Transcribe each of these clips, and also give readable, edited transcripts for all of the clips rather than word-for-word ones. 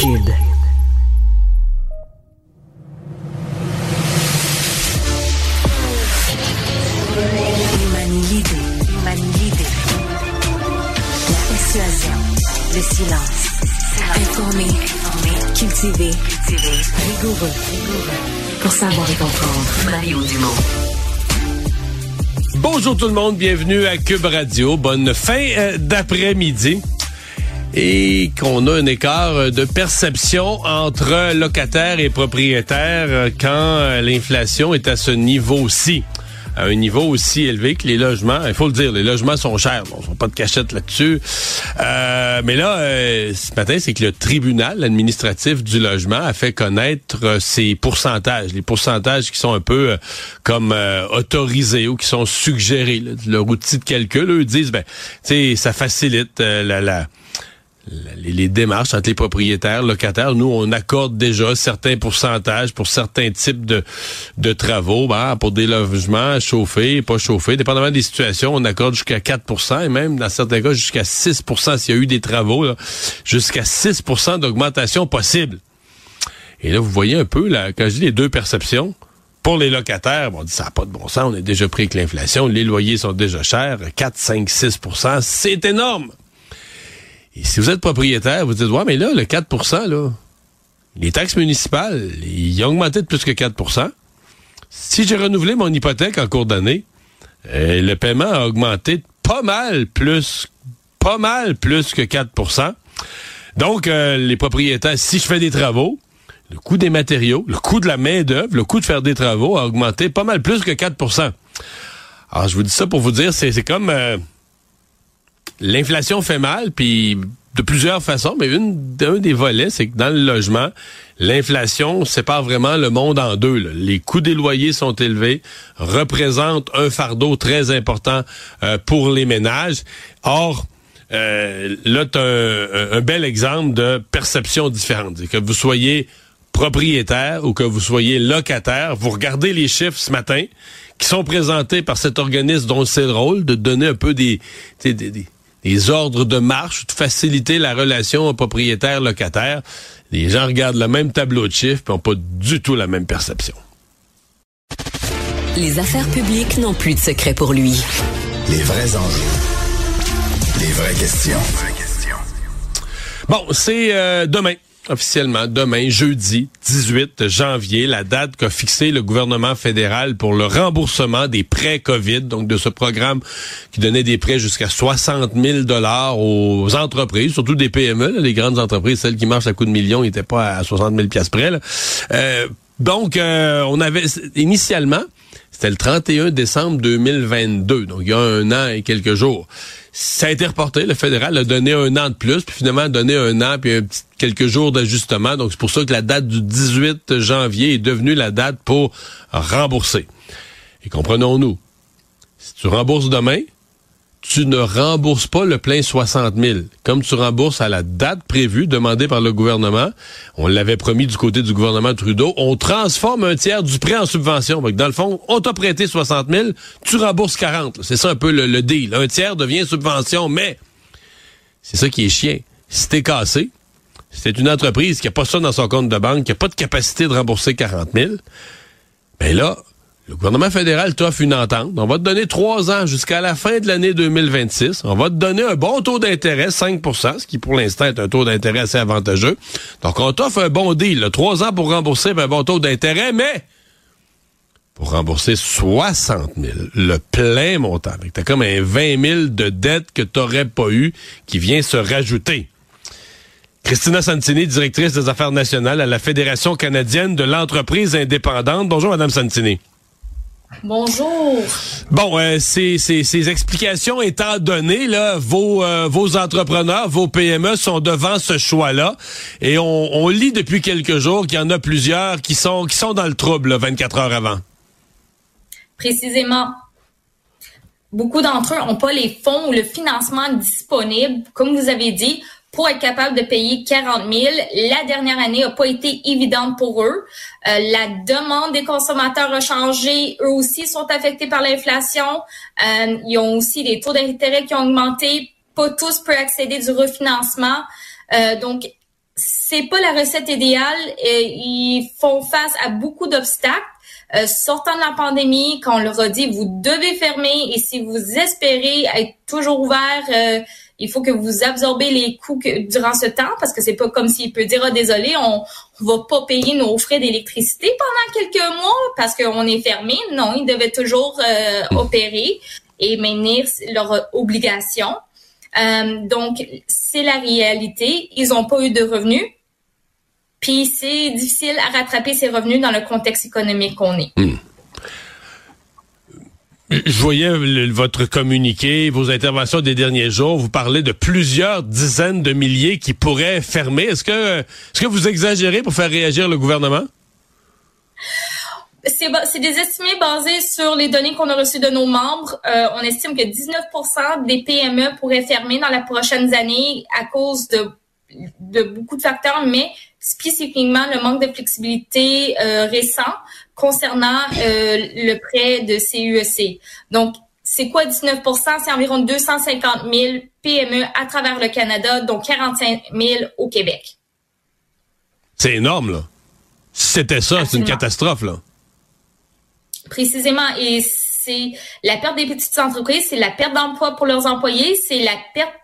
Cube. L'idée. La persuasion. Le silence. Informé. Cultivé. Rigoureux. Pour savoir et comprendre. Mario Dumont. Bonjour tout le monde, bienvenue à Cube Radio. Bonne fin d'après-midi. Et qu'on a un écart de perception entre locataires et propriétaires quand l'inflation est à ce niveau-ci. À un niveau aussi élevé que les logements. Il faut le dire, les logements sont chers. Bon, ils sont pas de cachette là-dessus. Mais là, ce matin, c'est que le tribunal administratif du logement a fait connaître ses pourcentages. Les pourcentages qui sont un peu comme autorisés ou qui sont suggérés. Là, leur outil de calcul, eux disent, tu sais, ça facilite les démarches entre les propriétaires, locataires. Nous, on accorde déjà certains pourcentages pour certains types de travaux, pour des logements chauffés, pas chauffés. Dépendamment des situations, on accorde jusqu'à 4% et même, dans certains cas, jusqu'à 6% s'il y a eu des travaux, là, jusqu'à 6% d'augmentation possible. Et là, vous voyez un peu, là, quand je dis les deux perceptions, pour les locataires, on dit ça n'a pas de bon sens, on est déjà pris avec l'inflation, les loyers sont déjà chers, 4, 5, 6%, c'est énorme! Et si vous êtes propriétaire, vous dites, ouais, mais là, le 4%, là, les taxes municipales, ils ont augmenté de plus que 4%. Si j'ai renouvelé mon hypothèque en cours d'année, le paiement a augmenté pas mal plus que 4%. Donc, les propriétaires, si je fais des travaux, le coût des matériaux, le coût de la main-d'œuvre, le coût de faire des travaux a augmenté pas mal plus que 4%. Alors, je vous dis ça pour vous dire, c'est comme... l'inflation fait mal, puis de plusieurs façons, mais un des volets, c'est que dans le logement, l'inflation sépare vraiment le monde en deux. Là. Les coûts des loyers sont élevés, représentent un fardeau très important pour les ménages. Or, là, tu as un bel exemple de perception différente. Que vous soyez propriétaire ou que vous soyez locataire, vous regardez les chiffres ce matin qui sont présentés par cet organisme dont c'est le rôle de donner un peu des ordres de marche, de faciliter la relation propriétaire-locataire. Les gens regardent le même tableau de chiffres et n'ont pas du tout la même perception. Les affaires publiques n'ont plus de secret pour lui. Les vrais enjeux. Les vraies questions. Bon, c'est demain. Officiellement, demain, jeudi 18 janvier, la date qu'a fixé le gouvernement fédéral pour le remboursement des prêts COVID, donc de ce programme qui donnait des prêts jusqu'à 60 000 $ aux entreprises, surtout des PME, là, les grandes entreprises, celles qui marchent à coups de millions, n'étaient pas à 60 000 $ près. Là. Donc, on avait initialement, c'était le 31 décembre 2022, donc il y a 1 an et quelques jours. Ça a été reporté, le fédéral a donné 1 an de plus, puis finalement a donné 1 an, puis quelques jours d'ajustement. Donc c'est pour ça que la date du 18 janvier est devenue la date pour rembourser. Et comprenons-nous, si tu rembourses demain, tu ne rembourses pas le plein 60 000. Comme tu rembourses à la date prévue, demandée par le gouvernement, on l'avait promis du côté du gouvernement Trudeau, on transforme un tiers du prêt en subvention. Donc, dans le fond, on t'a prêté 60 000, tu rembourses 40. C'est ça un peu le deal. Un tiers devient subvention, mais c'est ça qui est chiant. Si t'es cassé, si t'es une entreprise qui n'a pas ça dans son compte de banque, qui n'a pas de capacité de rembourser 40 000, ben là, le gouvernement fédéral t'offre une entente. On va te donner 3 ans jusqu'à la fin de l'année 2026. On va te donner un bon taux d'intérêt, 5%, ce qui pour l'instant est un taux d'intérêt assez avantageux. Donc, on t'offre un bon deal. Là, 3 ans pour rembourser un bon taux d'intérêt, mais pour rembourser 60 000, le plein montant. T'as comme un 20 000 de dette que t'aurais pas eu qui vient se rajouter. Christina Santini, directrice des affaires nationales à la Fédération canadienne de l'entreprise indépendante. Bonjour, Madame Santini. Bonjour. Bon, ces explications étant données, là, vos entrepreneurs, vos PME sont devant ce choix-là. Et on lit depuis quelques jours qu'il y en a plusieurs qui sont dans le trouble là, 24 heures avant. Précisément. Beaucoup d'entre eux n'ont pas les fonds ou le financement disponible, comme vous avez dit, pour être capable de payer 40 000. La dernière année n'a pas été évidente pour eux. La demande des consommateurs a changé. Eux aussi sont affectés par l'inflation. Ils ont aussi des taux d'intérêt qui ont augmenté. Pas tous peuvent accéder du refinancement. Donc, c'est pas la recette idéale. Ils font face à beaucoup d'obstacles. Sortant de la pandémie, quand on leur a dit vous devez fermer et si vous espérez être toujours ouvert, il faut que vous absorbez les coûts durant ce temps parce que c'est pas comme s'il peut dire désolé, on va pas payer nos frais d'électricité pendant quelques mois parce qu'on est fermé. Non, ils devaient toujours opérer et maintenir leurs obligations. Donc c'est la réalité. Ils ont pas eu de revenus. Puis c'est difficile à rattraper ces revenus dans le contexte économique qu'on est. Je voyais votre communiqué, vos interventions des derniers jours. Vous parlez de plusieurs dizaines de milliers qui pourraient fermer. Est-ce que vous exagérez pour faire réagir le gouvernement? C'est des estimés basés sur les données qu'on a reçues de nos membres. On estime que 19% des PME pourraient fermer dans les prochaines années à cause de beaucoup de facteurs, mais spécifiquement le manque de flexibilité récent concernant le prêt de CUEC. Donc, c'est quoi 19%? C'est environ 250 000 PME à travers le Canada, dont 45 000 au Québec. C'est énorme, là. Si c'était ça, absolument. C'est une catastrophe, là. Précisément, et c'est la perte des petites entreprises, c'est la perte d'emploi pour leurs employés, c'est la perte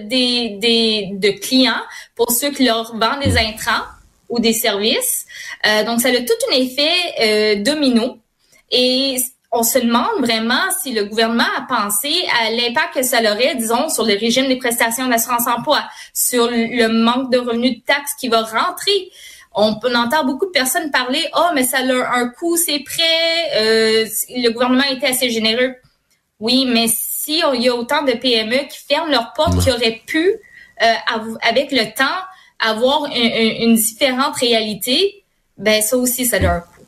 de clients pour ceux qui leur vendent des intrants ou des services. Donc, ça a tout un effet domino. Et on se demande vraiment si le gouvernement a pensé à l'impact que ça aurait, disons, sur le régime des prestations d'assurance-emploi, sur le manque de revenus de taxes qui va rentrer. On entend beaucoup de personnes parler « Ah, mais ça a un coût, c'est prêt, le gouvernement a été assez généreux. » Oui, mais si il y a autant de PME qui ferment leurs portes, qui auraient pu, avec le temps, avoir une différente réalité, ben ça aussi, ça a un coût.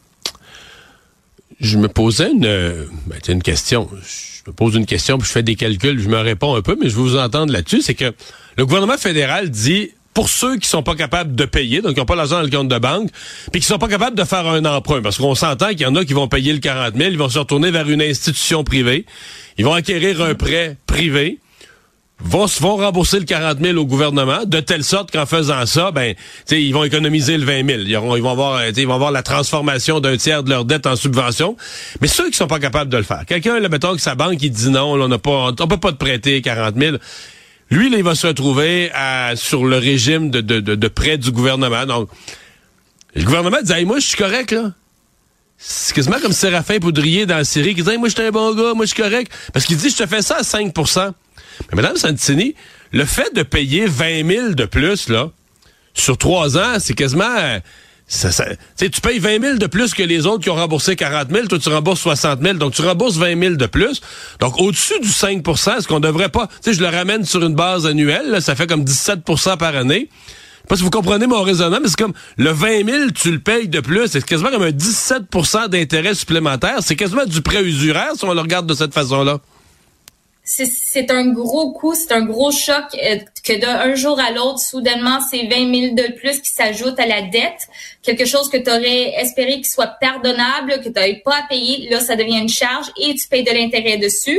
Je me posais une question. Je me pose une question, puis je fais des calculs, je me réponds un peu, mais je veux vous entendre là-dessus. C'est que le gouvernement fédéral dit... Pour ceux qui sont pas capables de payer, donc qui n'ont pas l'argent dans le compte de banque, puis qui sont pas capables de faire un emprunt, parce qu'on s'entend qu'il y en a qui vont payer le 40 000, ils vont se retourner vers une institution privée, ils vont acquérir un prêt privé, vont rembourser le 40 000 au gouvernement, de telle sorte qu'en faisant ça, ils vont économiser le 20 000. Ils vont avoir la transformation d'un tiers de leur dette en subvention. Mais ceux qui sont pas capables de le faire, quelqu'un, là, mettons que sa banque, il dit non, là, on peut pas te prêter 40 000. Lui, là, il va se retrouver sur le régime de prêt du gouvernement. Donc, le gouvernement dit « Hey, moi, je suis correct, là. » C'est quasiment comme Séraphin Poudrier dans la série qui dit « Hey, moi, je suis un bon gars, moi, je suis correct. » Parce qu'il dit « Je te fais ça à 5%. » Mais Mme Santini, le fait de payer 20 000 de plus, là, sur 3 ans, c'est quasiment... tu payes 20 000 de plus que les autres qui ont remboursé 40 000. Toi, tu rembourses 60 000. Donc, tu rembourses 20 000 de plus. Donc, au-dessus du 5 est-ce qu'on devrait pas... je le ramène sur une base annuelle. Là, ça fait comme 17 par année. Je sais pas si vous comprenez mon raisonnement, mais c'est comme le 20 000, tu le payes de plus. C'est quasiment comme un 17 d'intérêt supplémentaire. C'est quasiment du prêt usuraire si on le regarde de cette façon-là. C'est un gros coup, c'est un gros choc que d'un jour à l'autre, soudainement, c'est 20 000 de plus qui s'ajoutent à la dette. Quelque chose que tu aurais espéré qu'il soit pardonnable, que tu n'avais pas à payer. Là, ça devient une charge et tu payes de l'intérêt dessus.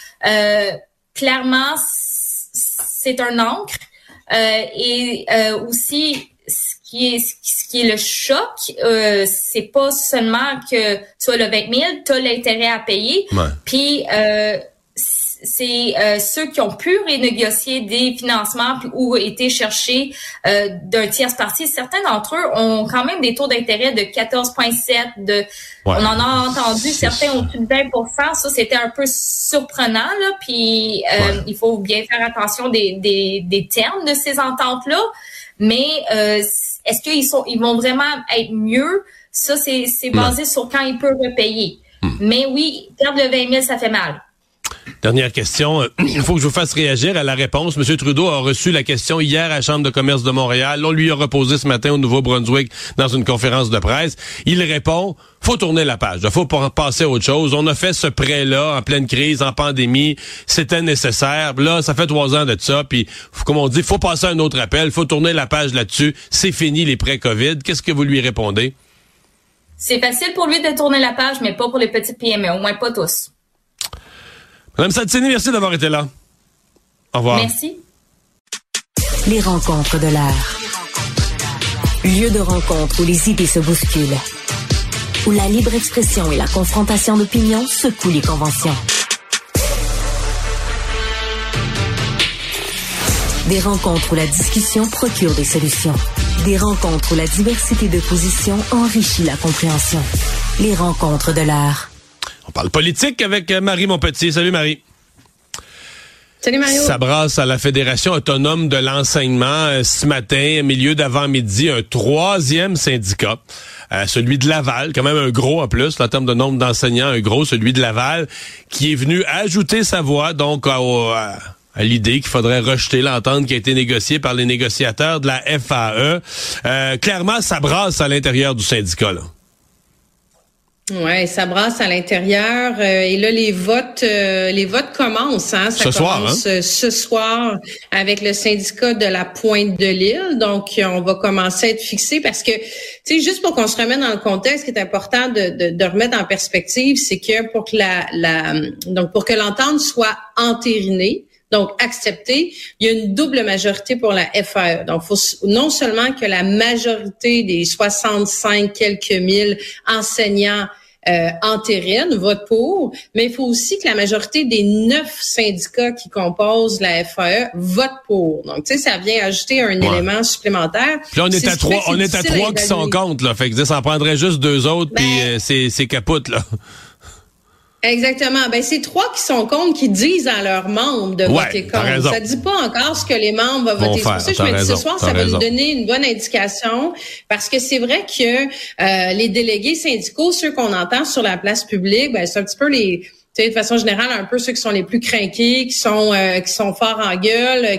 Clairement, c'est un encre. Et aussi, ce qui est le choc, c'est pas seulement que tu as le 20 000, tu as l'intérêt à payer. Ouais. Puis, c'est ceux qui ont pu renégocier des financements ou été chercher d'un tierce partie. Certains d'entre eux ont quand même des taux d'intérêt de 14,7. On en a entendu certains au-dessus de 20%. Ça, c'était un peu surprenant, là. Puis il faut bien faire attention des termes de ces ententes-là. Mais est-ce qu'ils vont vraiment être mieux? Ça, c'est basé sur quand ils peuvent repayer. Mais oui, perdre le 20 000, ça fait mal. Dernière question. Il faut que je vous fasse réagir à la réponse. M. Trudeau a reçu la question hier à la Chambre de commerce de Montréal. On lui a reposé ce matin au Nouveau-Brunswick dans une conférence de presse. Il répond, faut tourner la page. Il faut passer à autre chose. On a fait ce prêt-là en pleine crise, en pandémie. C'était nécessaire. Là, ça fait 3 ans de ça. Puis, comme on dit, faut passer à un autre appel. Faut tourner la page là-dessus. C'est fini les prêts COVID. Qu'est-ce que vous lui répondez? C'est facile pour lui de tourner la page, mais pas pour les petites PME. Au moins pas tous. Mme Santini, merci d'avoir été là. Au revoir. Merci. Les rencontres de l'heure. Lieu de rencontre où les idées se bousculent. Où la libre expression et la confrontation d'opinions secouent les conventions. Des rencontres où la discussion procure des solutions. Des rencontres où la diversité de positions enrichit la compréhension. Les rencontres de l'art. On parle politique avec Marie Montpetit. Salut Marie. Salut Mario. Ça brasse à la Fédération autonome de l'enseignement ce matin, milieu d'avant-midi, un troisième syndicat, celui de Laval, quand même un gros en plus, en termes de nombre d'enseignants, un gros, celui de Laval, qui est venu ajouter sa voix donc à l'idée qu'il faudrait rejeter l'entente qui a été négociée par les négociateurs de la FAE. Clairement, ça brasse à l'intérieur du syndicat, là. Ouais, ça brasse à l'intérieur et là les votes commencent. Ça commence ce soir avec le syndicat de la Pointe-de-l'Île. Donc on va commencer à être fixé parce que, tu sais, juste pour qu'on se remette dans le contexte, ce qui est important de remettre en perspective, c'est que pour que l'entente soit entérinée, donc accepté, il y a une double majorité pour la FAE. Donc, il faut non seulement que la majorité des 65 quelques mille enseignants entérine, vote pour, mais il faut aussi que la majorité des 9 syndicats qui composent la FAE votent pour. Donc, tu sais, ça vient ajouter un élément supplémentaire. Puis là, on est à trois qui sont contre, là. Fait que ça en prendrait juste 2 autres, puis c'est capote, là. Exactement. Ben, c'est 3 qui sont contre qui disent à leurs membres de voter contre. Ça dit pas encore ce que les membres vont voter. C'est pour ça que je me dis ce soir, ça va nous donner une bonne indication parce que c'est vrai que les délégués syndicaux, ceux qu'on entend sur la place publique, ben, c'est un petit peu de façon générale, un peu ceux qui sont les plus crinqués, qui sont forts en gueule,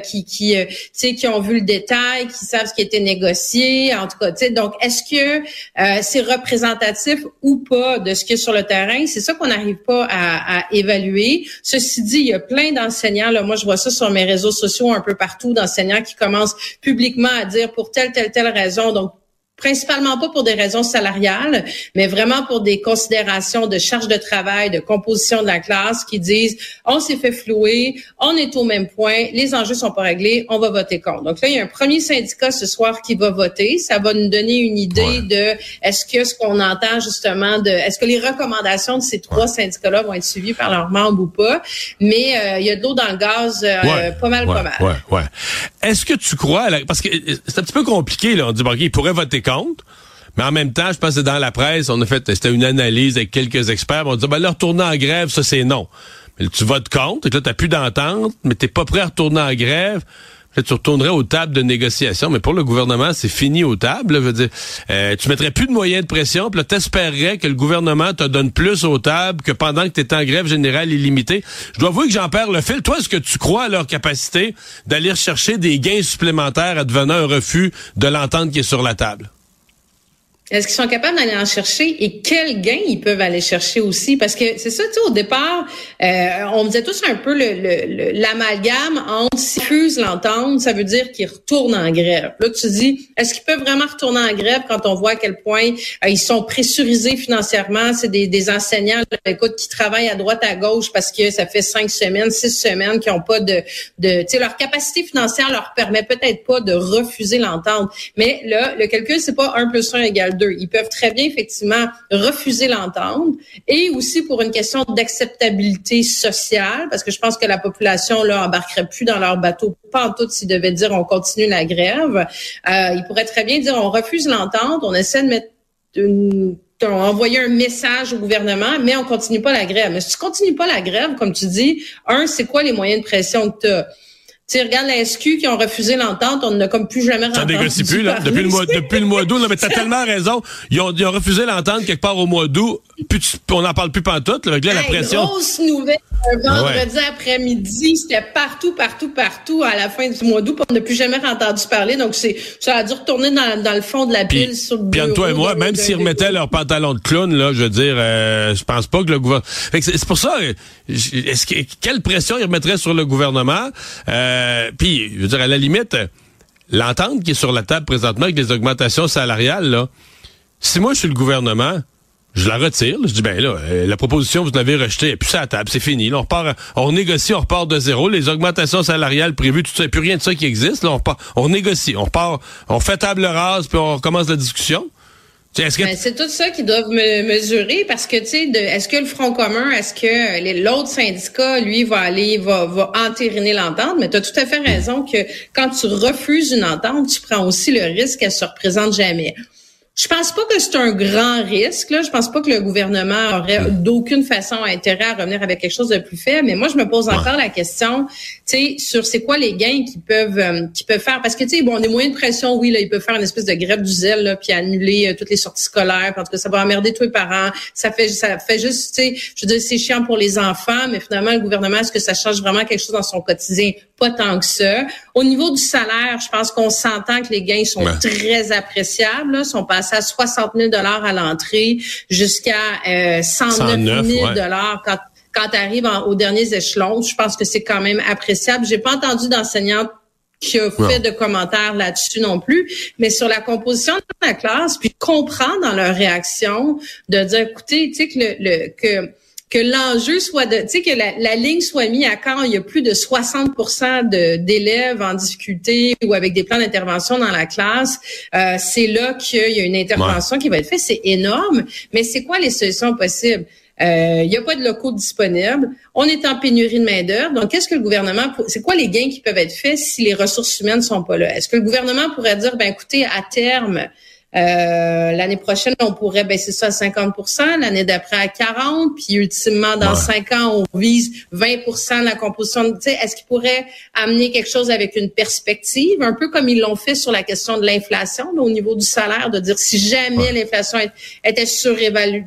qui ont vu le détail, qui savent ce qui a été négocié, en tout cas, tu sais. Donc, est-ce que c'est représentatif ou pas de ce qu'il y a sur le terrain? C'est ça qu'on n'arrive pas à évaluer. Ceci dit, il y a plein d'enseignants, là, moi je vois ça sur mes réseaux sociaux un peu partout, d'enseignants qui commencent publiquement à dire pour telle raison, donc principalement pas pour des raisons salariales, mais vraiment pour des considérations de charge de travail, de composition de la classe, qui disent on s'est fait flouer, on est au même point, les enjeux sont pas réglés, on va voter contre. Donc là, il y a un premier syndicat ce soir qui va voter. Ça va nous donner une idée de est-ce que ce qu'on entend justement est-ce que les recommandations de ces 3 syndicats-là vont être suivies par leurs membres ou pas. Mais il y a de l'eau dans le gaz pas mal. Ouais. Est-ce que tu crois, parce que c'est un petit peu compliqué, là, on dit, bon, OK, ils pourraient voter contre, mais en même temps, je pense que dans la presse, c'était une analyse avec quelques experts, on dit, là, retourner en grève, ça, c'est non. Mais là, tu votes contre, et là, t'as plus d'entente, mais t'es pas prêt à retourner en grève. Là, tu retournerais aux tables de négociation, mais pour le gouvernement, c'est fini aux tables. Là, je veux dire, tu mettrais plus de moyens de pression, puis là, t'espérerais que le gouvernement te donne plus aux tables que pendant que tu es en grève générale illimitée. Je dois avouer que j'en perds le fil. Toi, est-ce que tu crois à leur capacité d'aller chercher des gains supplémentaires advenant un refus de l'entente qui est sur la table? Est-ce qu'ils sont capables d'aller en chercher et quels gains ils peuvent aller chercher aussi? Parce que c'est ça, tu sais, au départ, on faisait tous un peu l'amalgame entre s'ils refusent l'entente, ça veut dire qu'ils retournent en grève. Là, tu te dis, est-ce qu'ils peuvent vraiment retourner en grève quand on voit à quel point ils sont pressurisés financièrement? C'est des enseignants, là, écoute, qui travaillent à droite, à gauche parce que ça fait 5 semaines, 6 semaines qui n'ont pas tu sais, leur capacité financière leur permet peut-être pas de refuser l'entente. Mais là, le calcul, c'est pas 1 + 1 = 2. Ils peuvent très bien, effectivement, refuser l'entente et aussi pour une question d'acceptabilité sociale, parce que je pense que la population, là, embarquerait plus dans leur bateau, pas en tout s'ils devaient dire on continue la grève. Ils pourraient très bien dire on refuse l'entente, on essaie de mettre envoyer un message au gouvernement, mais on continue pas la grève. Mais si tu continues pas la grève, comme tu dis, c'est quoi les moyens de pression que tu as? Tu regardes la SQ qui ont refusé l'entente, on n'a comme plus jamais rencontré. Ça négocie plus, là. Depuis le mois d'août, là, mais t'as tellement raison. Ils ont refusé l'entente quelque part au mois d'août. On n'en parle plus pantoute, là. Avec là, la pression. Grosse nouvelle. Un vendredi après-midi, c'était partout à la fin du mois d'août. On n'a plus jamais entendu parler. Donc, ça a dû retourner dans le fond de la pile sur le bureau. Puis, toi et moi, même s'ils remettaient leur pantalon de clown, là, je veux dire, je pense pas que le gouvernement... C'est pour ça, quelle pression ils remettraient sur le gouvernement? Puis, je veux dire, à la limite, l'entente qui est sur la table présentement avec les augmentations salariales, là, si moi je suis le gouvernement, Je la retire. Je dis, ben là, la proposition, vous l'avez rejetée. Et puis ça à la table, c'est fini. Là, on négocie, on repart de zéro. Les augmentations salariales prévues, tout ça, il n'y a plus rien de ça qui existe. Là, on négocie. On fait table rase, puis on recommence la discussion. C'est tout ça qu'ils doivent mesurer parce que, tu sais, est-ce que le Front commun, est-ce que l'autre syndicat, lui, va entériner l'entente? Mais tu as tout à fait raison que quand tu refuses une entente, tu prends aussi le risque qu'elle se représente jamais. Je pense pas que c'est un grand risque, là. Je pense pas que le gouvernement aurait d'aucune façon intérêt à revenir avec quelque chose de plus faible. Mais moi, je me pose encore la question, tu sais, sur c'est quoi les gains qu'ils peuvent faire. Parce que, tu sais, bon, des moyens de pression, oui, là, ils peuvent faire une espèce de grève du zèle, là, puis annuler toutes les sorties scolaires. En tout cas, ça va emmerder tous les parents. Ça fait juste, tu sais, je veux dire, c'est chiant pour les enfants, mais finalement, le gouvernement, est-ce que ça change vraiment quelque chose dans son quotidien? Pas tant que ça. Au niveau du salaire, je pense qu'on s'entend que les gains sont très appréciables, là. Sont passés à 60 000 $ à l'entrée jusqu'à 109 000 $ quand tu arrives aux derniers échelons. Je pense que c'est quand même appréciable. J'ai pas entendu d'enseignante qui a fait de commentaires là-dessus non plus, mais sur la composition de la classe, puis comprendre dans leur réaction de dire, écoutez, tu sais que l'enjeu soit tu sais, que la ligne soit mise à quand il y a plus de 60% d'élèves en difficulté ou avec des plans d'intervention dans la classe, c'est là qu'il y a une intervention qui va être faite. C'est énorme, mais c'est quoi les solutions possibles? Il n'y a pas de locaux disponibles. On est en pénurie de main-d'œuvre. Donc, qu'est-ce que le gouvernement, c'est quoi les gains qui peuvent être faits si les ressources humaines sont pas là? Est-ce que le gouvernement pourrait dire, ben, écoutez, à terme, l'année prochaine, on pourrait baisser ça à 50%, l'année d'après à 40%, puis ultimement, dans 5 ans, on vise 20% de la composition. Tu sais, est-ce qu'il pourrait amener quelque chose avec une perspective, un peu comme ils l'ont fait sur la question de l'inflation, là, au niveau du salaire, de dire si jamais l'inflation était surévaluée,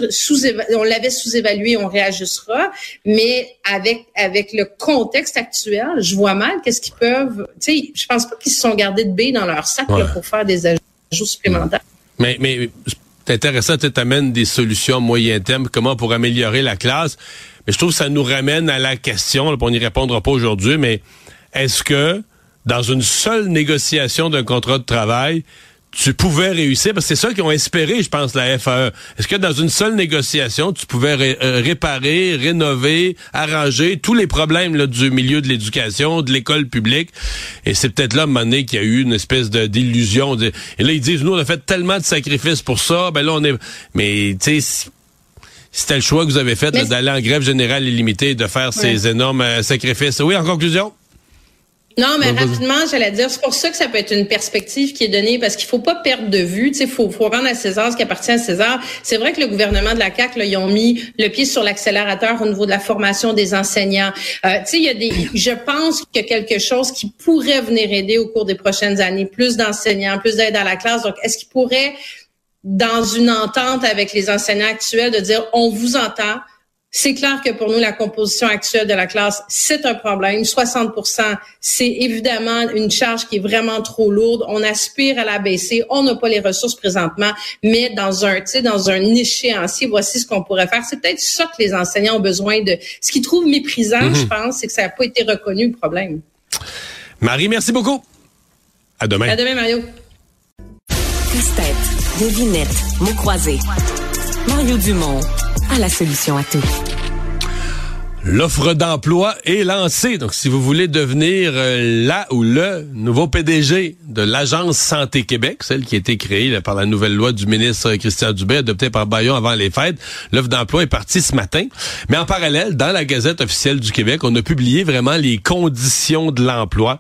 on l'avait sous-évaluée, on réajustera, mais avec le contexte actuel, je vois mal qu'est-ce qu'ils peuvent, tu sais, je pense pas qu'ils se sont gardés de billes dans leur sac là, pour faire des ajouts supplémentaires. Mais c'est intéressant, tu amènes des solutions moyen terme, comment pour améliorer la classe. Mais je trouve que ça nous ramène à la question, là, on n'y répondra pas aujourd'hui, mais est-ce que dans une seule négociation d'un contrat de travail, tu pouvais réussir, parce que c'est ça qu'ils ont espéré, je pense, la FAE. Est-ce que dans une seule négociation, tu pouvais réparer, rénover, arranger tous les problèmes là, du milieu de l'éducation, de l'école publique? Et c'est peut-être là, à un moment donné, qu'il y a eu une espèce d'illusion. Et là, ils disent, nous, on a fait tellement de sacrifices pour ça, ben là, on est... Mais, tu sais... C'était le choix que vous avez fait là, d'aller en grève générale illimitée et de faire ces énormes sacrifices. Oui, en conclusion? Non, mais rapidement, j'allais dire, c'est pour ça que ça peut être une perspective qui est donnée, parce qu'il faut pas perdre de vue, tu sais, faut rendre à César ce qui appartient à César. C'est vrai que le gouvernement de la CAQ, là, ils ont mis le pied sur l'accélérateur au niveau de la formation des enseignants. Tu sais, je pense qu'il y a quelque chose qui pourrait venir aider au cours des prochaines années, plus d'enseignants, plus d'aide à la classe. Donc, est-ce qu'il pourrait, dans une entente avec les enseignants actuels, de dire, on vous entend? C'est clair que pour nous, la composition actuelle de la classe, c'est un problème. 60%, c'est évidemment une charge qui est vraiment trop lourde. On aspire à la baisser. On n'a pas les ressources présentement, mais dans un échéancier, voici ce qu'on pourrait faire. C'est peut-être ça que les enseignants ont besoin de. Ce qu'ils trouvent méprisant, je pense, c'est que ça n'a pas été reconnu, le problème. Marie, merci beaucoup. À demain. À demain, Mario. Casse-tête, devinette, mots croisés. Mario Dumont a la solution à tout. L'offre d'emploi est lancée. Donc, si vous voulez devenir la ou le nouveau PDG de l'Agence Santé Québec, celle qui a été créée là, par la nouvelle loi du ministre Christian Dubé, adoptée par Bayon avant les fêtes, l'offre d'emploi est partie ce matin. Mais en parallèle, dans la Gazette officielle du Québec, on a publié vraiment les conditions de l'emploi,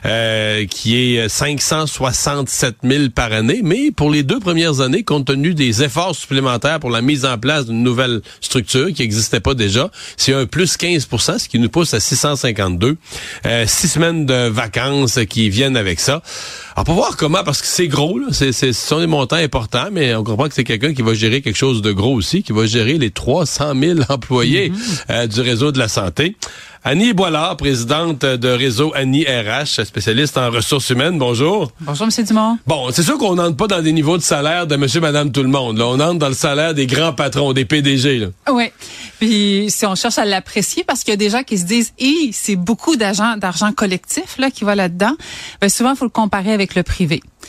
qui est 567 000 par année. Mais pour les 2 premières années, compte tenu des efforts supplémentaires pour la mise en place d'une nouvelle structure qui n'existait pas déjà, c'est un plus 15%, ce qui nous pousse à 652. 6 semaines de vacances qui viennent avec ça. Alors, pour voir comment, parce que c'est gros, là, ce sont des montants importants, mais on comprend que c'est quelqu'un qui va gérer quelque chose de gros aussi, qui va gérer les 300 000 employés du réseau de la santé. Annie Boilard, présidente de Réseau Annie RH, spécialiste en ressources humaines. Bonjour. Bonjour, M. Dumont. Bon, c'est sûr qu'on n'entre pas dans des niveaux de salaire de monsieur, madame, tout le monde. Là, on entre dans le salaire des grands patrons, des PDG. Là. Oui. Puis, si on cherche à l'apprécier, parce qu'il y a des gens qui se disent, c'est beaucoup d'argent collectif là qui va là-dedans, ben souvent, il faut le comparer avec le privé.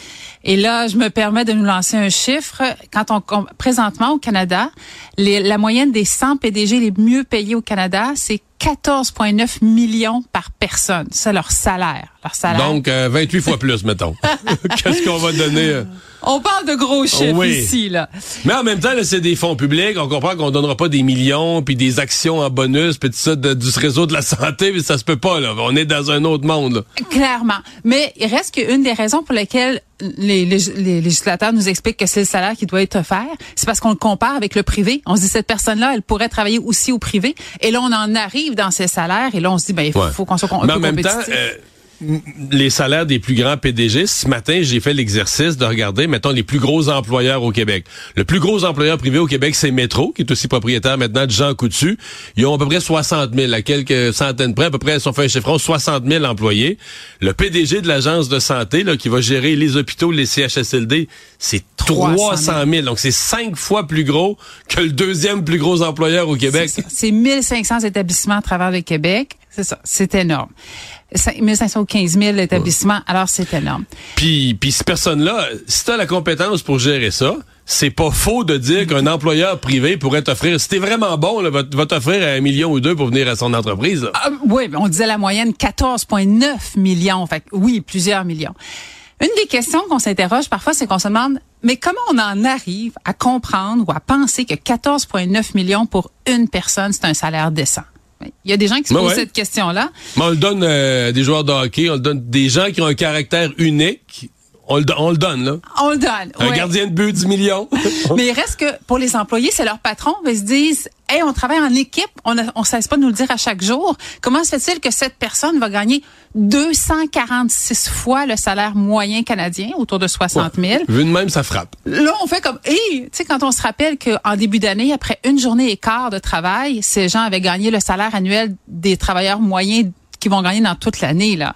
Et là, je me permets de nous lancer un chiffre. Présentement au Canada, la moyenne des 100 PDG les mieux payés au Canada, c'est 14,9 millions par personne. C'est leur salaire. Donc, 28 fois plus, mettons. Qu'est-ce qu'on va donner? On parle de gros chiffres ici, là. Mais en même temps, là, c'est des fonds publics. On comprend qu'on donnera pas des millions, puis des actions en bonus, puis tout ça du réseau de la santé, mais ça se peut pas, là. On est dans un autre monde, là. Clairement. Mais il reste qu'une des raisons pour lesquelles les législateurs nous expliquent que c'est le salaire qui doit être offert, c'est parce qu'on le compare avec le privé. On se dit, cette personne-là, elle pourrait travailler aussi au privé. Et là, on en arrive dans ces salaires, et là, on se dit, il faut qu'on soit un peu compétitif. Mais en même temps, les salaires des plus grands PDG, ce matin, j'ai fait l'exercice de regarder, mettons, les plus gros employeurs au Québec. Le plus gros employeur privé au Québec, c'est Métro, qui est aussi propriétaire maintenant de Jean Coutu. Ils ont à peu près 60 000, à quelques centaines près, à peu près, si on fait un chiffron, 60 000 employés. Le PDG de l'agence de santé, là, qui va gérer les hôpitaux, les CHSLD, c'est 300 000. Donc, c'est 5 fois plus gros que le deuxième plus gros employeur au Québec. C'est 1500 établissements à travers le Québec. C'est ça. C'est énorme. 1500 ou 15 000 établissements, alors c'est énorme. Puis ces personnes-là, si t'as la compétence pour gérer ça, c'est pas faux de dire qu'un employeur privé pourrait t'offrir, si t'es vraiment bon, là, va t'offrir 1 million ou 2 pour venir à son entreprise. Oui, on disait la moyenne 14,9 millions. Fait oui, plusieurs millions. Une des questions qu'on s'interroge parfois, c'est qu'on se demande, mais comment on en arrive à comprendre ou à penser que 14,9 millions pour une personne, c'est un salaire décent? Il y a des gens qui se posent cette question-là. Mais on le donne des joueurs de hockey, on le donne des gens qui ont un caractère unique. On le donne, là. On le donne, Un gardien de but, 10 millions. Mais il reste que, pour les employés, c'est leur patron. Ils se disent, hey, on travaille en équipe. On cesse pas de nous le dire à chaque jour. Comment se fait-il que cette personne va gagner 246 fois le salaire moyen canadien, autour de 60 000? Vu de même, ça frappe. Là, on fait comme, tu sais, quand on se rappelle qu'en début d'année, après une journée et quart de travail, ces gens avaient gagné le salaire annuel des travailleurs moyens qui vont gagner dans toute l'année, là.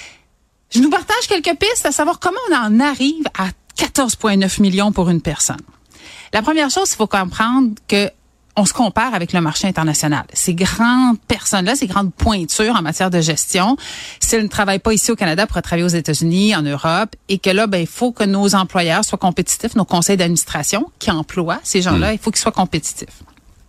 Je nous partage quelques pistes à savoir comment on en arrive à 14,9 millions pour une personne. La première chose, il faut comprendre que on se compare avec le marché international. Ces grandes personnes-là, ces grandes pointures en matière de gestion, si elles ne travaillent pas ici au Canada, pourraient travailler aux États-Unis, en Europe, et que là, il faut que nos employeurs soient compétitifs, nos conseils d'administration qui emploient ces gens-là, il faut qu'ils soient compétitifs.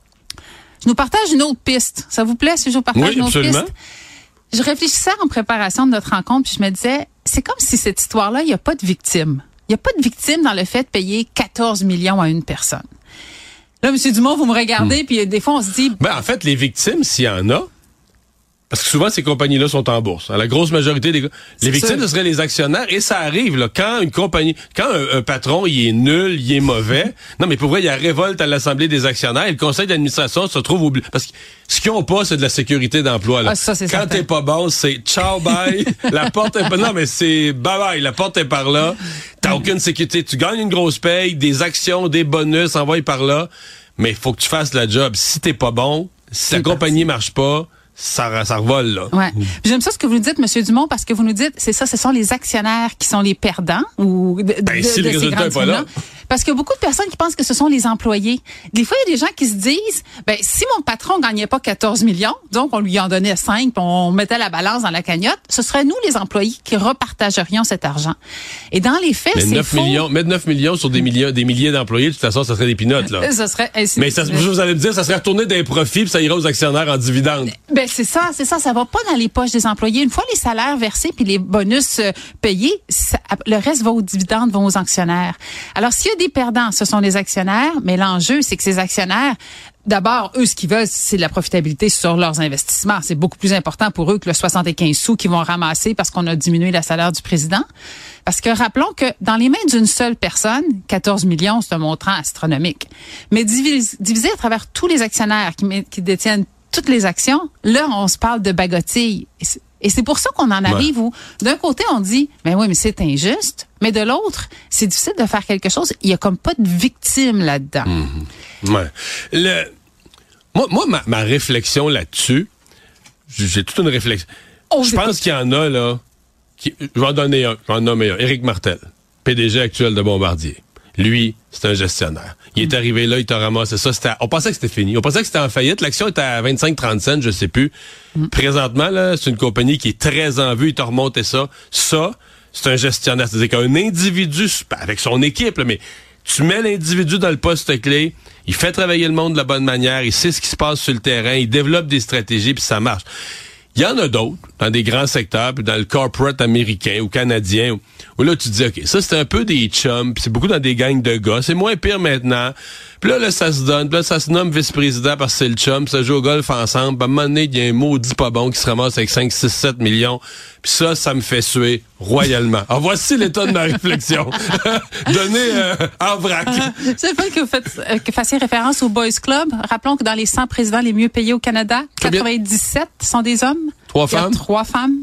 Je nous partage une autre piste. Ça vous plaît si je vous partage une autre piste? Je réfléchissais en préparation de notre rencontre, puis je me disais, c'est comme si cette histoire-là, il n'y a pas de victime. Il n'y a pas de victime dans le fait de payer 14 millions à une personne. Là, M. Dumont, vous me regardez, puis des fois, on se dit... En fait, les victimes, s'il y en a, parce que souvent, ces compagnies-là sont en bourse. La grosse majorité des... Les victimes, ce seraient les actionnaires. Et ça arrive, là, quand une compagnie... Quand un patron, il est nul, il est mauvais... Non, mais pour vrai, il y a révolte à l'Assemblée des actionnaires et le conseil d'administration se trouve oublié. Parce que ce qu'ils ont pas, c'est de la sécurité d'emploi, là. Ça, quand certain. T'es pas bon, c'est ciao, bye. La porte est pas... Non, mais c'est bye-bye. La porte est par là. T'as aucune sécurité. Tu gagnes une grosse paye, des actions, des bonus, envoyés par là. Mais il faut que tu fasses la job. Si t'es pas bon, si la compagnie marche pas... Ça revole, là. Ouais. J'aime ça ce que vous nous dites, M. Dumont, parce que vous nous dites, c'est ça, ce sont les actionnaires qui sont les perdants ou si le résultat est pas là. Parce qu'il y a beaucoup de personnes qui pensent que ce sont les employés. Des fois, il y a des gens qui se disent, si mon patron gagnait pas 14 millions, donc on lui en donnait 5, puis on mettait la balance dans la cagnotte, ce serait nous, les employés, qui repartagerions cet argent. Et dans les faits, c'est 9 millions, mettre 9 millions sur des milliers d'employés, de toute façon, ça serait des pinottes, là. Ça serait... Mais vous allez me dire, ça serait retourné des profits, puis ça irait aux actionnaires en dividendes. C'est ça, ça va pas dans les poches des employés. Une fois les salaires versés puis les bonus payés, le reste va aux dividendes, vont aux actionnaires. Alors, s'il y a des perdants, ce sont les actionnaires, mais l'enjeu, c'est que ces actionnaires, d'abord, eux, ce qu'ils veulent, c'est de la profitabilité sur leurs investissements. C'est beaucoup plus important pour eux que le 75 sous qu'ils vont ramasser parce qu'on a diminué le salaire du président. Parce que rappelons que dans les mains d'une seule personne, 14 millions, c'est un montant astronomique. Mais divisé à travers tous les actionnaires qui détiennent toutes les actions, là, on se parle de bagotille. Et c'est pour ça qu'on en arrive où, d'un côté, on dit, mais c'est injuste, mais de l'autre, c'est difficile de faire quelque chose. Il y a comme pas de victime là-dedans. Moi, ma réflexion là-dessus, j'ai toute une réflexion. Je pense qu'il y en a, là, je vais en donner un, je vais en nommer un. Éric Martel, PDG actuel de Bombardier. Lui, c'est un gestionnaire. Il est arrivé là, il t'a ramassé ça. On pensait que c'était fini. On pensait que c'était en faillite. L'action était à 25-30 cents, je sais plus. Présentement, là, c'est une compagnie qui est très en vue. Il t'a remonté ça. Ça, c'est un gestionnaire. C'est-à-dire qu'un individu, avec son équipe, là, mais tu mets l'individu dans le poste clé, il fait travailler le monde de la bonne manière, il sait ce qui se passe sur le terrain, il développe des stratégies, puis ça marche. Il y en a d'autres, dans des grands secteurs, puis dans le corporate américain ou canadien, où là, tu te dis, OK, ça, c'est un peu des chums, puis c'est beaucoup dans des gangs de gars. C'est moins pire maintenant. Puis là, ça se donne. Puis là, ça se nomme vice-président parce que c'est le chum. Ça joue au golf ensemble. Puis à un moment donné, il y a un maudit pas bon qui se ramasse avec 5, 6, 7 millions. Puis ça me fait suer royalement. Alors, voici l'état de ma réflexion. Donnez en vrac. C'est le fait que vous fassiez référence au Boys Club. Rappelons que dans les 100 présidents les mieux payés au Canada, 97 sont des hommes. 3 femmes. Il y a 3 femmes.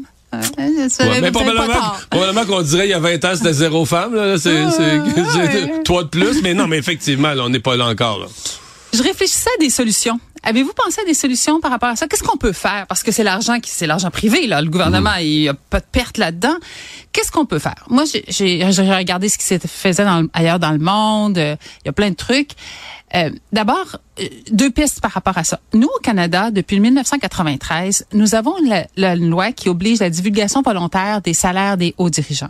Mais probablement qu'on dirait il y a 20 ans, c'était 0 femmes. Là, c'est 3 de plus. Mais non, mais effectivement, là, on n'est pas là encore. Là. Je réfléchissais à des solutions. Avez-vous pensé à des solutions par rapport à ça? Qu'est-ce qu'on peut faire? Parce que c'est l'argent privé, là. Le gouvernement, il n'y a pas de perte là-dedans. Qu'est-ce qu'on peut faire? Moi, j'ai regardé ce qui se faisait ailleurs dans le monde. Il y a plein de trucs. D'abord, 2 pistes par rapport à ça. Nous, au Canada, depuis 1993, nous avons la loi qui oblige la divulgation volontaire des salaires des hauts dirigeants.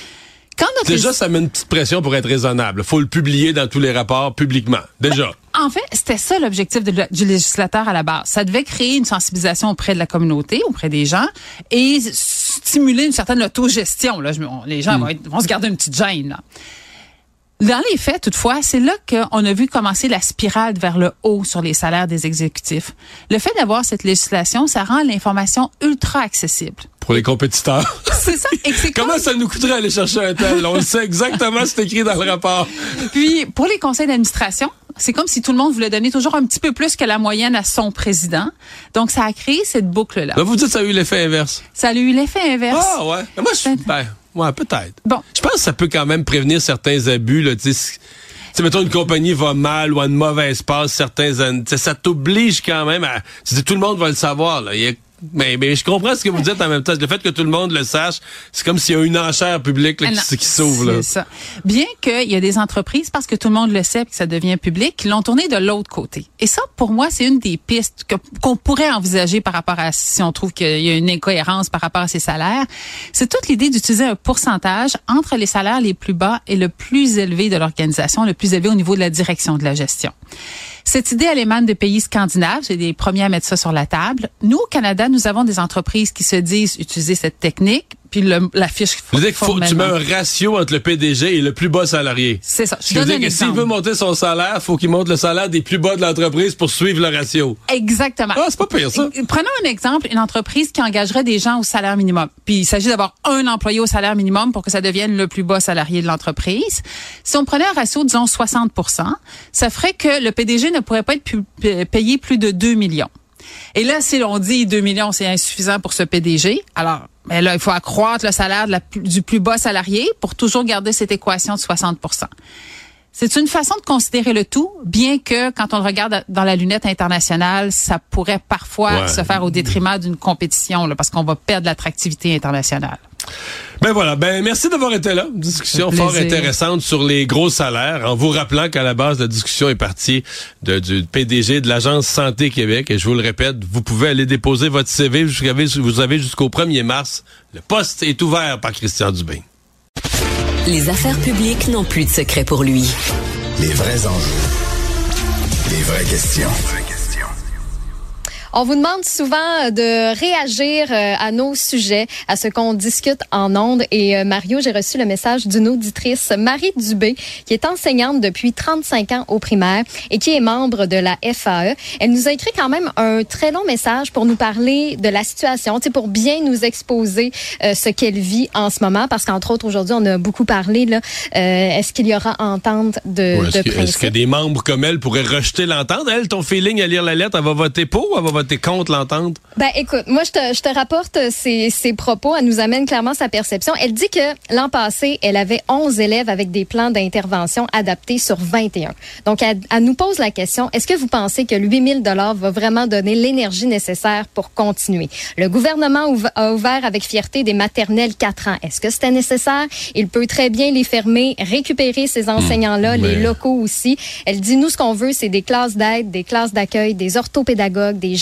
Déjà, ça met une petite pression pour être raisonnable. Faut le publier dans tous les rapports publiquement. Déjà. En fait, c'était ça l'objectif du législateur à la base. Ça devait créer une sensibilisation auprès de la communauté, auprès des gens, et stimuler une certaine autogestion. Là, les gens vont se garder une petite gêne, là. Dans les faits, toutefois, c'est là qu'on a vu commencer la spirale vers le haut sur les salaires des exécutifs. Le fait d'avoir cette législation, ça rend l'information ultra accessible. Pour les compétiteurs. C'est ça. Comment ça nous coûterait aller chercher un tel? On le sait exactement, c'est écrit dans le rapport. Puis, pour les conseils d'administration, c'est comme si tout le monde voulait donner toujours un petit peu plus que la moyenne à son président. Donc, ça a créé cette boucle-là. Là, vous dites que ça a eu l'effet inverse. Ça a eu l'effet inverse. Ah, ouais. Mais moi, ouais, peut-être. Bon. Je pense que ça peut quand même prévenir certains abus, là, tu sais, mettons, une compagnie va mal ou a une mauvaise passe, ça t'oblige quand même à, tout le monde va le savoir, là. Mais je comprends ce que vous dites en même temps. Le fait que tout le monde le sache, c'est comme s'il y a une enchère publique là, qui s'ouvre. Là. C'est ça. Bien qu'il y a des entreprises, parce que tout le monde le sait et que ça devient public, qui l'ont tourné de l'autre côté. Et ça, pour moi, c'est une des pistes qu'on pourrait envisager par rapport à si on trouve qu'il y a une incohérence par rapport à ces salaires. C'est toute l'idée d'utiliser un pourcentage entre les salaires les plus bas et le plus élevé de l'organisation, le plus élevé au niveau de la direction de la gestion. Cette idée, elle émane des pays scandinaves. C'est les premiers à mettre ça sur la table. Nous, au Canada, nous avons des entreprises qui se disent utiliser cette technique. Puis la fiche tu mets un ratio entre le PDG et le plus bas salarié. C'est ça. Je veux dire que s'il veut monter son salaire, faut qu'il monte le salaire des plus bas de l'entreprise pour suivre le ratio. Exactement. Ah, c'est pas pire, ça. Prenons un exemple, une entreprise qui engagerait des gens au salaire minimum. Puis il s'agit d'avoir un employé au salaire minimum pour que ça devienne le plus bas salarié de l'entreprise. Si on prenait un ratio, disons 60%, ça ferait que le PDG ne pourrait pas être payé plus de 2 millions. Et là, si l'on dit 2 millions, c'est insuffisant pour ce PDG, alors là, il faut accroître le salaire du plus bas salarié pour toujours garder cette équation de 60%. C'est une façon de considérer le tout, bien que quand on le regarde dans la lunette internationale, ça pourrait parfois se faire au détriment d'une compétition, là, parce qu'on va perdre l'attractivité internationale. Ben voilà, merci d'avoir été là. Discussion fort intéressante sur les gros salaires, en vous rappelant qu'à la base, la discussion est partie du PDG de l'Agence Santé Québec. Et je vous le répète, vous pouvez aller déposer votre CV. Vous avez jusqu'au 1er mars. Le poste est ouvert par Christian Dubé. Les affaires publiques n'ont plus de secret pour lui. Les vrais enjeux. Les vraies questions. On vous demande souvent de réagir à nos sujets, à ce qu'on discute en ondes. Et Mario, j'ai reçu le message d'une auditrice, Marie Dubé, qui est enseignante depuis 35 ans au primaire et qui est membre de la FAE. Elle nous a écrit quand même un très long message pour nous parler de la situation, pour bien nous exposer ce qu'elle vit en ce moment. Parce qu'entre autres, aujourd'hui, on a beaucoup parlé, là, est-ce qu'il y aura entente de principe? Est-ce que des membres comme elle pourraient rejeter l'entente? Elle, ton feeling à lire la lettre, elle va voter pour ou elle va voter contre l'entente? Écoute, moi, je te rapporte ses propos. Elle nous amène clairement sa perception. Elle dit que l'an passé, elle avait 11 élèves avec des plans d'intervention adaptés sur 21. Donc, elle nous pose la question, est-ce que vous pensez que 8 000 $ va vraiment donner l'énergie nécessaire pour continuer? Le gouvernement a ouvert avec fierté des maternelles 4 ans. Est-ce que c'était nécessaire? Il peut très bien les fermer, récupérer ces enseignants-là, les locaux aussi. Elle dit, nous, ce qu'on veut, c'est des classes d'aide, des classes d'accueil, des orthopédagogues, des gens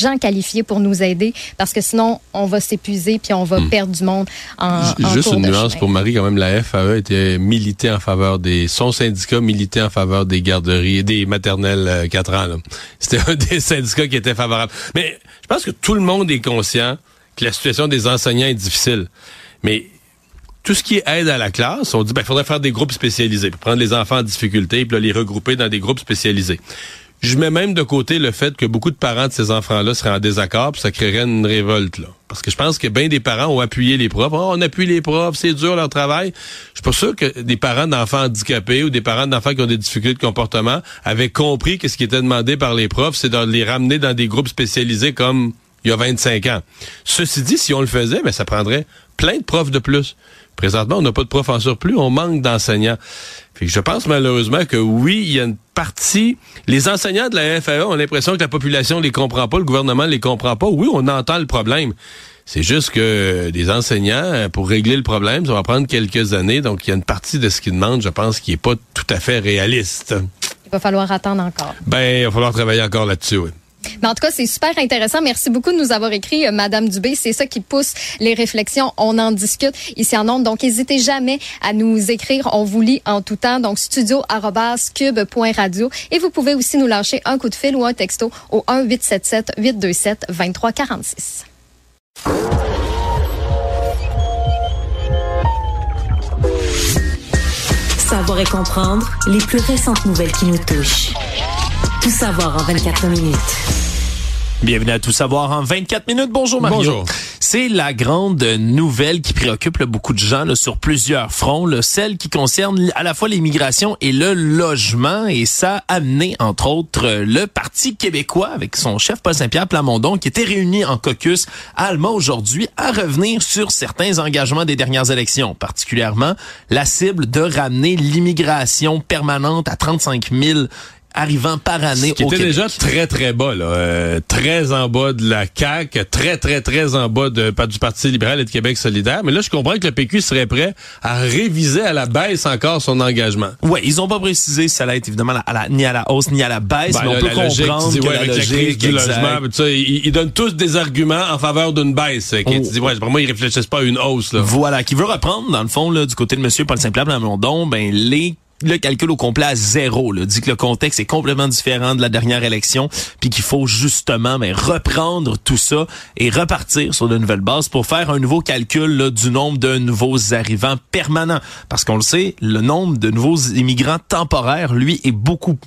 gens qualifiés pour nous aider parce que sinon, on va s'épuiser puis on va perdre du monde en Juste une nuance chemin. pour Marie, quand même, la FAE était militée en faveur son syndicat militait en faveur des garderies, des maternelles 4 ans, là. C'était un des syndicats qui était favorable. Mais je pense que tout le monde est conscient que la situation des enseignants est difficile. Mais tout ce qui est aide à la classe, on dit, il faudrait faire des groupes spécialisés, pour prendre les enfants en difficulté, puis là, les regrouper dans des groupes spécialisés. Je mets même de côté le fait que beaucoup de parents de ces enfants-là seraient en désaccord, puis ça créerait une révolte, là. Parce que je pense que bien des parents ont appuyé les profs. Oh, on appuie les profs, c'est dur leur travail. Je suis pas sûr que des parents d'enfants handicapés ou des parents d'enfants qui ont des difficultés de comportement avaient compris que ce qui était demandé par les profs, c'est de les ramener dans des groupes spécialisés comme il y a 25 ans. Ceci dit, si on le faisait, ça prendrait plein de profs de plus. Présentement, on n'a pas de profs en surplus, on manque d'enseignants. Fait que je pense malheureusement que oui, il y a une partie... Les enseignants de la FAE ont l'impression que la population les comprend pas, le gouvernement les comprend pas. Oui, on entend le problème. C'est juste que des enseignants, pour régler le problème, ça va prendre quelques années. Donc, il y a une partie de ce qu'ils demandent, je pense, qui est pas tout à fait réaliste. Il va falloir attendre encore. Il va falloir travailler encore là-dessus, oui. Mais en tout cas, c'est super intéressant. Merci beaucoup de nous avoir écrit, Madame Dubé. C'est ça qui pousse les réflexions. On en discute ici en ondes. Donc, n'hésitez jamais à nous écrire. On vous lit en tout temps. Donc, studio@cube.radio. Et vous pouvez aussi nous lâcher un coup de fil ou un texto au 1-877-827-2346. Savoir et comprendre les plus récentes nouvelles qui nous touchent. Tout savoir en 24 minutes. Bienvenue à Tout savoir en 24 minutes. Bonjour Mario. Bonjour. C'est la grande nouvelle qui préoccupe beaucoup de gens sur plusieurs fronts, celle qui concerne à la fois l'immigration et le logement. Et ça a amené, entre autres, le Parti québécois avec son chef Paul Saint-Pierre Plamondon qui était réuni en caucus à Alma aujourd'hui à revenir sur certains engagements des dernières élections, particulièrement la cible de ramener l'immigration permanente à 35 000 arrivant par année au Québec. Qui était déjà très, très bas, là. Très en bas de la CAQ, très, très, très en bas du Parti libéral et de Québec solidaire. Mais là, je comprends que le PQ serait prêt à réviser à la baisse encore son engagement. Ouais, ils ont pas précisé si ça allait être évidemment ni à la hausse ni à la baisse, mais on peut comprendre que avec la crise du logement, ils donnent tous des arguments en faveur d'une baisse. Tu dis, pour moi, ils réfléchissent pas à une hausse, là. Voilà, qui veut reprendre, dans le fond, là, du côté de M. Paul Saint-Pierre Plamondon, le calcul au complet à zéro, dit que le contexte est complètement différent de la dernière élection, puis qu'il faut justement reprendre tout ça et repartir sur de nouvelles bases pour faire un nouveau calcul du nombre de nouveaux arrivants permanents. Parce qu'on le sait, le nombre de nouveaux immigrants temporaires, lui, est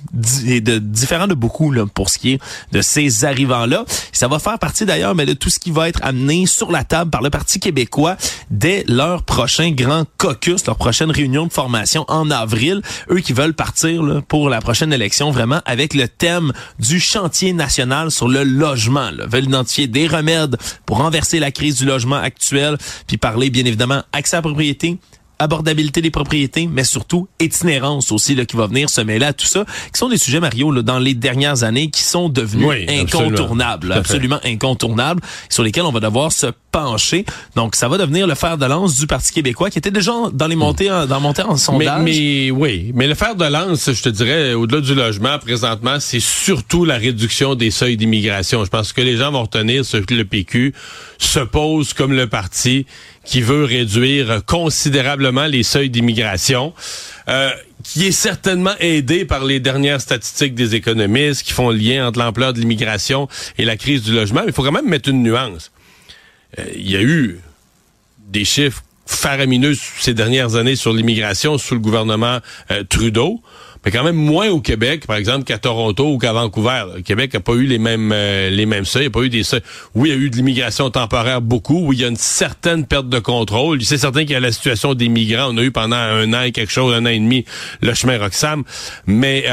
différent de beaucoup pour ce qui est de ces arrivants-là. Ça va faire partie d'ailleurs de tout ce qui va être amené sur la table par le Parti québécois dès leur prochain grand caucus, leur prochaine réunion de formation en avril. Eux qui veulent partir pour la prochaine élection vraiment avec le thème du chantier national sur le logement. Veulent identifier des remèdes pour renverser la crise du logement actuel, puis parler bien évidemment accès à la propriété, abordabilité des propriétés, mais surtout itinérance aussi qui va venir se mêler à tout ça, qui sont des sujets, Mario, dans les dernières années qui sont devenus incontournables, absolument incontournables, sur lesquels on va devoir se pencher. Donc, ça va devenir le fer de lance du Parti québécois qui était déjà dans les montées en sondage. Mais le fer de lance, je te dirais, au-delà du logement, présentement, c'est surtout la réduction des seuils d'immigration. Je pense que les gens vont retenir ce que le PQ se pose comme le parti qui veut réduire considérablement les seuils d'immigration, qui est certainement aidé par les dernières statistiques des économistes qui font le lien entre l'ampleur de l'immigration et la crise du logement. Mais il faut quand même mettre une nuance. Il y a eu des chiffres faramineux ces dernières années sur l'immigration sous le gouvernement Trudeau, mais quand même moins au Québec, par exemple, qu'à Toronto ou qu'à Vancouver. Le Québec n'a pas eu les mêmes seuils, il n'y a pas eu des seuils. Oui, il y a eu de l'immigration temporaire beaucoup, oui, il y a une certaine perte de contrôle. C'est certain qu'il y a la situation des migrants. On a eu pendant un an et demi, le chemin Roxham. Mais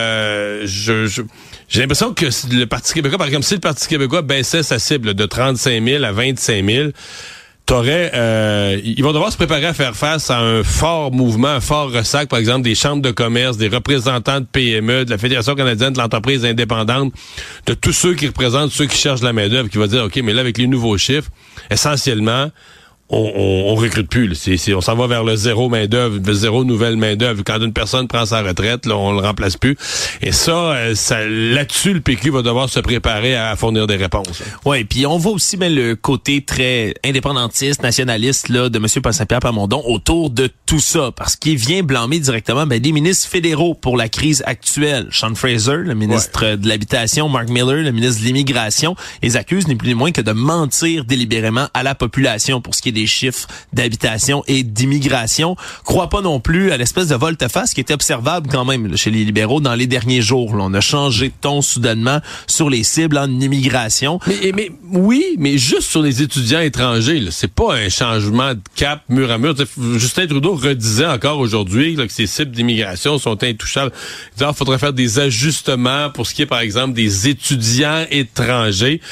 j'ai l'impression que le Parti québécois, par exemple, si le Parti québécois baissait sa cible de 35 000 à 25 000, ils vont devoir se préparer à faire face à un fort mouvement, un fort ressac, par exemple, des chambres de commerce, des représentants de PME, de la Fédération canadienne de l'entreprise indépendante, de tous ceux qui représentent ceux qui cherchent la main-d'œuvre, qui va dire, OK, mais là, avec les nouveaux chiffres, essentiellement, on recrute plus. Là. On s'en va vers le zéro main-d'œuvre, le zéro nouvelle main-d'œuvre. Quand une personne prend sa retraite, là, on le remplace plus. Et ça, là-dessus, le PQ va devoir se préparer à fournir des réponses. Oui, puis on voit aussi le côté très indépendantiste, nationaliste là de M. Paul Saint-Pierre Plamondon autour de tout ça, parce qu'il vient blâmer directement des ministres fédéraux pour la crise actuelle. Sean Fraser, le ministre de l'Habitation, Mark Miller, le ministre de l'Immigration, les accusent ni plus ni moins que de mentir délibérément à la population pour ce qui est des chiffres d'habitation et d'immigration. Crois pas non plus à l'espèce de volte-face qui était observable quand même là, chez les libéraux dans les derniers jours. Là, on a changé de ton soudainement sur les cibles en immigration. Mais oui, mais juste sur les étudiants étrangers, là, c'est pas un changement de cap mur à mur. Justin Trudeau redisait encore aujourd'hui là, que ces cibles d'immigration sont intouchables. Il faudrait faire des ajustements pour ce qui est, par exemple, des étudiants étrangers.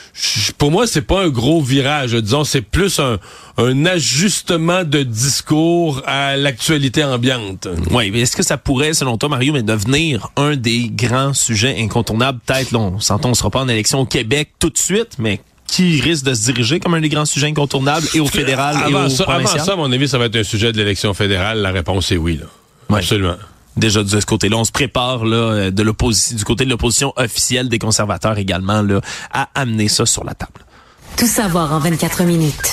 Pour moi, c'est pas un gros virage. Disons, c'est plus un ajustement de discours à l'actualité ambiante. Oui, mais est-ce que ça pourrait, selon toi, Mario, devenir un des grands sujets incontournables? Peut-être, là, on s'entend, on sera pas en élection au Québec tout de suite, mais qui risque de se diriger comme un des grands sujets incontournables et au fédéral et au provincial? Avant ça, à mon avis, ça va être un sujet de l'élection fédérale. La réponse est oui, là. Oui. Absolument. Déjà de ce côté-là, on se prépare là de l'opposition, du côté de l'opposition officielle des conservateurs également là à amener ça sur la table. Tout savoir en 24 minutes.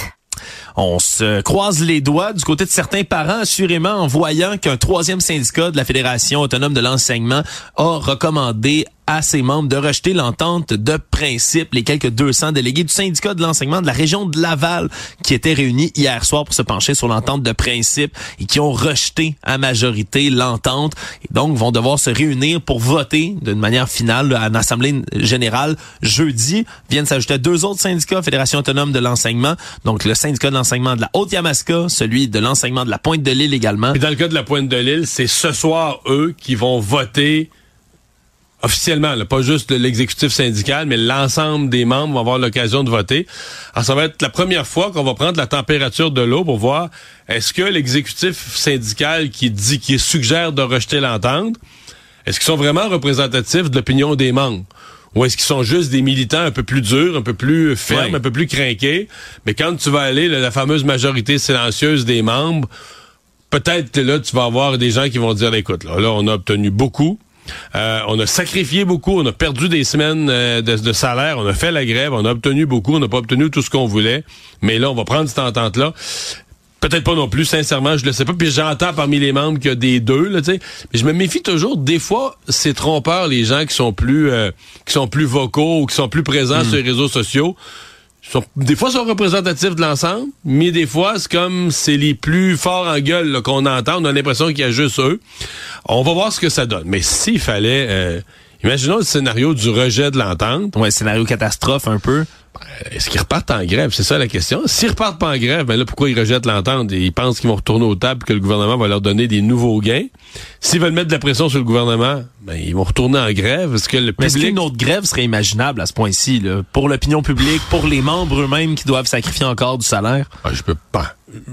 On se croise les doigts du côté de certains parents, assurément, en voyant qu'un troisième syndicat de la Fédération autonome de l'enseignement a recommandé à ses membres de rejeter l'entente de principe. Les quelques 200 délégués du syndicat de l'enseignement de la région de Laval qui étaient réunis hier soir pour se pencher sur l'entente de principe et qui ont rejeté à majorité l'entente et donc vont devoir se réunir pour voter d'une manière finale à une assemblée générale jeudi. Viennent s'ajouter 2 autres syndicats, Fédération autonome de l'enseignement, donc le syndicat de l'enseignement de la Haute-Yamaska, celui de l'enseignement de la Pointe-de-l'Île également. Et dans le cas de la Pointe-de-l'Île, c'est ce soir, eux, qui vont voter officiellement, là, pas juste l'exécutif syndical, mais l'ensemble des membres vont avoir l'occasion de voter. Alors, ça va être la première fois qu'on va prendre la température de l'eau pour voir est-ce que l'exécutif syndical qui suggère de rejeter l'entente, est-ce qu'ils sont vraiment représentatifs de l'opinion des membres? Ou est-ce qu'ils sont juste des militants un peu plus durs, un peu plus fermes, un peu plus crinqués? Mais quand tu vas aller, la fameuse majorité silencieuse des membres, peut-être que là, tu vas avoir des gens qui vont dire, écoute, là on a obtenu beaucoup. On a sacrifié beaucoup, on a perdu des semaines de salaire, on a fait la grève, on a obtenu beaucoup, on n'a pas obtenu tout ce qu'on voulait, mais là, on va prendre cette entente-là. Peut-être pas non plus, sincèrement, je le sais pas, puis j'entends parmi les membres qu'il y a des deux, là, tu sais, mais je me méfie toujours, des fois, c'est trompeur les gens qui sont plus vocaux ou qui sont plus présents sur les réseaux sociaux. Des fois, ils sont représentatifs de l'ensemble, mais des fois, c'est comme c'est les plus forts en gueule là, qu'on entend. On a l'impression qu'il y a juste eux. On va voir ce que ça donne. Mais s'il fallait... imaginons le scénario du rejet de l'entente. Ouais, scénario catastrophe un peu. Est-ce qu'ils repartent en grève? C'est ça la question. S'ils repartent pas en grève, ben là, pourquoi ils rejettent l'entente? Ils pensent qu'ils vont retourner aux tables, que le gouvernement va leur donner des nouveaux gains. S'ils veulent mettre de la pression sur le gouvernement, ben ils vont retourner en grève. Est-ce que le public... est-ce qu'une autre grève serait imaginable à ce point-ci, là, pour l'opinion publique, pour les membres eux-mêmes qui doivent sacrifier encore du salaire? Je peux pas.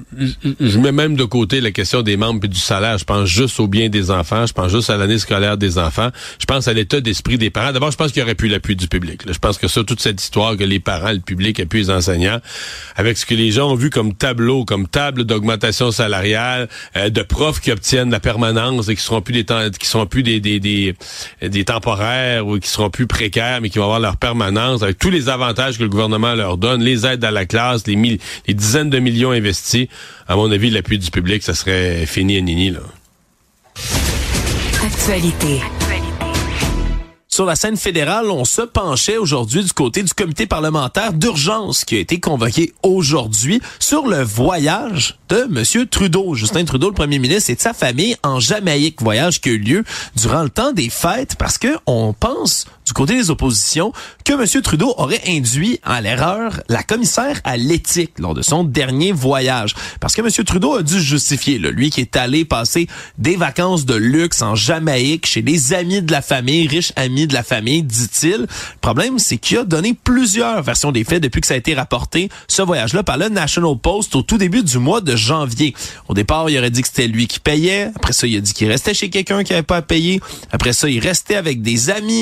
Je mets même de côté la question des membres et du salaire. Je pense juste au bien des enfants. Je pense juste à l'année scolaire des enfants. Je pense à l'état d'esprit des parents. D'abord, je pense qu'il y aurait pu l'appui du public. Là. Je pense que ça, toute cette histoire que les parents, le public appuient les enseignants, avec ce que les gens ont vu comme tableau, comme table d'augmentation salariale, de profs qui obtiennent la permanence et qui seront plus des temporaires ou qui seront plus précaires, mais qui vont avoir leur permanence, avec tous les avantages que le gouvernement leur donne, les aides à la classe, les dizaines de millions investis. À mon avis, l'appui du public, ça serait fini à nini, là. Actualité. Sur la scène fédérale, on se penchait aujourd'hui du côté du comité parlementaire d'urgence qui a été convoqué aujourd'hui sur le voyage de M. Trudeau. Justin Trudeau, le premier ministre, et de sa famille en Jamaïque. Voyage qui a eu lieu durant le temps des fêtes parce que on pense du côté des oppositions que M. Trudeau aurait induit à l'erreur la commissaire à l'éthique lors de son dernier voyage. Parce que M. Trudeau a dû justifier, là, lui qui est allé passer des vacances de luxe en Jamaïque chez des amis de la famille, riches amis de la famille, dit-il. Le problème, c'est qu'il a donné plusieurs versions des faits depuis que ça a été rapporté, ce voyage-là, par le National Post au tout début du mois de janvier. Au départ, il aurait dit que c'était lui qui payait. Après ça, il a dit qu'il restait chez quelqu'un qui n'avait pas à payer. Après ça, il restait avec des amis, il n'avait pas à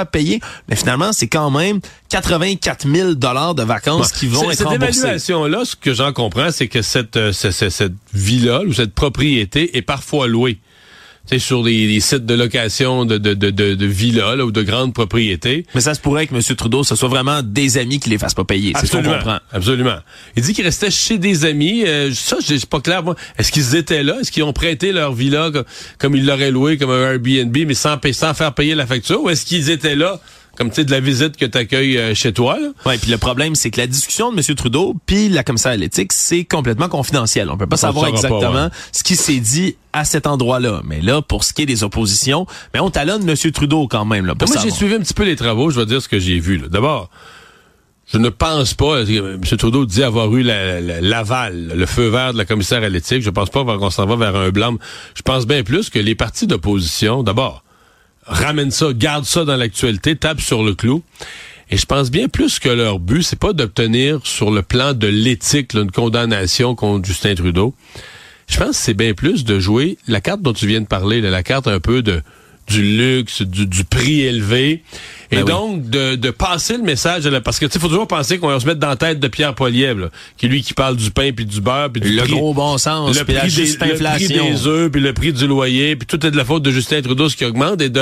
payer. Mais finalement, c'est quand même 84 000 $ de vacances qui vont être remboursés. Cette évaluation-là, ce que j'en comprends, c'est que cette villa ou cette propriété est parfois louée. Tu sais, sur des sites de location de villas là, ou de grandes propriétés. Mais ça se pourrait que M. Trudeau, ce soit vraiment des amis qui les fassent pas payer. C'est ce qu'on comprend. Absolument. Il dit qu'il restait chez des amis. Ça, c'est pas clair. Moi. Est-ce qu'ils étaient là? Est-ce qu'ils ont prêté leur villa comme ils l'auraient loué, comme un Airbnb, mais sans faire payer la facture? Ou est-ce qu'ils étaient là? Comme tu sais, de la visite que t'accueilles chez toi, là. Ouais, puis le problème, c'est que la discussion de M. Trudeau puis la commissaire à l'éthique, c'est complètement confidentiel. On peut pas savoir exactement ce qui s'est dit à cet endroit-là. Mais là, pour ce qui est des oppositions, mais on talonne M. Trudeau quand même, là. Moi, j'ai suivi un petit peu les travaux, je vais dire ce que j'ai vu, là. D'abord, je ne pense pas, M. Trudeau dit avoir eu l'aval, le feu vert de la commissaire à l'éthique. Je pense pas qu'on s'en va vers un blâme. Je pense bien plus que les partis d'opposition, d'abord, ramène ça, garde ça dans l'actualité, tape sur le clou. Et je pense bien plus que leur but, c'est pas d'obtenir sur le plan de l'éthique là, une condamnation contre Justin Trudeau. Je pense que c'est bien plus de jouer la carte dont tu viens de parler, là, la carte un peu du luxe, du prix élevé. Et donc, de passer le message, parce que tu sais, faut toujours penser qu'on va se mettre dans la tête de Pierre Poilievre, qui parle du pain puis du beurre puis du prix, gros bon sens, le prix des œufs puis le prix du loyer puis tout est de la faute de Justin Trudeau ce qui augmente et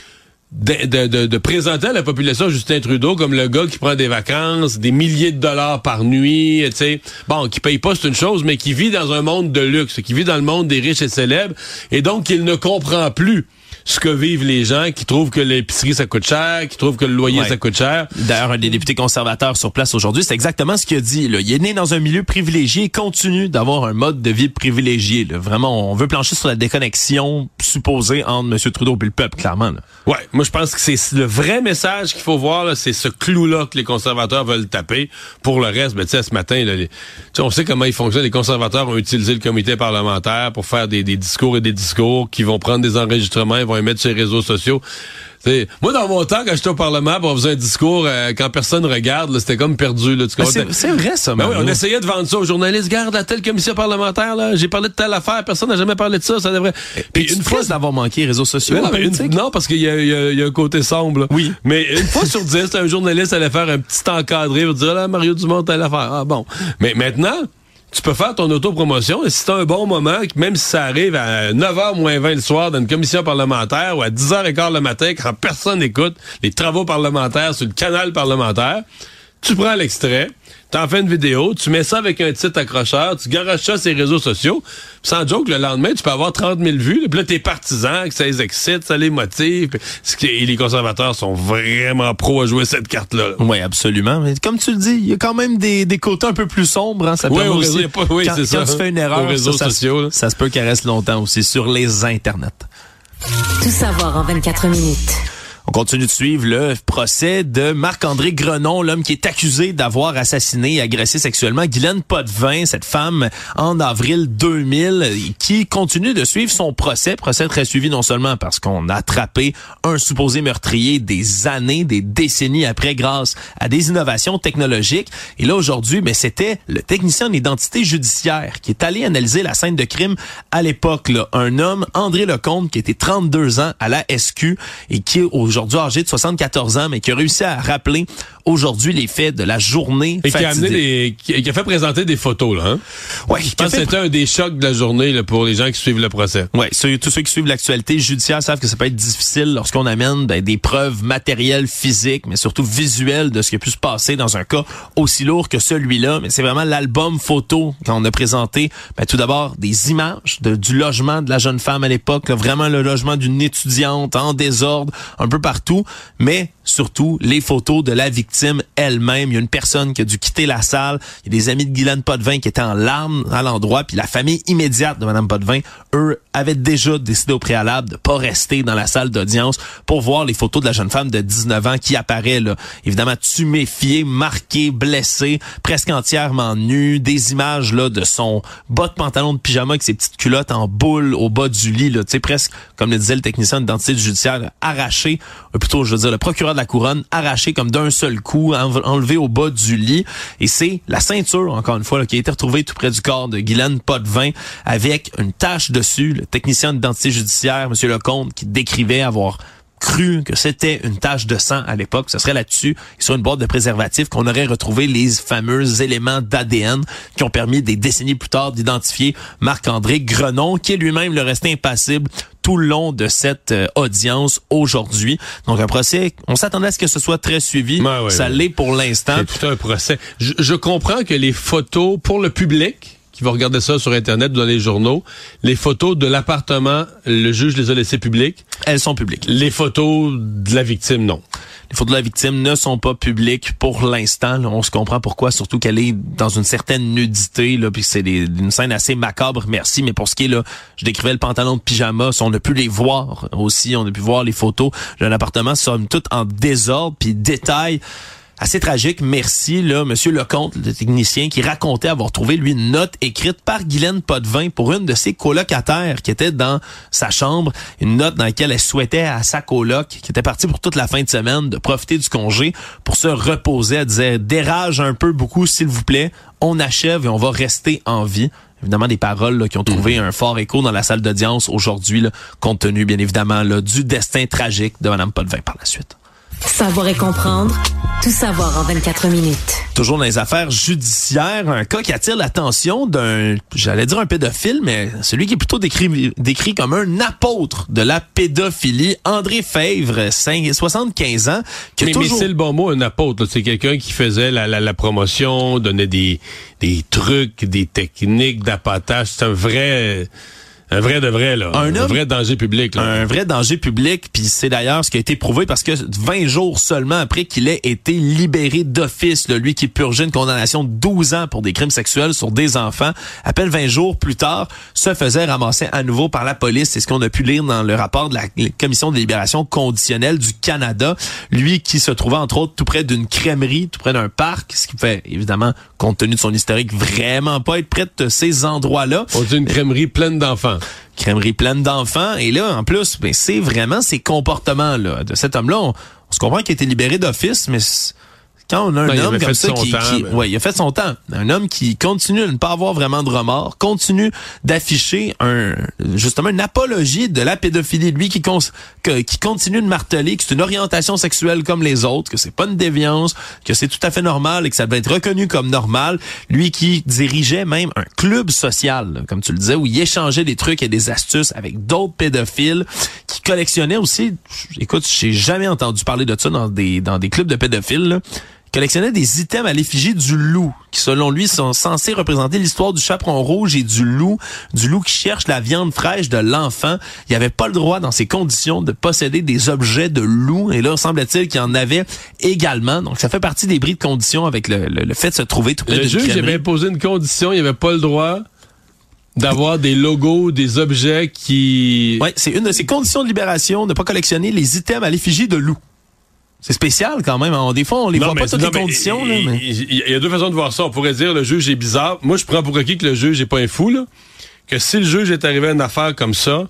de présenter à la population Justin Trudeau comme le gars qui prend des vacances, des milliers de dollars par nuit, tu sais, bon, qui paye pas, c'est une chose, mais qui vit dans un monde de luxe, qui vit dans le monde des riches et célèbres, et donc il ne comprend plus ce que vivent les gens qui trouvent que l'épicerie ça coûte cher, qui trouvent que le loyer ça coûte cher. D'ailleurs, un des députés conservateurs sur place aujourd'hui, c'est exactement ce qu'il a dit. Là. Il est né dans un milieu privilégié et continue d'avoir un mode de vie privilégié. Là. Vraiment, on veut plancher sur la déconnexion supposée entre M. Trudeau et le peuple, clairement. Là. Ouais, moi je pense que c'est le vrai message qu'il faut voir, là, c'est ce clou-là que les conservateurs veulent taper. Pour le reste, ben, tu sais, ce matin, là, on sait comment ils fonctionnent. Les conservateurs ont utilisé le comité parlementaire pour faire des discours et des discours qui vont prendre des enregistrements, ils vont les mettre sur les réseaux sociaux. T'sais, moi, dans mon temps, quand j'étais au Parlement, on faisait un discours quand personne regarde, là, c'était comme perdu. Là, c'est vrai, ça. Ben oui, on essayait de vendre ça aux journalistes. Garde à telle commission parlementaire, là, j'ai parlé de telle affaire, personne n'a jamais parlé de ça, ça devrait... Puis une fois d'avoir manqué les réseaux sociaux, non, parce qu'il y a un côté sombre. Là. Oui. Mais une fois sur 10, un journaliste allait faire un petit encadré, il va dire, là, Mario Dumont, telle affaire. Ah bon. Mais maintenant... Tu peux faire ton autopromotion et si t'as un bon moment, même si ça arrive à 9h moins 20 le soir dans une commission parlementaire ou à 10h15 le matin quand personne n'écoute les travaux parlementaires sur le canal parlementaire, tu prends l'extrait, t'en fais une vidéo, tu mets ça avec un titre accrocheur, tu garages ça sur les réseaux sociaux, pis sans joke, le lendemain, tu peux avoir 30 000 vues, puis là, t'es partisans, que ça les excite, ça les motive, et les conservateurs sont vraiment pros à jouer cette carte-là. Oui, absolument. Mais comme tu le dis, il y a quand même des côtés un peu plus sombres, hein, ça permet aussi, quand tu fais une erreur, ça se peut qu'elle reste longtemps aussi sur les internets. Tout savoir en 24 minutes. On continue de suivre le procès de Marc-André Grenon, l'homme qui est accusé d'avoir assassiné et agressé sexuellement Guylaine Potvin, cette femme, en avril 2000, qui continue de suivre son procès très suivi non seulement parce qu'on a attrapé un supposé meurtrier des années, des décennies après grâce à des innovations technologiques. Et là, aujourd'hui, c'était le technicien d'identité judiciaire qui est allé analyser la scène de crime à l'époque. Là. Un homme, André Lecomte, qui était 32 ans à la SQ et qui est aujourd'hui âgé de 74 ans, mais qui a réussi à rappeler aujourd'hui les faits de la journée et qui a fait présenter des photos, là, hein? Ouais, je pense que c'était un des chocs de la journée là, pour les gens qui suivent le procès. Ouais, tous ceux qui suivent l'actualité judiciaire savent que ça peut être difficile lorsqu'on amène des preuves matérielles, physiques, mais surtout visuelles de ce qui a pu se passer dans un cas aussi lourd que celui-là. Mais c'est vraiment l'album photo qu'on a présenté. Tout d'abord, des images du logement de la jeune femme à l'époque, là, vraiment le logement d'une étudiante en désordre, un peu partout, mais surtout les photos de la victime elle-même. Il y a une personne qui a dû quitter la salle. Il y a des amis de Guylaine Potvin qui étaient en larmes à l'endroit. Puis la famille immédiate de Mme Potvin, eux, avaient déjà décidé au préalable de pas rester dans la salle d'audience pour voir les photos de la jeune femme de 19 ans qui apparaît, là, évidemment tuméfiée, marquée, blessée, presque entièrement nue. Des images là de son bas de pantalon de pyjama avec ses petites culottes en boule au bas du lit, là, tu sais, presque, comme le disait le technicien d'identité judiciaire, là, arraché, plutôt, je veux dire, le procureur de la couronne, arraché comme d'un seul coup, enlevé au bas du lit. Et c'est la ceinture, encore une fois, là, qui a été retrouvée tout près du corps de Guylaine Potvin avec une tache dessus. Le technicien d'identité judiciaire, M. Lecomte, qui décrivait avoir cru que c'était une tache de sang à l'époque. Ce serait là-dessus, et sur une boîte de préservatifs, qu'on aurait retrouvé les fameux éléments d'ADN qui ont permis des décennies plus tard d'identifier Marc-André Grenon, qui est lui-même le resté impassible tout le long de cette audience aujourd'hui. Donc un procès, on s'attendait à ce que ce soit très suivi. Ça l'est pour l'instant. C'est tout un procès. Je comprends que les photos pour le public qui va regarder ça sur Internet ou dans les journaux, les photos de l'appartement, le juge les a laissées publiques. Elles sont publiques. Les photos de la victime, non. Les photos de la victime ne sont pas publiques pour l'instant. Là, on se comprend pourquoi, surtout qu'elle est dans une certaine nudité, là, puis c'est une scène assez macabre, merci. Mais pour ce qui est, là, je décrivais le pantalon de pyjama, on a pu les voir aussi, on a pu voir les photos d'un appartement, somme toute en désordre, puis détail assez tragique, merci, là, Monsieur Lecomte, le technicien, qui racontait avoir trouvé, lui, une note écrite par Guylaine Potvin pour une de ses colocataires qui était dans sa chambre. Une note dans laquelle elle souhaitait à sa coloc, qui était partie pour toute la fin de semaine, de profiter du congé pour se reposer. Elle disait, dérage un peu beaucoup, s'il vous plaît. On achève et on va rester en vie. Évidemment, des paroles là, qui ont trouvé un fort écho dans la salle d'audience aujourd'hui, là, compte tenu, bien évidemment, là, du destin tragique de Mme Potvin par la suite. Savoir et comprendre, tout savoir en 24 minutes. Toujours dans les affaires judiciaires, un cas qui attire l'attention d'un, j'allais dire un pédophile, mais celui qui est plutôt décrit comme un apôtre de la pédophilie, André Fèvre, 75 ans. Mais c'est le bon mot, un apôtre. Là. C'est quelqu'un qui faisait la promotion, donnait des trucs, des techniques d'appâtage. C'est un vrai de vrai, là. Un vrai danger public, là. Un vrai danger public, puis c'est d'ailleurs ce qui a été prouvé parce que 20 jours seulement après qu'il ait été libéré d'office, là, lui qui purgeait une condamnation de 12 ans pour des crimes sexuels sur des enfants, à peine 20 jours plus tard, se faisait ramasser à nouveau par la police. C'est ce qu'on a pu lire dans le rapport de la Commission de libération conditionnelle du Canada. Lui qui se trouvait, entre autres, tout près d'une crèmerie, tout près d'un parc, ce qui fait, évidemment, compte tenu de son historique, vraiment pas être près de ces endroits-là. On dit une crèmerie pleine d'enfants. Crèmerie pleine d'enfants. Et là, en plus, ben, c'est vraiment ces comportements-là de cet homme-là. On se comprend qu'il a été libéré d'office, mais quand on a un homme comme ça il a fait son temps. Un homme qui continue de ne pas avoir vraiment de remords, continue d'afficher justement une apologie de la pédophilie. Lui qui continue de marteler que c'est une orientation sexuelle comme les autres, que c'est pas une déviance, que c'est tout à fait normal et que ça doit être reconnu comme normal. Lui qui dirigeait même un club social, là, comme tu le disais, où il échangeait des trucs et des astuces avec d'autres pédophiles, qui collectionnait aussi, écoute, j'ai jamais entendu parler de ça dans des clubs de pédophiles, là. Collectionnait des items à l'effigie du loup, qui selon lui sont censés représenter l'histoire du chaperon rouge et du loup qui cherche la viande fraîche de l'enfant. Il n'avait pas le droit dans ces conditions de posséder des objets de loup, et là, semble-t-il qu'il y en avait également. Donc, ça fait partie des bris de conditions avec le fait de se trouver tout près d'une crèmerie. Le juge avait imposé une condition, il n'avait pas le droit d'avoir des logos, des objets qui... Oui, c'est une de ses conditions de libération, de ne pas collectionner les items à l'effigie de loup. C'est spécial quand même. Des fois, on les voit pas toutes les conditions. Il y a deux façons de voir ça. On pourrait dire le juge est bizarre. Moi, je prends pour acquis que le juge est pas un fou, là. Que si le juge est arrivé à une affaire comme ça,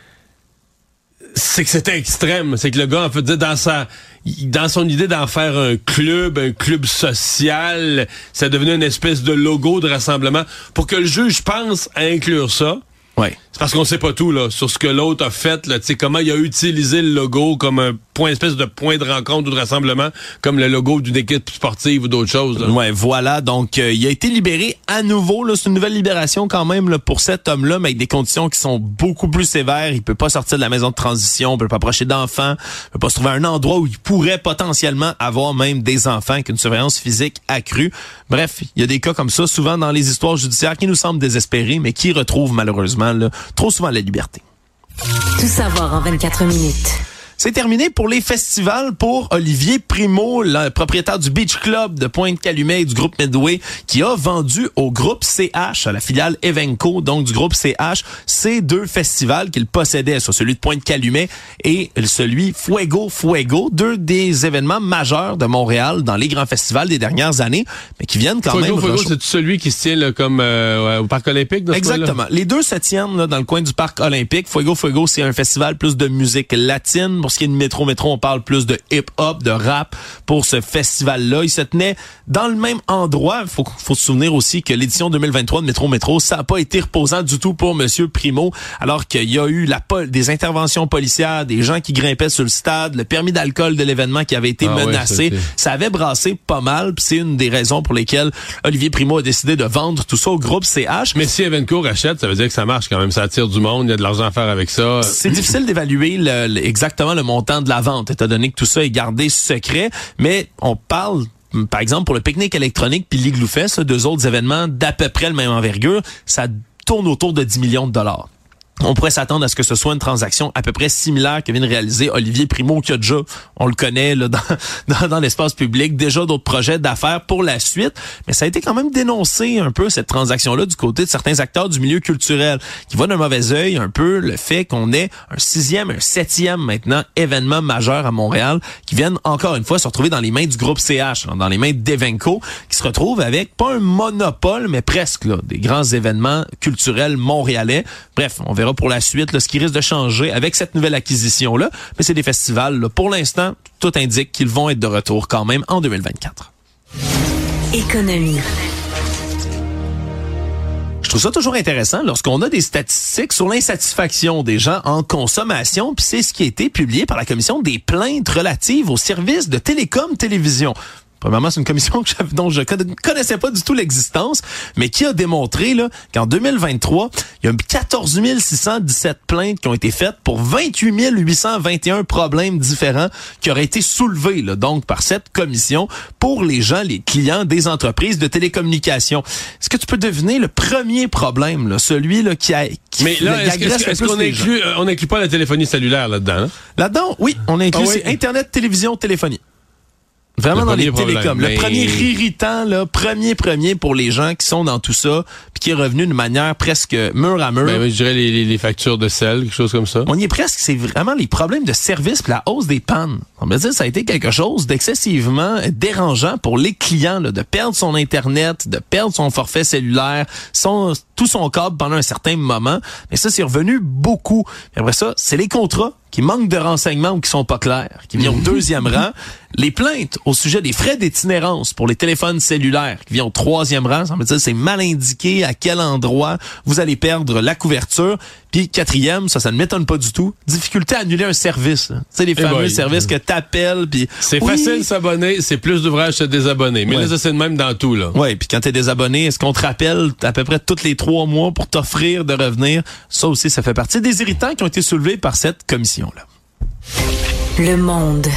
c'est que c'était extrême. C'est que le gars, en fait, dans son idée d'en faire un club social, ça devenait une espèce de logo de rassemblement. Pour que le juge pense à inclure ça, ouais. C'est parce qu'on sait pas tout là sur ce que l'autre a fait, là, tu sais, comment il a utilisé le logo comme un espèce de point de rencontre ou de rassemblement, comme le logo d'une équipe sportive ou d'autres choses. Là. Ouais, voilà. Donc, il a été libéré à nouveau. Là, c'est une nouvelle libération quand même là, pour cet homme-là, mais avec des conditions qui sont beaucoup plus sévères. Il peut pas sortir de la maison de transition, il peut pas approcher d'enfants, il peut pas se trouver à un endroit où il pourrait potentiellement avoir même des enfants avec une surveillance physique accrue. Bref, il y a des cas comme ça, souvent dans les histoires judiciaires, qui nous semblent désespérés, mais qui retrouvent malheureusement là, trop souvent la liberté. Tout savoir en 24 minutes. C'est terminé pour les festivals pour Olivier Primo, le propriétaire du Beach Club de Pointe-Calumet et du groupe Medway, qui a vendu au groupe CH, à la filiale Evenco, donc du groupe CH, ces deux festivals qu'il possédait, soit celui de Pointe-Calumet et celui Fuego, deux des événements majeurs de Montréal dans les grands festivals des dernières années, mais qui viennent quand même... Fuego, c'est celui qui se tient là, comme au Parc Olympique? Dans exactement. Les deux se tiennent là, dans le coin du Parc Olympique. Fuego, c'est un festival plus de musique latine, Pour ce qui est de Métro, on parle plus de hip-hop, de rap pour ce festival-là. Il se tenait dans le même endroit. Faut se souvenir aussi que l'édition 2023 de Métro, ça n'a pas été reposant du tout pour Monsieur Primo, alors qu'il y a eu des interventions policières, des gens qui grimpaient sur le stade, le permis d'alcool de l'événement qui avait été menacé. Ouais, ça avait brassé pas mal, puis c'est une des raisons pour lesquelles Olivier Primo a décidé de vendre tout ça au groupe CH. Mais si Evenco rachète, ça veut dire que ça marche quand même, ça attire du monde, il y a de l'argent à faire avec ça. C'est difficile d'évaluer exactement le montant de la vente, étant donné que tout ça est gardé secret, mais on parle, par exemple, pour le pique-nique électronique puis l'Igloo Fest, deux autres événements d'à peu près le même envergure, ça tourne autour de 10 millions de dollars. On pourrait s'attendre à ce que ce soit une transaction à peu près similaire que vient de réaliser Olivier Primo, qui a déjà, on le connaît là, dans l'espace public, déjà d'autres projets d'affaires pour la suite. Mais ça a été quand même dénoncé un peu, cette transaction-là, du côté de certains acteurs du milieu culturel, qui voient d'un mauvais œil un peu le fait qu'on ait un 7e maintenant événement majeur à Montréal, qui viennent encore une fois se retrouver dans les mains du groupe CH, dans les mains d'Evenco, qui se retrouve avec pas un monopole, mais presque là, des grands événements culturels montréalais. Bref, on verra pour la suite là, ce qui risque de changer avec cette nouvelle acquisition-là. Mais c'est des festivals, là, pour l'instant, tout indique qu'ils vont être de retour quand même en 2024. Économie. Je trouve ça toujours intéressant lorsqu'on a des statistiques sur l'insatisfaction des gens en consommation, puis c'est ce qui a été publié par la Commission des plaintes relatives aux services de télécom-télévision. Premièrement, c'est une commission dont je connaissais pas du tout l'existence, mais qui a démontré là qu'en 2023, il y a 14 617 plaintes qui ont été faites pour 28 821 problèmes différents qui auraient été soulevés là, donc par cette commission pour les gens, les clients des entreprises de télécommunications. Est-ce que tu peux deviner le premier problème, là, celui là mais là, est-ce qu'on inclut pas la téléphonie cellulaire là-dedans? Hein? Là-dedans, oui, on inclut c'est Internet, télévision, téléphonie. Vraiment dans les télécoms. Le premier irritant, là, premier pour les gens qui sont dans tout ça, puis qui est revenu de manière presque mur à mur. Ben, je dirais les factures de sel, quelque chose comme ça. On y est presque, c'est vraiment les problèmes de service puis la hausse des pannes. On va dire ça a été quelque chose d'excessivement dérangeant pour les clients, là, de perdre son Internet, de perdre son forfait cellulaire, tout son câble pendant un certain moment. Mais ça, c'est revenu beaucoup. Et après ça, c'est les contrats qui manquent de renseignements ou qui sont pas clairs, qui viennent au deuxième rang. Les plaintes au sujet des frais d'itinérance pour les téléphones cellulaires qui viennent au troisième rang. Ça veut dire c'est mal indiqué à quel endroit vous allez perdre la couverture. Puis quatrième, ça ne m'étonne pas du tout, difficulté à annuler un service. Tu sais, les fameux services que t'appelles. Puis c'est facile de s'abonner, c'est plus d'ouvrage de se désabonner. Mais là, ça, c'est le même dans tout. Là. Oui, puis quand t'es désabonné, est-ce qu'on te rappelle à peu près tous les 3 mois pour t'offrir de revenir? Ça aussi, ça fait partie des irritants qui ont été soulevés par cette commission-là. Le Monde.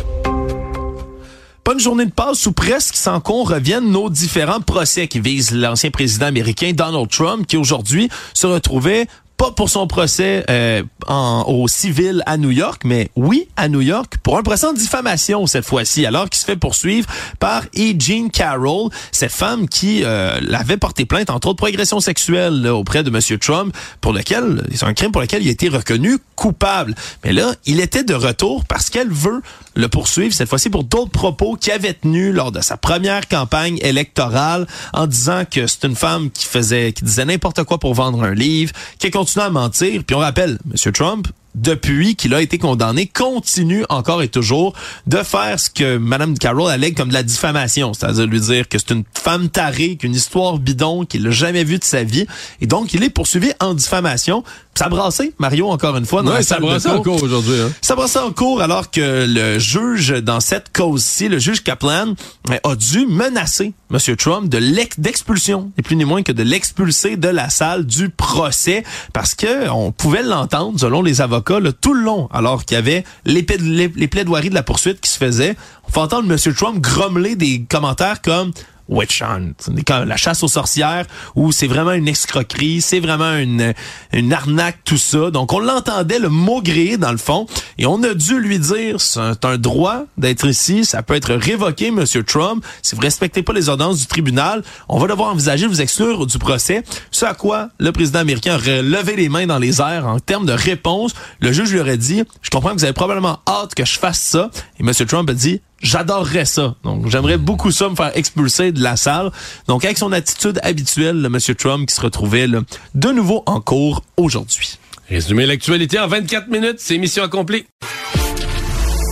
Pas une journée de passe ou presque sans qu'on revienne nos différents procès qui visent l'ancien président américain Donald Trump, qui aujourd'hui se retrouvait pas pour son procès au civil à New York, mais oui, à New York, pour un procès en diffamation cette fois-ci, alors qu'il se fait poursuivre par E. Jean Carroll, cette femme qui l'avait porté plainte, entre autres, pour agression sexuelle là, auprès de M. Trump, c'est un crime pour lequel il a été reconnu coupable. Mais là, il était de retour parce qu'elle veut le poursuivre, cette fois-ci pour d'autres propos qu'il avait tenus lors de sa première campagne électorale, en disant que c'est une femme qui disait n'importe quoi pour vendre un livre, qui continue à mentir. Puis on rappelle, M. Trump, depuis qu'il a été condamné, continue encore et toujours de faire ce que Mme Carroll allègue comme de la diffamation, c'est-à-dire lui dire que c'est une femme tarée, qu'une histoire bidon, qu'il n'a jamais vue de sa vie. Et donc, il est poursuivi en diffamation. Ça a brassé, Mario, encore une fois, dans la salle de cour. Ça a brassé en cours aujourd'hui. Hein? Ça a brassé en cours alors que le juge, dans cette cause-ci, le juge Kaplan, a dû menacer M. Trump d'expulsion, ni plus ni moins que de l'expulser de la salle du procès, parce que on pouvait l'entendre, selon les avocats, là, tout le long, alors qu'il y avait les plaidoiries de la poursuite qui se faisaient. On fait entendre M. Trump grommeler des commentaires comme witch hunt, la chasse aux sorcières, où c'est vraiment une escroquerie, c'est vraiment une arnaque, tout ça. Donc, on l'entendait le mot grillé dans le fond, et on a dû lui dire, c'est un droit d'être ici, ça peut être révoqué, M. Trump, si vous respectez pas les ordonnances du tribunal, on va devoir envisager de vous exclure du procès. Ce à quoi le président américain aurait levé les mains dans les airs en termes de réponse. Le juge lui aurait dit, je comprends que vous avez probablement hâte que je fasse ça, et M. Trump a dit, j'adorerais ça. Donc, j'aimerais beaucoup ça, me faire expulser de la salle. Donc, avec son attitude habituelle, le M. Trump qui se retrouvait là, de nouveau en cours aujourd'hui. Résumer l'actualité en 24 minutes, c'est mission accomplie.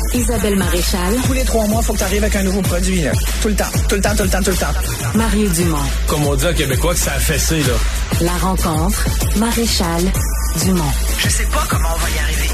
Isabelle Maréchal. Tous les 3 mois, il faut que tu arrives avec un nouveau produit. Là. Tout le temps. Mario Dumont. Comme on dit en québécois que ça a fessé, là. La rencontre. Maréchal Dumont. Je sais pas comment on va y arriver.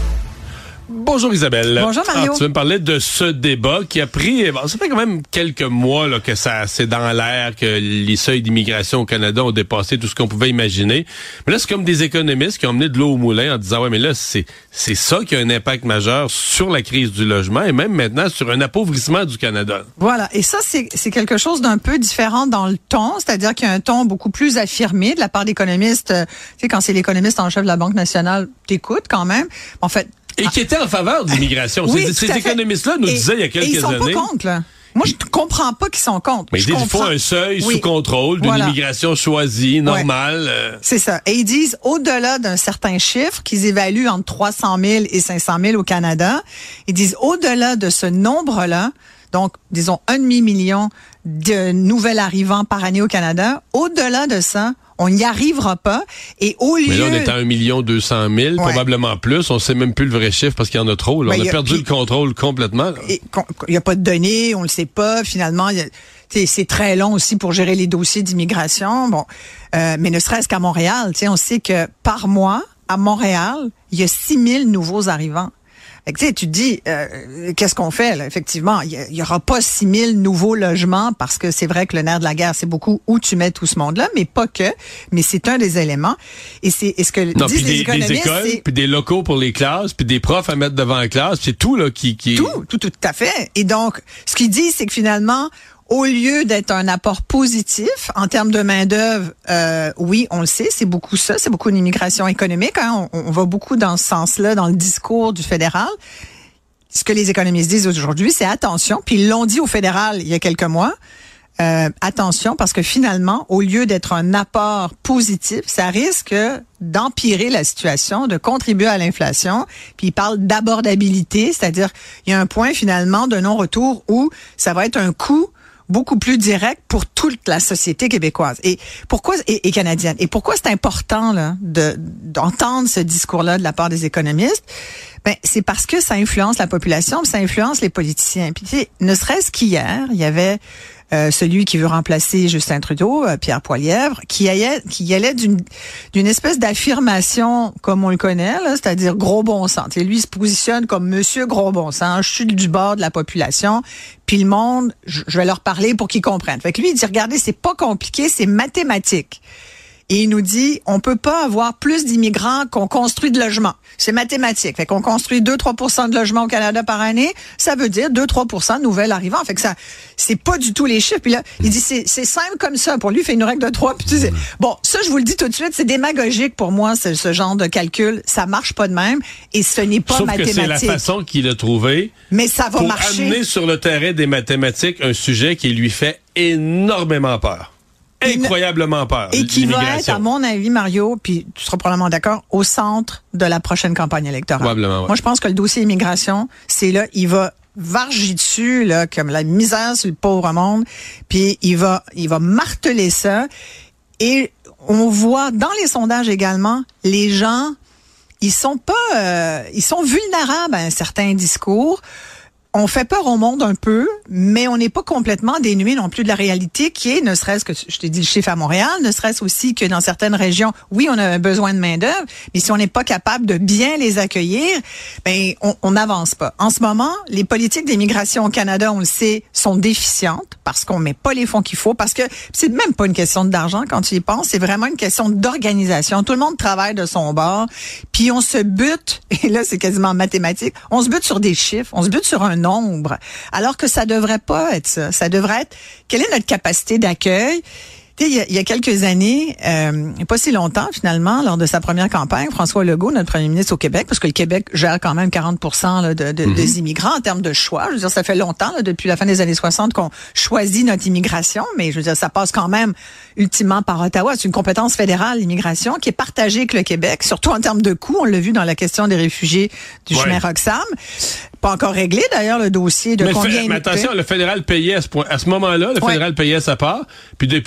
Bonjour Isabelle. Bonjour Mario. Alors, tu veux me parler de ce débat qui a pris, ça fait quand même quelques mois là, que c'est dans l'air, que les seuils d'immigration au Canada ont dépassé tout ce qu'on pouvait imaginer. Mais là, c'est comme des économistes qui ont mené de l'eau au moulin en disant, ouais, mais là, c'est ça qui a un impact majeur sur la crise du logement et même maintenant sur un appauvrissement du Canada. Voilà. Et ça, c'est quelque chose d'un peu différent dans le ton, c'est-à-dire qu'il y a un ton beaucoup plus affirmé de la part d'économistes. Tu sais, quand c'est l'économiste en chef de la Banque nationale, t'écoutes quand même. En fait, et qui était en faveur de l'immigration. Oui, ces économistes-là nous disaient il y a quelques années. Ils sont pas contre, là. Moi, je comprends pas qu'ils sont contre. Mais ils disent qu'il faut un seuil sous contrôle d'une immigration choisie, normale. C'est ça. Et ils disent, au-delà d'un certain chiffre qu'ils évaluent entre 300 000 et 500 000 au Canada, ils disent, au-delà de ce nombre-là, donc, disons, 1,5 million de nouvel arrivants par année au Canada, au-delà de ça, on n'y arrivera pas. Et au lieu... Mais là, on est à 1 200 000, probablement plus. On sait même plus le vrai chiffre parce qu'il y en a trop. Là. On a perdu le contrôle complètement. Il n'y a pas de données, on le sait pas. Finalement, c'est très long aussi pour gérer les dossiers d'immigration. Bon, mais ne serait-ce qu'à Montréal, on sait que par mois, à Montréal, il y a 6 000 nouveaux arrivants. Tu te dis, qu'est-ce qu'on fait là? Effectivement, il y aura pas 6 000 nouveaux logements parce que c'est vrai que le nerf de la guerre, c'est beaucoup où tu mets tout ce monde-là, mais pas que. Mais c'est un des éléments. Et c'est ce que disent les économistes. Des écoles, puis des locaux pour les classes, puis des profs à mettre devant la classe, c'est tout là qui. Tout à fait. Et donc, ce qu'ils disent, c'est que finalement, au lieu d'être un apport positif en termes de main-d'œuvre, oui, on le sait, c'est beaucoup ça, c'est beaucoup une immigration économique. Hein, on va beaucoup dans ce sens-là, dans le discours du fédéral. Ce que les économistes disent aujourd'hui, c'est attention, puis ils l'ont dit au fédéral il y a quelques mois, attention, parce que finalement, au lieu d'être un apport positif, ça risque d'empirer la situation, de contribuer à l'inflation. Puis il parle d'abordabilité, c'est-à-dire il y a un point finalement de non-retour où ça va être un coût beaucoup plus direct pour toute la société québécoise et canadienne. Et pourquoi c'est important là d'entendre ce discours-là de la part des économistes? Ben c'est parce que ça influence la population, ça influence les politiciens. Puis tu sais, ne serait-ce qu'hier, il y avait celui qui veut remplacer Justin Trudeau, Pierre Poilievre, qui allait d'une espèce d'affirmation comme on le connaît, là, c'est-à-dire gros bon sens. Et lui, il se positionne comme Monsieur Gros Bon Sens. Je suis du bord de la population, puis le monde, je vais leur parler pour qu'ils comprennent. Fait que lui, il dit, regardez, c'est pas compliqué, c'est mathématique. Et il nous dit, on peut pas avoir plus d'immigrants qu'on construit de logements. C'est mathématique. Fait qu'on construit 2-3% de logements au Canada par année. Ça veut dire 2-3% de nouvelles arrivants. Fait que ça, c'est pas du tout les chiffres. Puis là, il dit, c'est simple comme ça. Pour lui, il fait une règle de 3. Puis tu sais, bon, ça, je vous le dis tout de suite, c'est démagogique pour moi, ce genre de calcul. Ça marche pas de même. Et ce n'est pas mathématique. Sauf que c'est la façon qu'il a trouvé. Mais ça va marcher. Pour amener sur le terrain des mathématiques un sujet qui lui fait énormément peur. Incroyablement peur. Et qui va être, à mon avis, Mario, puis tu seras probablement d'accord, au centre de la prochaine campagne électorale. Probablement, ouais. Moi, je pense que le dossier immigration, c'est là, il va varger dessus, là, comme la misère sur le pauvre monde, puis il va marteler ça. Et on voit dans les sondages également, les gens, ils sont vulnérables à un certain discours. On fait peur au monde un peu, mais on n'est pas complètement dénué non plus de la réalité qui est, ne serait-ce que, je t'ai dit le chiffre à Montréal, ne serait-ce aussi que dans certaines régions, oui, on a besoin de main-d'œuvre, mais si on n'est pas capable de bien les accueillir, ben, on n'avance pas. En ce moment, les politiques d'immigration au Canada, on le sait, sont déficientes parce qu'on met pas les fonds qu'il faut, parce que c'est même pas une question d'argent quand tu y penses, c'est vraiment une question d'organisation. Tout le monde travaille de son bord, puis on se bute, et là, c'est quasiment mathématique, on se bute sur des chiffres, on se bute sur un nombre, alors que ça devrait pas être ça. Ça devrait être, quelle est notre capacité d'accueil? Il y a quelques années, pas si longtemps finalement, lors de sa première campagne, François Legault, notre premier ministre au Québec, parce que le Québec gère quand même 40% là, des immigrants en termes de choix. Je veux dire, ça fait longtemps, là, depuis la fin des années 60, qu'on choisit notre immigration, mais je veux dire, ça passe quand même ultimement par Ottawa. C'est une compétence fédérale, l'immigration, qui est partagée avec le Québec, surtout en termes de coûts. On l'a vu dans la question des réfugiés du chemin Roxham. Pas encore réglé, d'ailleurs, le dossier de combien... Mais attention, le fédéral payait à ce moment-là, le fédéral payait sa part, puis depuis qu'il en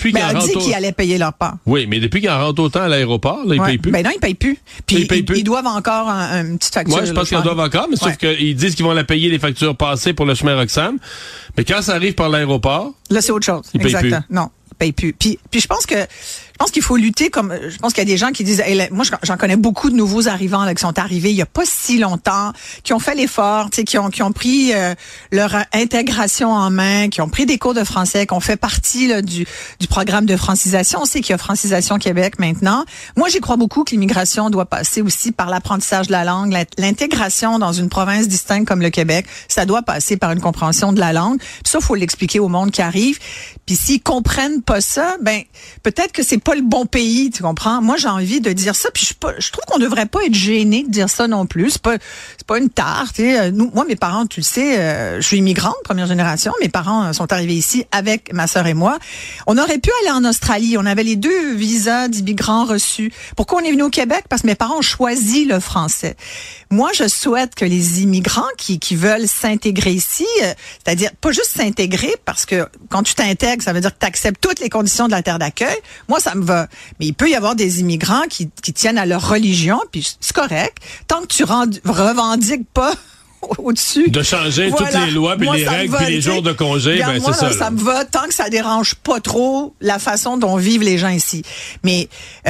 dit qu'ils allaient payer leur part. Oui, mais depuis qu'ils en rentrent autant à l'aéroport, là, ils payent plus. Ben non, ils payent plus. Puis ils doivent encore une petite facture. Moi, je pense qu'ils doivent encore, mais sauf qu'ils disent qu'ils vont la payer les factures passées pour le chemin Roxham. Mais quand ça arrive par l'aéroport, là, c'est autre chose. Exactement. Non, ils payent plus. Puis je pense qu'il faut lutter je pense qu'il y a des gens qui disent, hey, moi j'en connais beaucoup de nouveaux arrivants là, qui sont arrivés il y a pas si longtemps, qui ont fait l'effort, qui ont pris leur intégration en main, qui ont pris des cours de français, qui ont fait partie là, du programme de francisation. On sait qu'il y a Francisation Québec maintenant. Moi, j'y crois beaucoup que l'immigration doit passer aussi par l'apprentissage de la langue, l'intégration dans une province distincte comme le Québec. Ça doit passer par une compréhension de la langue. Puis ça, faut l'expliquer au monde qui arrive. Puis s'ils comprennent pas ça, ben peut-être que c'est pas le bon pays, tu comprends? Moi, j'ai envie de dire ça, puis je trouve qu'on devrait pas être gêné de dire ça non plus. C'est pas une tare, tu sais. Moi, mes parents, tu le sais, je suis immigrante, première génération. Mes parents sont arrivés ici avec ma sœur et moi. On aurait pu aller en Australie. On avait les 2 visas d'immigrants reçus. Pourquoi on est venu au Québec? Parce que mes parents ont choisi le français. Moi, je souhaite que les immigrants qui veulent s'intégrer ici, c'est-à-dire pas juste s'intégrer, parce que quand tu t'intègres, ça veut dire que tu acceptes toutes les conditions de la terre d'accueil. Moi, ça me va. Mais il peut y avoir des immigrants qui tiennent à leur religion, puis c'est correct. Tant que tu revendiques pas au-dessus. De changer toutes les lois, puis les règles, puis les jours de congé, ben c'est ça. Ça me va tant que ça dérange pas trop la façon dont vivent les gens ici. Mais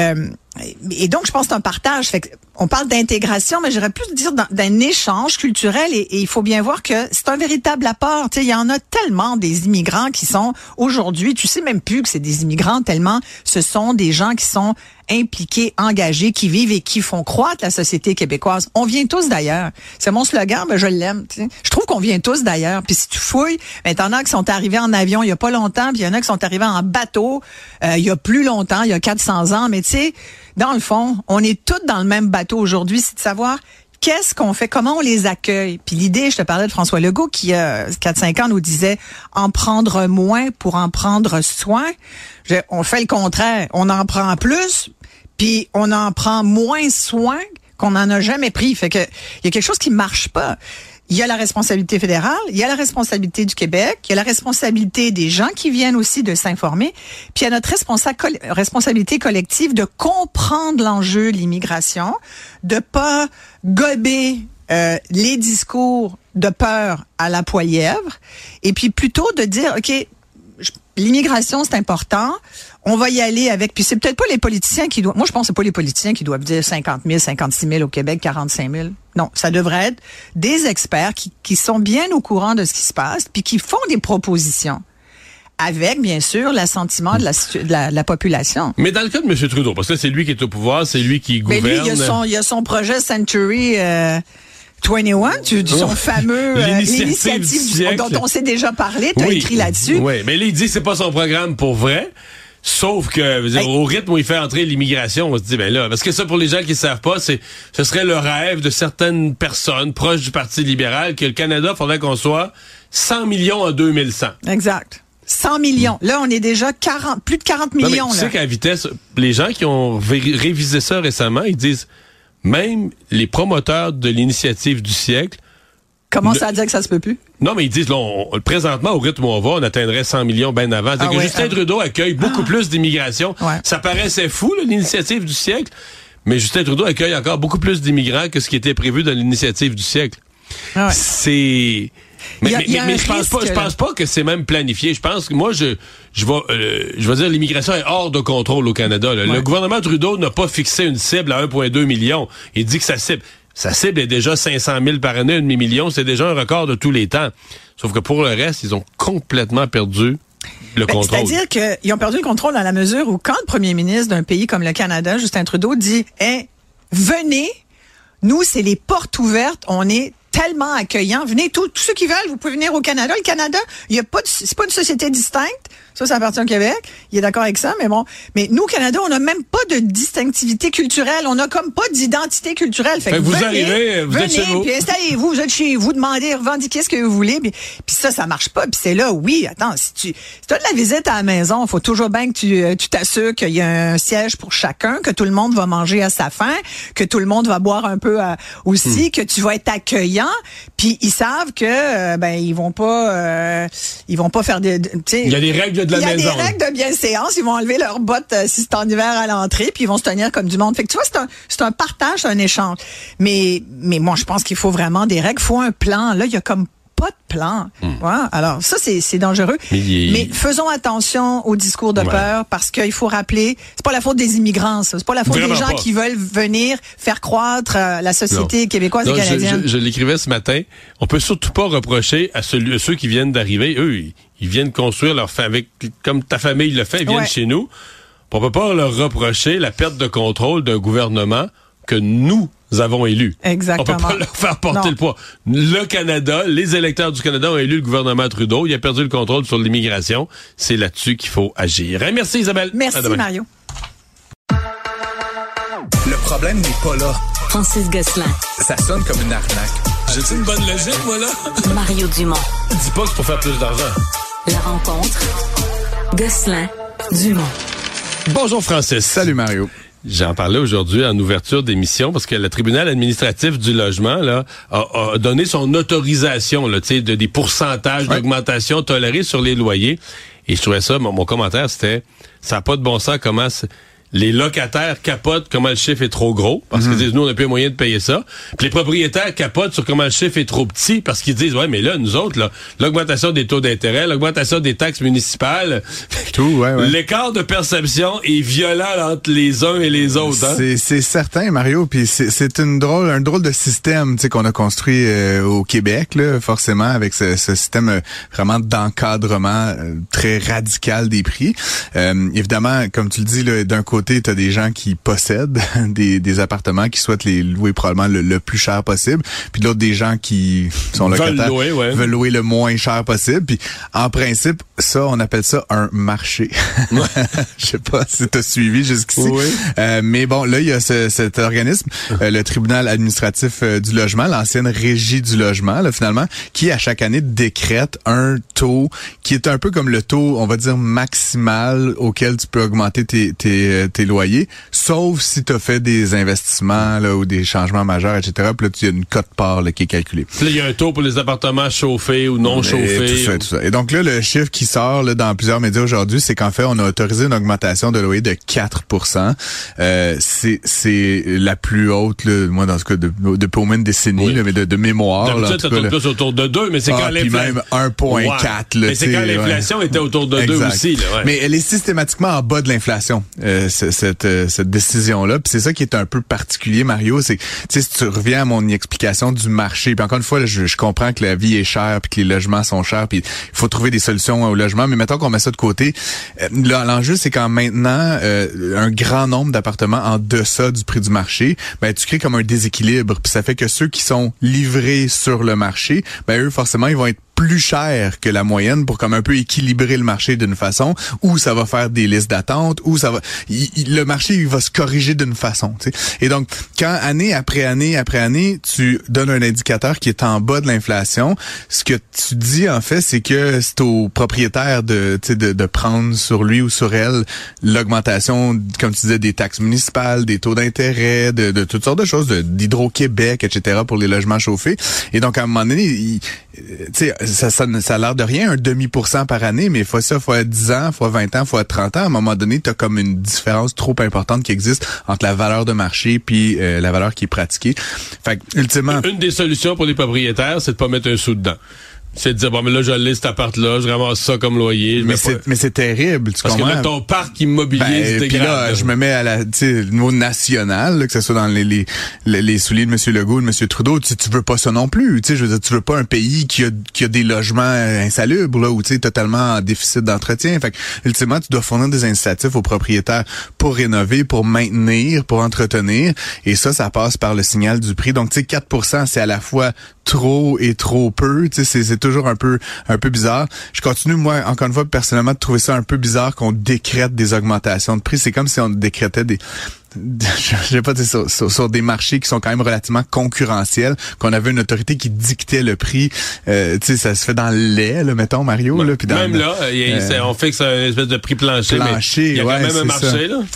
et donc, je pense que c'est un partage. Fait que on parle d'intégration, mais j'aurais plus dire d'un échange culturel et il faut bien voir que c'est un véritable apport. Tu sais, il y en a tellement des immigrants qui sont aujourd'hui, tu sais même plus que c'est des immigrants tellement ce sont des gens qui sont impliqués, engagés, qui vivent et qui font croître la société québécoise. On vient tous d'ailleurs. C'est mon slogan, mais je l'aime. Tu sais. Je trouve qu'on vient tous d'ailleurs. Puis si tu fouilles, ben t'en as qui sont arrivés en avion il y a pas longtemps, puis il y en a qui sont arrivés en bateau il y a plus longtemps, il y a 400 ans. Mais tu sais, dans le fond, on est tous dans le même bateau aujourd'hui, c'est de savoir qu'est-ce qu'on fait, comment on les accueille. Puis l'idée, je te parlais de François Legault qui, 4-5 ans, nous disait en prendre moins pour en prendre soin. On fait le contraire. On en prend plus, puis on en prend moins soin qu'on n'en a jamais pris. Fait que il y a quelque chose qui marche pas. Il y a la responsabilité fédérale, il y a la responsabilité du Québec, il y a la responsabilité des gens qui viennent aussi de s'informer, puis il y a notre responsabilité collective de comprendre l'enjeu de l'immigration, de pas gober les discours de peur à la poilièvre, et puis plutôt de dire, OK, l'immigration, c'est important. On va y aller avec... Puis c'est peut-être pas les politiciens qui doivent... Moi, je pense que c'est pas les politiciens qui doivent dire 50 000, 56 000 au Québec, 45 000. Non, ça devrait être des experts qui sont bien au courant de ce qui se passe puis qui font des propositions avec, bien sûr, l'assentiment de la population. Mais dans le cas de M. Trudeau, parce que c'est lui qui est au pouvoir, c'est lui qui gouverne... Mais lui, il y a son projet Century... 21, son fameux l'initiative dont on s'est déjà parlé, tu as écrit là-dessus. Oui, mais là, il dit que c'est pas son programme pour vrai. Sauf que, au rythme où il fait entrer l'immigration, on se dit, ben là, parce que ça, pour les gens qui savent pas, ce serait le rêve de certaines personnes proches du Parti libéral que le Canada, faudrait qu'on soit 100 millions en 2100. Exact. 100 millions. Là, on est déjà plus de 40 millions. Tu sais qu'à vitesse, les gens qui ont révisé ça récemment, ils disent, même les promoteurs de l'initiative du siècle... Comment ça à dire que ça se peut plus? Non, mais ils disent, là, présentement, au rythme où on va, on atteindrait 100 millions bien avant. C'est-à-dire que Justin Trudeau accueille beaucoup plus d'immigration. Ouais. Ça paraissait fou, là, l'initiative du siècle, mais Justin Trudeau accueille encore beaucoup plus d'immigrants que ce qui était prévu dans l'initiative du siècle. Ouais. C'est... Mais je pense pas que c'est même planifié. Je pense que moi, je vais dire l'immigration est hors de contrôle au Canada. Là. Ouais. Le gouvernement Trudeau n'a pas fixé une cible à 1,2 million. Il dit que sa cible est déjà 500 000 par année, 1,5 million. C'est déjà un record de tous les temps. Sauf que pour le reste, ils ont complètement perdu le contrôle. C'est-à-dire qu'ils ont perdu le contrôle dans la mesure où quand le premier ministre d'un pays comme le Canada, Justin Trudeau, dit « Hey, venez, nous, c'est les portes ouvertes, on est tellement accueillant. Venez tous ceux qui veulent, vous pouvez venir au Canada. Le Canada, c'est pas une société distincte. Ça appartient au Québec. Il est d'accord avec ça, mais bon. Mais nous, au Canada, on n'a même pas de distinctivité culturelle. On n'a comme pas d'identité culturelle. Fait que vous arrivez, vous êtes chez vous. Puis installez-vous, vous êtes chez vous, demandez, revendiquez ce que vous voulez. Puis ça marche pas. Puis c'est là, oui, attends, si tu as de la visite à la maison, il faut toujours bien que tu t'assures qu'il y a un siège pour chacun, que tout le monde va manger à sa faim, que tout le monde va boire un peu aussi, que tu vas être accueillant. puis ils savent que ils vont pas faire des il y a des règles de la maison. Il y a des règles de bienséance, ils vont enlever leurs bottes si c'est en hiver à l'entrée, puis ils vont se tenir comme du monde. Fait que tu vois, c'est un partage, un échange. Mais moi je pense qu'il faut vraiment des règles, il faut un plan. Là, il y a comme pas de plan. Ouais, alors ça c'est dangereux. Mais faisons attention au discours de peur parce qu'il faut rappeler, c'est pas la faute des immigrants, ça. C'est pas la faute des gens qui veulent venir faire croître la société québécoise et canadienne. Je l'écrivais ce matin. On peut surtout pas reprocher à ceux qui viennent d'arriver. Eux, ils viennent construire leur famille comme ta famille le fait. Ils viennent chez nous. On peut pas leur reprocher la perte de contrôle d'un gouvernement que nous avons élu. Exactement. On peut pas leur faire porter le poids. Le Canada, les électeurs du Canada ont élu le gouvernement Trudeau. Il a perdu le contrôle sur l'immigration. C'est là-dessus qu'il faut agir. Et merci Isabelle. Merci Mario. Le problème n'est pas là. Francis Gosselin. Ça sonne comme une arnaque. J'ai-tu une bonne logique, moi, là? Mario Dumont. Dis pas que c'est pour faire plus d'argent. La rencontre. Gosselin. Dumont. Bonjour Francis. Salut Mario. J'en parlais aujourd'hui en ouverture d'émission parce que le tribunal administratif du logement là a donné son autorisation là, tu sais, des pourcentages d'augmentation tolérés sur les loyers. Et je trouvais ça, mon commentaire c'était, ça n'a pas de bon sens comment les locataires capotent comment le chiffre est trop gros parce qu'ils disent nous on n'a plus moyen de payer ça. Puis les propriétaires capotent sur comment le chiffre est trop petit parce qu'ils disent ouais mais là nous autres là l'augmentation des taux d'intérêt, l'augmentation des taxes municipales, tout l'écart de perception est violent entre les uns et les autres. Hein? C'est certain Mario, puis c'est un drôle de système tu sais qu'on a construit au Québec là forcément avec ce système vraiment d'encadrement très radical des prix. Évidemment comme tu le dis là d'un côté t'as des gens qui possèdent des appartements qui souhaitent les louer probablement le plus cher possible, puis de l'autre des gens qui sont locataires veulent louer le moins cher possible. Puis en principe, ça on appelle ça un marché. Je sais pas si t'as suivi jusqu'ici. Mais bon, là il y a cet organisme, le tribunal administratif du logement, l'ancienne régie du logement, là finalement, qui à chaque année décrète un taux qui est un peu comme le taux, on va dire maximal auquel tu peux augmenter tes loyers, sauf si tu as fait des investissements là ou des changements majeurs, etc. Puis là, tu as une cote-part là, qui est calculée. Là, il y a un taux pour les appartements chauffés ou non chauffés. Tout ça. Et donc là, le chiffre qui sort là, dans plusieurs médias aujourd'hui, c'est qu'en fait, on a autorisé une augmentation de loyer de 4%. C'est la plus haute, là, moi, dans ce cas, depuis au moins une décennie, là, mais de mémoire. D'habitude, ça tourne plus autour de 2, mais c'est quand l'inflation... même 1,4. Mais c'est quand l'inflation était autour de 2 aussi. Là, mais elle est systématiquement en bas de l'inflation. Cette décision-là. Puis c'est ça qui est un peu particulier, Mario, c'est que si tu reviens à mon explication du marché, puis encore une fois, là, je comprends que la vie est chère, puis que les logements sont chers, puis il faut trouver des solutions au logement, mais mettons qu'on met ça de côté. Là, l'enjeu, c'est qu'en maintenant un grand nombre d'appartements en deçà du prix du marché, ben tu crées comme un déséquilibre, puis ça fait que ceux qui sont livrés sur le marché, ben eux, forcément, ils vont être plus cher que la moyenne pour comme un peu équilibrer le marché d'une façon, où ça va faire des listes d'attente, où ça va le marché il va se corriger d'une façon, tu sais. Et donc quand année après année tu donnes un indicateur qui est en bas de l'inflation, ce que tu dis en fait c'est que c'est au propriétaire de prendre sur lui ou sur elle l'augmentation, comme tu disais, des taxes municipales, des taux d'intérêt, de toutes sortes de choses, d'Hydro-Québec, etc. pour les logements chauffés. Et donc à un moment donné, ça a l'air de rien, un 0,5% par année, mais fois 10 ans, fois 20 ans, fois 30 ans, à un moment donné, t'as comme une différence trop importante qui existe entre la valeur de marché puis la valeur qui est pratiquée. Fait que, ultimement... Une des solutions pour les propriétaires, c'est de pas mettre un sou dedans. C'est de dire, bon, mais là, je l'ai, cet appart-là, je ramasse ça comme loyer. Mais c'est terrible, tu comprends? Parce que là, ton parc immobilier, c'est puis là, je me mets à au niveau national, là, que ce soit dans les souliers de M. Legault, de M. Trudeau, tu veux pas ça non plus. Je veux dire, tu veux pas un pays qui a des logements insalubres, là, ou totalement en déficit d'entretien. Fait que, ultimement, tu dois fournir des incitatifs aux propriétaires pour rénover, pour maintenir, pour entretenir. Et ça passe par le signal du prix. Donc, 4%, c'est à la fois trop et trop peu. C'est toujours un peu bizarre. Je continue, moi, encore une fois, personnellement, de trouver ça un peu bizarre qu'on décrète des augmentations de prix. C'est comme si on décrétait je sais pas, sur des marchés qui sont quand même relativement concurrentiels, qu'on avait une autorité qui dictait le prix. Ça se fait dans le lait, là, mettons, Mario. Ouais, là, puis même là, on fixe un espèce de prix plancher. Il y a quand même un marché, là.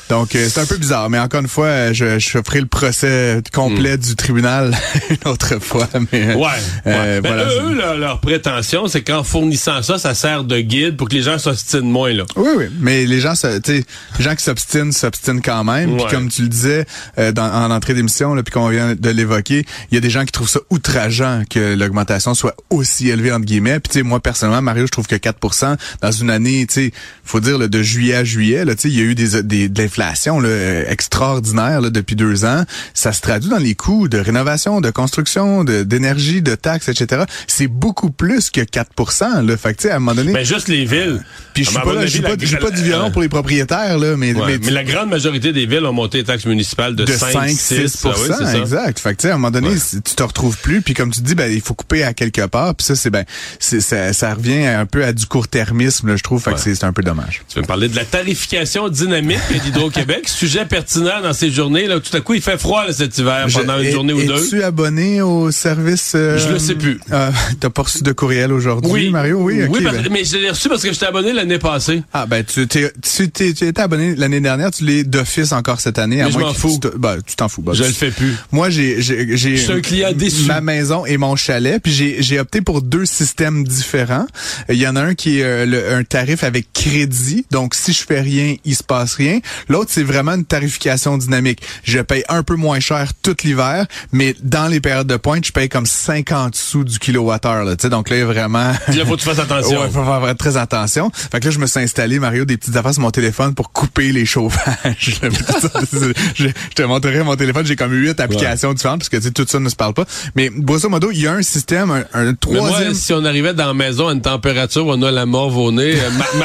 Donc, c'est un peu bizarre. Mais encore une fois, je ferai le procès complet du tribunal une autre fois. Mais, voilà. Eux, leur prétention, c'est qu'en fournissant ça sert de guide pour que les gens s'obstinent moins, là. Oui. Mais les gens, les gens qui s'obstinent quand même. Puis comme tu le disais en entrée d'émission, puis qu'on vient de l'évoquer, il y a des gens qui trouvent ça outrageant que l'augmentation soit aussi élevée, entre guillemets. Puis moi, personnellement, Mario, je trouve que 4% dans une année, faut dire, là, de juillet à juillet, là, il y a eu de l'inflation extraordinaire là, depuis 2 ans. Ça se traduit dans les coûts de rénovation, de construction, d'énergie, de taxes, etc. C'est beaucoup plus que 4%. Là. Fait que, à un moment donné... Mais juste les villes. Puis je suis pas du violon pour les propriétaires, là, mais la grande majorité des villes ont monté les taxes municipales de 5-6%. Oui, exact. Fait que, à un moment donné, tu te retrouves plus. Puis comme tu dis, il faut couper à quelque part. Puis ça, ça revient un peu à du court-termisme, là, je trouve. Fait que c'est un peu dommage. Tu veux me parler de la tarification dynamique d'Hydro-Québec, sujet pertinent dans ces journées. Là, tout à coup, il fait froid là, cet hiver pendant une journée ou deux. Es-tu abonné au service? Je le sais plus. T'as pas reçu de courriel aujourd'hui, Mario? Oui, okay, mais je l'ai reçu parce que j'étais abonné l'année passée. Ah, tu étais abonné l'année dernière, tu l'es d'office encore cette année. Mais je m'en fous. Tu t'en fous. Je le fais plus. Moi, je suis un client déçu. Ma maison et mon chalet, puis j'ai opté pour 2 systèmes différents. Il y en a un qui est un tarif avec crédit, donc si je fais rien, il se passe rien. L'autre, c'est vraiment une tarification dynamique. Je paye un peu moins cher tout l'hiver, mais dans les périodes de pointe, je paye comme 50 sous du kilowattheure. Là, donc là, vraiment... Là, faut que tu fasses attention. Ouais, faut faire très attention. Fait que là, je me suis installé, Mario, des petites affaires sur mon téléphone pour couper les chauffages. Je te montrerai mon téléphone, j'ai comme 8 applications différentes, parce que tout ça ne se parle pas. Mais grosso modo, il y a un système, un troisième... Mais moi, si on arrivait dans la maison à une température où on a la morve au nez,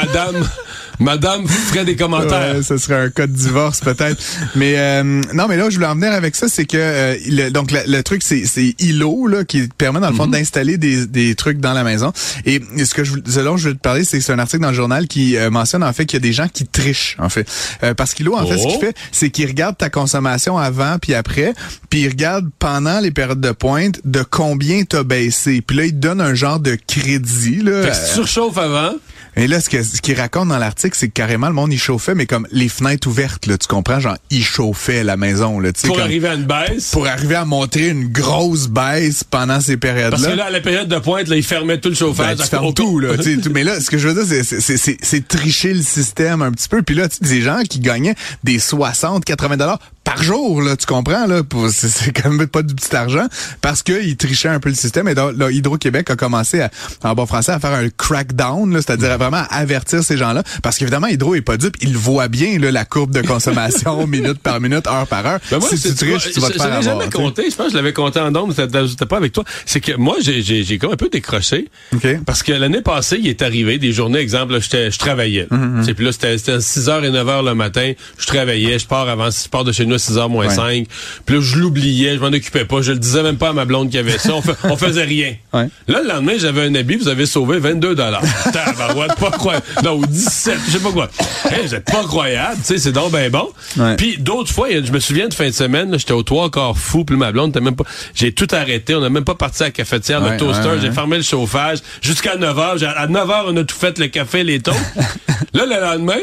Madame ferait des commentaires. Ouais, ce serait un cas de divorce peut-être. Mais non, mais là où je voulais en venir avec ça, c'est que le truc c'est ILO là qui permet dans le fond d'installer des trucs dans la maison. Et ce dont je veux te parler, c'est que c'est un article dans le journal qui mentionne en fait qu'il y a des gens qui trichent en fait. Parce qu'ILO en fait ce qu'il fait, c'est qu'il regarde ta consommation avant puis après, puis il regarde pendant les périodes de pointe de combien t'as baissé. Puis là il te donne un genre de crédit là. Fait que tu surchauffes avant. Et là, ce qu'il raconte dans l'article, c'est que carrément, le monde, il chauffait, mais comme les fenêtres ouvertes, là, tu comprends? Genre, il chauffait la maison, là, tu sais. Pour arriver à une baisse? Pour arriver à montrer une grosse baisse pendant ces périodes-là. Parce que là, à la période de pointe, là, il fermait tout le chauffage. Tu fermes tout, là. Mais là, ce que je veux dire, c'est tricher le système un petit peu. Puis là, tu sais, des gens qui gagnaient des 60, 80 $ par jour, là, tu comprends, là, c'est quand même pas du petit argent, parce qu'ils trichaient un peu le système. Et donc, là, Hydro-Québec a commencé en bon français, à faire un crackdown, là, c'est-à-dire vraiment avertir ces gens-là, parce qu'évidemment, Hydro est pas dupe, il voit bien, là, la courbe de consommation, minute par minute, heure par heure. Ben moi, si tu triches, tu vas te faire avoir. Je l'ai jamais compté, je pense que je l'avais compté en nombre, c'était pas avec toi. C'est que moi, j'ai comme un peu décroché, parce que l'année passée, il est arrivé des journées, exemple, là, je travaillais. Puis là, c'était 6h et 9h le matin, je travaillais, je pars de chez nous à 6h moins 5. Puis là, je l'oubliais, je m'en occupais pas. Je le disais même pas à ma blonde qu'il y avait ça. On faisait rien. Ouais. Là, le lendemain, j'avais un habit, vous avez sauvé 22 $. Tabarouette, pas croyable. Non, ou 17, je sais pas quoi. Hey, vous êtes pas croyable, tu sais, c'est donc ben bon. Ouais. Puis d'autres fois, je me souviens de fin de semaine, j'étais au 3 quarts fou, puis ma blonde, même pas. J'ai tout arrêté, on n'a même pas parti à la cafetière, le toaster, j'ai fermé le chauffage. Jusqu'à 9h. À 9h, on a tout fait, le café, les toasts. Là, le lendemain,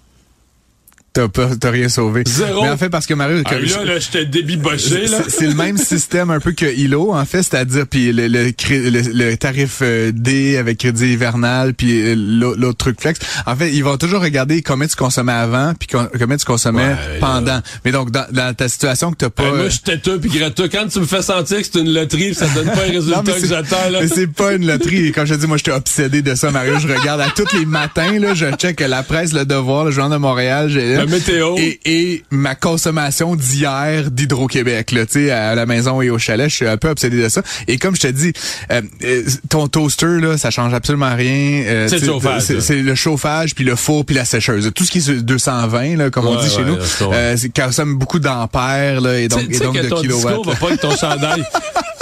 T'as rien sauvé. Zéro. Mais en fait, parce que Mario... là, j'étais débiboché, là. C'est le même système un peu que ILO, en fait, c'est-à-dire, puis le tarif D avec crédit hivernal, puis l'autre truc flex. En fait, ils vont toujours regarder combien tu consommais avant, puis combien tu consommais pendant. Mais donc, dans ta situation que t'as pas... moi, je suis têteux puis gratteux. Quand tu me fais sentir que c'est une loterie, ça donne pas un résultat que j'attends, là. Mais c'est pas une loterie. Comme je te dis, moi, j'étais obsédé de ça, Mario. Je regarde à tous les matins, là, je check la presse, Le Devoir, le Journal de Montréal, météo. Et ma consommation d'hier d'Hydro-Québec, là, tu sais, à la maison et au chalet, je suis un peu obsédé de ça. Et comme je te dis, ton toaster, là, ça change absolument rien. C'est le chauffage. C'est le chauffage, puis le four, puis la sécheuse. Tout ce qui est 220, là, comme on dit chez nous, ça consomme beaucoup d'ampères, là, et donc de kilowatts. Ton discours va pas avec ton chandail.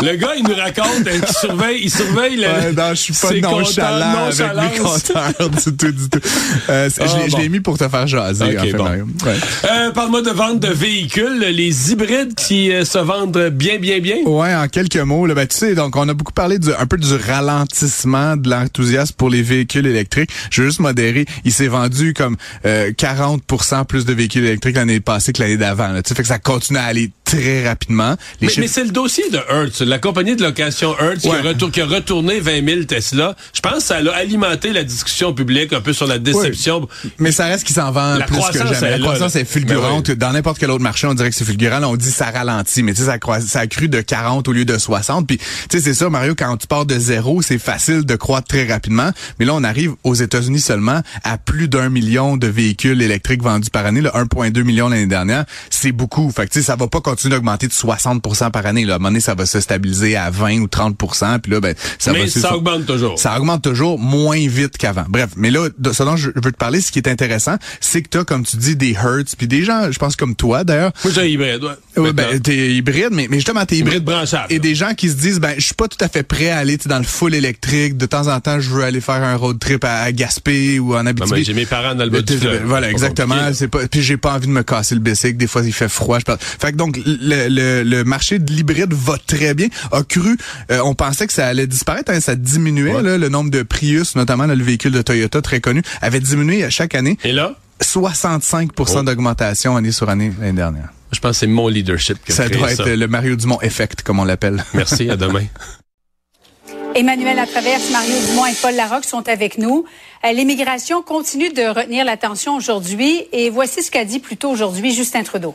Le gars, il nous raconte qu'il surveille le... non, je suis pas nonchalant avec mes compteurs du tout. Je l'ai mis pour te faire jaser, en fait, Mario. Ouais. Parle-moi de vente de véhicules, les hybrides qui se vendent bien. Ouais, en quelques mots, là, tu sais, donc on a beaucoup parlé un peu du ralentissement de l'enthousiasme pour les véhicules électriques. Je veux juste modérer, il s'est vendu comme 40% plus de véhicules électriques l'année passée que l'année d'avant. Tu sais, fait que ça continue à aller très rapidement. Mais c'est le dossier de Hertz, la compagnie de location Hertz qui a retourné 20 000 Tesla. Je pense que ça a alimenté la discussion publique un peu sur la déception. Oui. Mais ça reste qu'il s'en vend plus que jamais. La croissance est fulgurante. Oui. Dans n'importe quel autre marché, on dirait que c'est fulgurant. Là, on dit ça ralentit. Mais tu sais, ça a cru de 40 au lieu de 60. Puis tu sais, c'est ça, Mario, quand tu pars de zéro, c'est facile de croître très rapidement. Mais là, on arrive aux États-Unis seulement à plus d'1 million de véhicules électriques vendus par année. Là, 1,2 million l'année dernière. C'est beaucoup. Fait que tu sais, ça va pas continuer d'augmenter de 60% par année. Là. À un moment donné, ça va se stabiliser à 20 ou 30%. Puis là, ça augmente toujours. Ça augmente toujours moins vite qu'avant. Bref, mais là, ce dont je veux te parler, ce qui est intéressant, c'est que t'as, comme tu dis, des Hertz, puis des gens, je pense comme toi d'ailleurs. Moi, j'ai un hybride, ouais. T'es hybride, mais justement, t'es hybride branchable. Et des gens qui se disent, je suis pas tout à fait prêt à aller dans le full électrique. De temps en temps, je veux aller faire un road trip à Gaspé ou en Abitibi. Mais j'ai mes parents dans le bas du fleuve. Voilà, exactement. Puis j'ai pas envie de me casser le bicycle. Des fois, il fait froid. Fait que donc, le marché de l'hybride va très bien. A cru, on pensait que ça allait disparaître, ça diminuait, là, le nombre de Prius, notamment le véhicule de Toyota très connu, avait diminué chaque année. Et là? 65% d'augmentation année sur année l'année dernière. Je pense que c'est mon leadership qui a créé ça. Ça doit être le Mario Dumont effect, comme on l'appelle. Merci, à demain. Emmanuel Latraverse, Mario Dumont et Paul Larocque sont avec nous. L'immigration continue de retenir l'attention aujourd'hui et voici ce qu'a dit plus tôt aujourd'hui Justin Trudeau.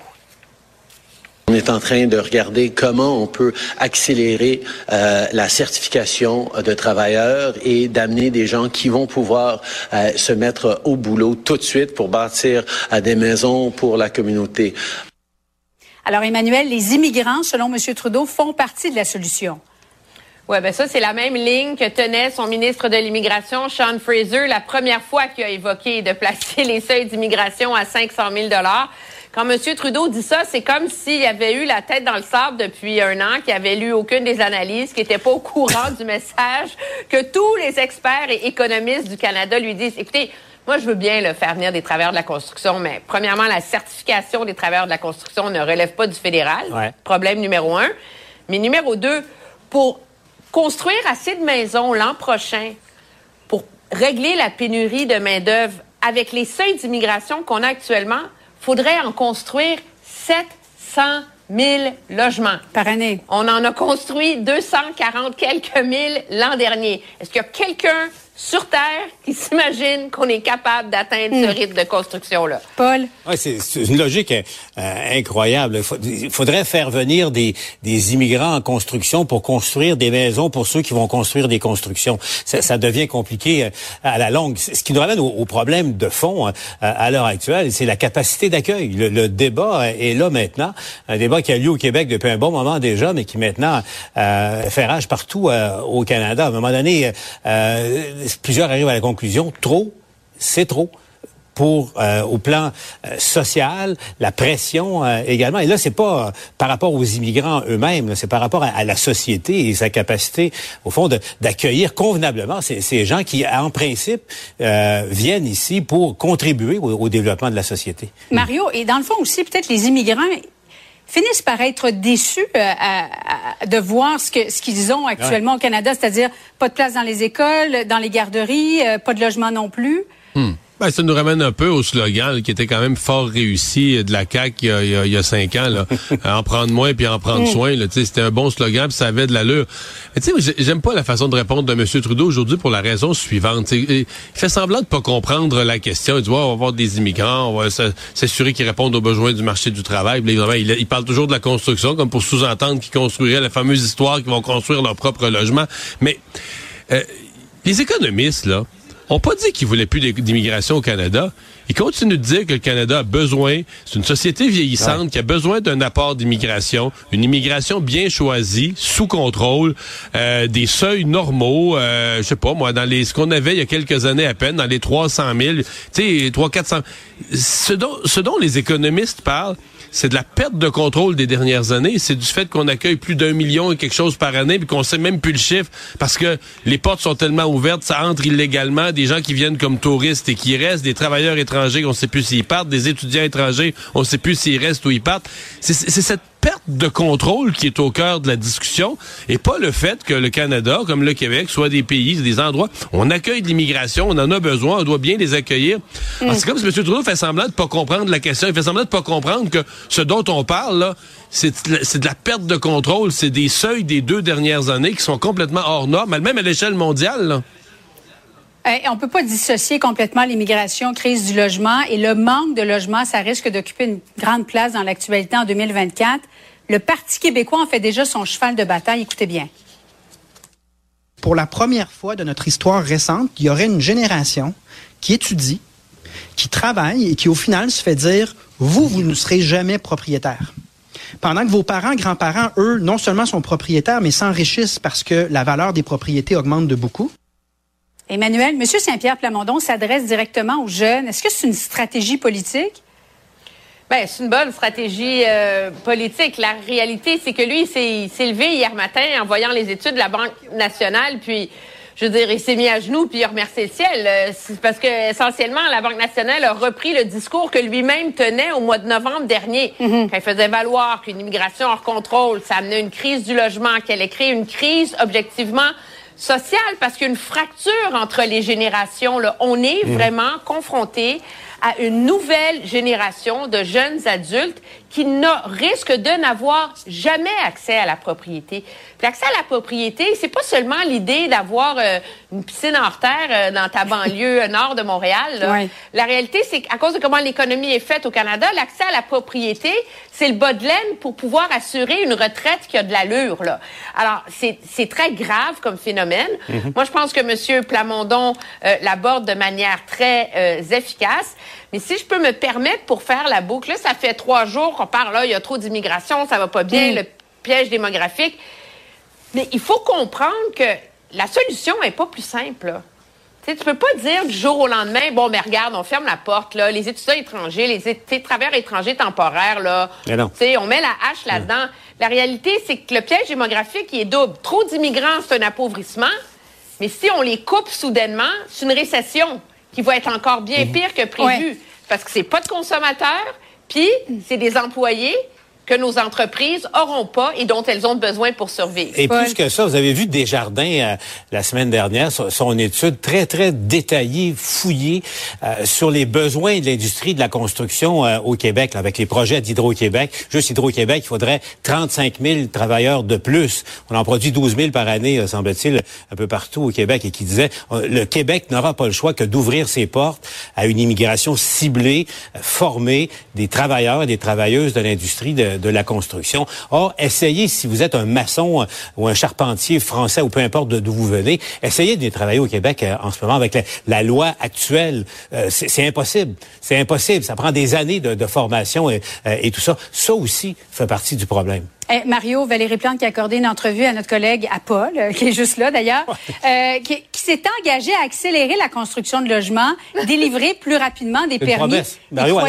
On est en train de regarder comment on peut accélérer la certification de travailleurs et d'amener des gens qui vont pouvoir se mettre au boulot tout de suite pour bâtir des maisons pour la communauté. Alors Emmanuel, les immigrants, selon M. Trudeau, font partie de la solution. Oui, ça, c'est la même ligne que tenait son ministre de l'Immigration, Sean Fraser, la première fois qu'il a évoqué de placer les seuils d'immigration à 500 000 $. Quand M. Trudeau dit ça, c'est comme s'il avait eu la tête dans le sable depuis un an, qu'il avait lu aucune des analyses, qu'il n'était pas au courant du message, que tous les experts et économistes du Canada lui disent, écoutez, moi, je veux bien faire venir des travailleurs de la construction, mais premièrement, la certification des travailleurs de la construction ne relève pas du fédéral. Ouais. Problème numéro 1. Mais numéro 2, pour construire assez de maisons l'an prochain pour régler la pénurie de main-d'œuvre avec les seuils d'immigration qu'on a actuellement, faudrait en construire 700 000 logements. Par année. On en a construit 240 quelques mille l'an dernier. Est-ce qu'il y a quelqu'un sur Terre qui s'imagine qu'on est capable d'atteindre ce rythme de construction-là? Paul? Oui, c'est une logique incroyable. Il faudrait faire venir des immigrants en construction pour construire des maisons pour ceux qui vont construire des constructions. Ça devient compliqué à la longue. Ce qui nous ramène au problème de fond à l'heure actuelle, c'est la capacité d'accueil. Le débat est là maintenant. Un débat qui a lieu au Québec depuis un bon moment déjà, mais qui maintenant fait rage partout au Canada. À un moment donné, plusieurs arrivent à la conclusion, c'est trop. Pour au plan social, la pression également. Et là, c'est pas par rapport aux immigrants eux-mêmes, là, c'est par rapport à la société et sa capacité, au fond, d'accueillir convenablement ces gens qui, en principe, viennent ici pour contribuer au développement de la société. Mario, et dans le fond aussi, peut-être les immigrants finissent par être déçus de voir ce qu'ils ont actuellement au Canada, c'est-à-dire pas de place dans les écoles, dans les garderies, pas de logement non plus. Ça nous ramène un peu au slogan qui était quand même fort réussi de la CAQ il y a 5 ans. Là. En prendre moins puis en prendre soin. Là, c'était un bon slogan puis ça avait de l'allure. Mais tu sais, j'aime pas la façon de répondre de M. Trudeau aujourd'hui pour la raison suivante. Il fait semblant de pas comprendre la question. Il dit, on va avoir des immigrants, on va s'assurer qu'ils répondent aux besoins du marché du travail. Puis, évidemment, il parle toujours de la construction comme pour sous-entendre qu'ils construiraient la fameuse histoire qu'ils vont construire leur propre logement. Mais les économistes, là, ont pas dit qu'ils voulaient plus d'immigration au Canada. Ils continuent de dire que le Canada a besoin, c'est une société vieillissante qui a besoin d'un apport d'immigration, une immigration bien choisie, sous contrôle, des seuils normaux, je sais pas moi, dans ce qu'on avait il y a quelques années à peine, dans les 300 000, tu sais, 300-400. Ce dont les économistes parlent, c'est de la perte de contrôle des dernières années. C'est du fait qu'on accueille plus d'1 million et quelque chose par année, puis qu'on sait même plus le chiffre, parce que les portes sont tellement ouvertes, ça entre illégalement, des gens qui viennent comme touristes et qui restent, des travailleurs étrangers, on sait plus s'ils partent, des étudiants étrangers, on sait plus s'ils restent ou ils partent. C'est cette perte de contrôle qui est au cœur de la discussion, et pas le fait que le Canada, comme le Québec, soit des pays, des endroits, on accueille de l'immigration, on en a besoin, on doit bien les accueillir. C'est comme si M. Trudeau fait semblant de pas comprendre la question, il fait semblant de pas comprendre que ce dont on parle, là, c'est de la perte de contrôle, c'est des seuils des 2 dernières années qui sont complètement hors normes, même à l'échelle mondiale, là. On peut pas dissocier complètement l'immigration, crise du logement, et le manque de logement, ça risque d'occuper une grande place dans l'actualité en 2024. Le Parti québécois en fait déjà son cheval de bataille. Écoutez bien. Pour la première fois de notre histoire récente, il y aurait une génération qui étudie, qui travaille et qui au final se fait dire « vous ne serez jamais propriétaire ». Pendant que vos parents, grands-parents, eux, non seulement sont propriétaires, mais s'enrichissent parce que la valeur des propriétés augmente de beaucoup. Emmanuel, M. Saint-Pierre Plamondon s'adresse directement aux jeunes. Est-ce que c'est une stratégie politique? Ben, c'est une bonne stratégie politique. La réalité, c'est que lui, il s'est levé hier matin en voyant les études de la Banque nationale, puis, je veux dire, il s'est mis à genoux, puis il a remercié le ciel. C'est parce que, essentiellement, la Banque nationale a repris le discours que lui-même tenait au mois de novembre dernier, quand il faisait valoir qu'une immigration hors contrôle, ça amenait une crise du logement, qu'elle ait créé une crise, objectivement, sociale, parce qu'il y a une fracture entre les générations, là. On est vraiment confronté à une nouvelle génération de jeunes adultes qui risquent de n'avoir jamais accès à la propriété. Puis l'accès à la propriété, c'est pas seulement l'idée d'avoir une piscine hors terre dans ta banlieue nord de Montréal. Là. Ouais. La réalité, c'est qu'à cause de comment l'économie est faite au Canada, l'accès à la propriété, c'est le bas de laine pour pouvoir assurer une retraite qui a de l'allure. Là. Alors, c'est très grave comme phénomène. Moi, je pense que M. Plamondon l'aborde de manière très efficace. Mais si je peux me permettre pour faire la boucle, là, ça fait 3 jours qu'on parle, là, il y a trop d'immigration, ça va pas bien, le piège démographique. Mais il faut comprendre que la solution n'est pas plus simple, là. Tu peux pas dire du jour au lendemain, bon, mais regarde, on ferme la porte, là, les étudiants étrangers, les travailleurs étrangers temporaires, là, on met la hache là-dedans. La réalité, c'est que le piège démographique, il est double. Trop d'immigrants, c'est un appauvrissement, mais si on les coupe soudainement, c'est une récession qui va être encore bien pire que prévu, parce que c'est pas de consommateurs, puis c'est des employés que nos entreprises auront pas et dont elles ont besoin pour survivre. Et plus que ça, vous avez vu Desjardins la semaine dernière, son étude très, très détaillée, fouillée sur les besoins de l'industrie de la construction au Québec, là, avec les projets d'Hydro-Québec. Juste Hydro-Québec, il faudrait 35 000 travailleurs de plus. On en produit 12 000 par année, semble-t-il, un peu partout au Québec, et qui disait le Québec n'aura pas le choix que d'ouvrir ses portes à une immigration ciblée, formée, des travailleurs et des travailleuses de l'industrie de la construction. Or, essayez, si vous êtes un maçon ou un charpentier français ou peu importe d'où vous venez, essayez de travailler au Québec en ce moment avec la loi actuelle. C'est impossible. C'est impossible. Ça prend des années de formation et tout ça. Ça aussi fait partie du problème. Mario, Valérie Plante qui a accordé une entrevue à notre collègue à Paul, qui est juste là d'ailleurs, qui s'est engagé à accélérer la construction de logements, délivrer plus rapidement des permis. Mario,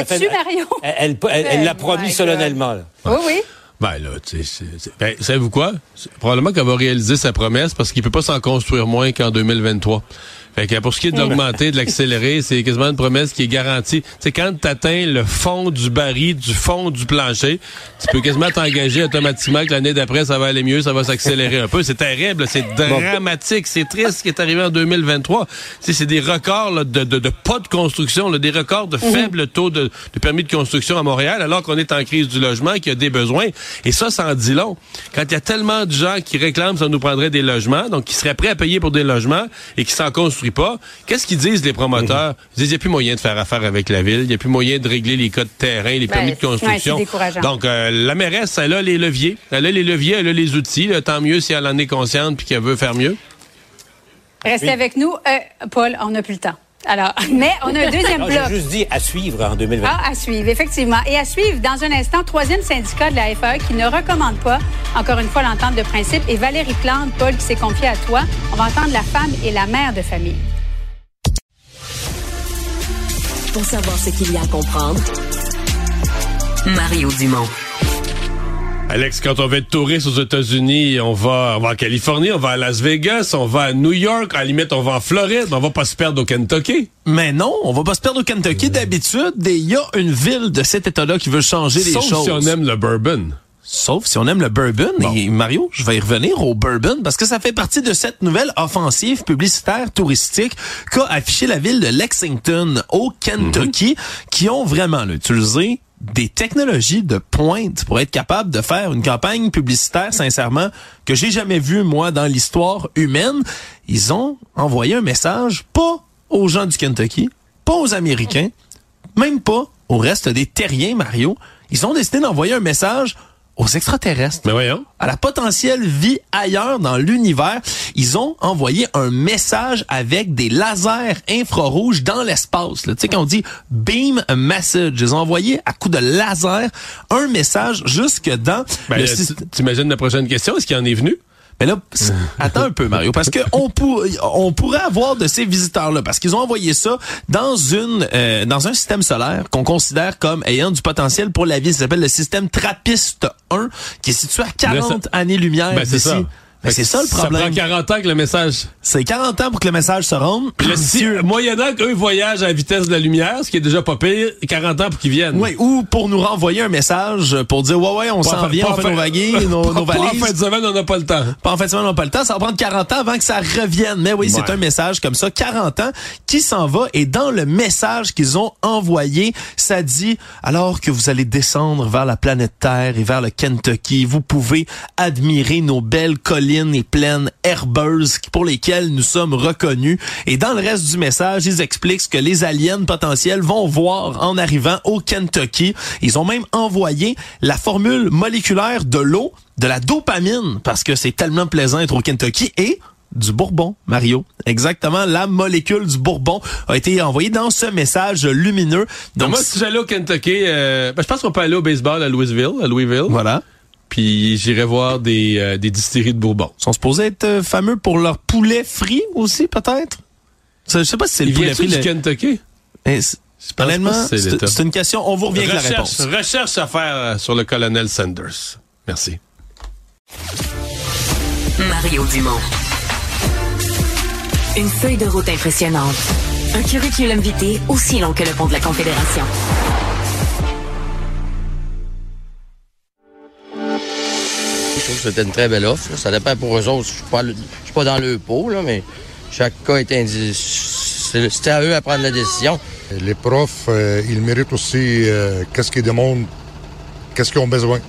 elle l'a promis solennellement. Là. Oui. Ben là, tu sais, savez-vous quoi? Probablement qu'elle va réaliser sa promesse parce qu'il peut pas s'en construire moins qu'en 2023. Fait que pour ce qui est de l'augmenter, de l'accélérer, c'est quasiment une promesse qui est garantie. Tu sais, quand t'atteins le fond du baril, du fond du plancher, tu peux quasiment t'engager automatiquement que l'année d'après, ça va aller mieux, ça va s'accélérer un peu. C'est terrible, c'est dramatique, c'est triste ce qui est arrivé en 2023. Tu sais, c'est des records là, de pas de construction, là, des records de faible taux de permis de construction à Montréal, alors qu'on est en crise du logement, qu'il y a des besoins. Et ça en dit long. Quand il y a tellement de gens qui réclament ça nous prendrait des logements, donc qui seraient prêts à payer pour des logements et qui s'en construisent pas, qu'est-ce qu'ils disent les promoteurs? Ils disent il n'y a plus moyen de faire affaire avec la ville, il n'y a plus moyen de régler les codes de terrain, les permis de construction. Donc la mairesse, elle a les leviers, elle a les outils, là, tant mieux si elle en est consciente puis qu'elle veut faire mieux. Restez avec nous. Paul, on n'a plus le temps. Alors, mais on a un deuxième bloc. J'ai juste dit à suivre en 2020. À suivre, effectivement. Et à suivre, dans un instant, 3e syndicat de la FAE qui ne recommande pas, encore une fois, l'entente de principe. Et Valérie Plante, Paul, qui s'est confiée à toi. On va entendre la femme et la mère de famille. Pour savoir ce qu'il y a à comprendre, Mario Dumont. Alex, quand on va être touriste aux États-Unis, on va en Californie, on va à Las Vegas, on va à New York, à la limite, on va en Floride, mais on va pas se perdre au Kentucky. Mais non, on va pas se perdre au Kentucky. D'habitude, il y a une ville de cet État-là qui veut changer les choses. Sauf si on aime le bourbon. Sauf si on aime le bourbon. Bon. Et Mario, je vais y revenir au bourbon parce que ça fait partie de cette nouvelle offensive publicitaire touristique qu'a affiché la ville de Lexington au Kentucky, qui ont vraiment utilisé des technologies de pointe pour être capable de faire une campagne publicitaire, sincèrement, que j'ai jamais vue, moi, dans l'histoire humaine. Ils ont envoyé un message, pas aux gens du Kentucky, pas aux Américains, même pas au reste des terriens, Mario. Ils ont décidé d'envoyer un message aux extraterrestres. Mais voyons. À la potentielle vie ailleurs dans l'univers. Ils ont envoyé un message avec des lasers infrarouges dans l'espace. Tu sais, quand on dit beam a message, ils ont envoyé à coup de laser un message jusque dans le système. T'imagines la prochaine question? Est-ce qu'il en est venu? Mais là, attends un peu, Mario, parce que on pourrait avoir de ces visiteurs-là, parce qu'ils ont envoyé ça dans un système solaire qu'on considère comme ayant du potentiel pour la vie. Ça s'appelle le système TRAPPIST-1, qui est situé à 40 années-lumière d'ici. Ça. Ben, c'est ça le problème. Ça prend 40 ans que le message... C'est 40 ans pour que le message se rende. Moyennant qu'eux voyagent à la vitesse de la lumière, ce qui est déjà pas pire, 40 ans pour qu'ils viennent. Oui, ou pour nous renvoyer un message pour dire, ouais, on s'en vient, on fait nos valises, nos valises. Pas en fin de semaine, on n'a pas le temps. Pas en fin de semaine, on n'a pas le temps. Ça va prendre 40 ans avant que ça revienne. Mais oui, c'est un message comme ça, 40 ans, qui s'en va. Et dans le message qu'ils ont envoyé, ça dit, alors que vous allez descendre vers la planète Terre et vers le Kentucky, vous pouvez admirer nos belles collines et plaines herbeuses pour lesquelles nous sommes reconnus. Et dans le reste du message, ils expliquent ce que les aliens potentiels vont voir en arrivant au Kentucky. Ils ont même envoyé la formule moléculaire de l'eau, de la dopamine, parce que c'est tellement plaisant d'être au Kentucky, et du bourbon, Mario. Exactement, la molécule du bourbon a été envoyée dans ce message lumineux. Donc moi, si j'allais au Kentucky, je pense qu'on peut aller au baseball à Louisville. Voilà. Puis j'irai voir des distilleries de bourbon. Ils sont supposés être fameux pour leur poulet frit aussi, peut-être? Je sais pas si c'est le poulet frit du Kentucky. Honnêtement, c'est une question. On vous revient avec la réponse. Recherche à faire sur le colonel Sanders. Merci. Mario Dumont. Une feuille de route impressionnante. Un curriculum vitae aussi long que le pont de la Confédération. Je trouve que c'était une très belle offre. Là. Ça dépend pour eux autres. Je suis pas dans le pot, là, mais chaque cas est c'était à eux à prendre la décision. Les profs, ils méritent aussi qu'est-ce qu'ils demandent, qu'est-ce qu'ils ont besoin.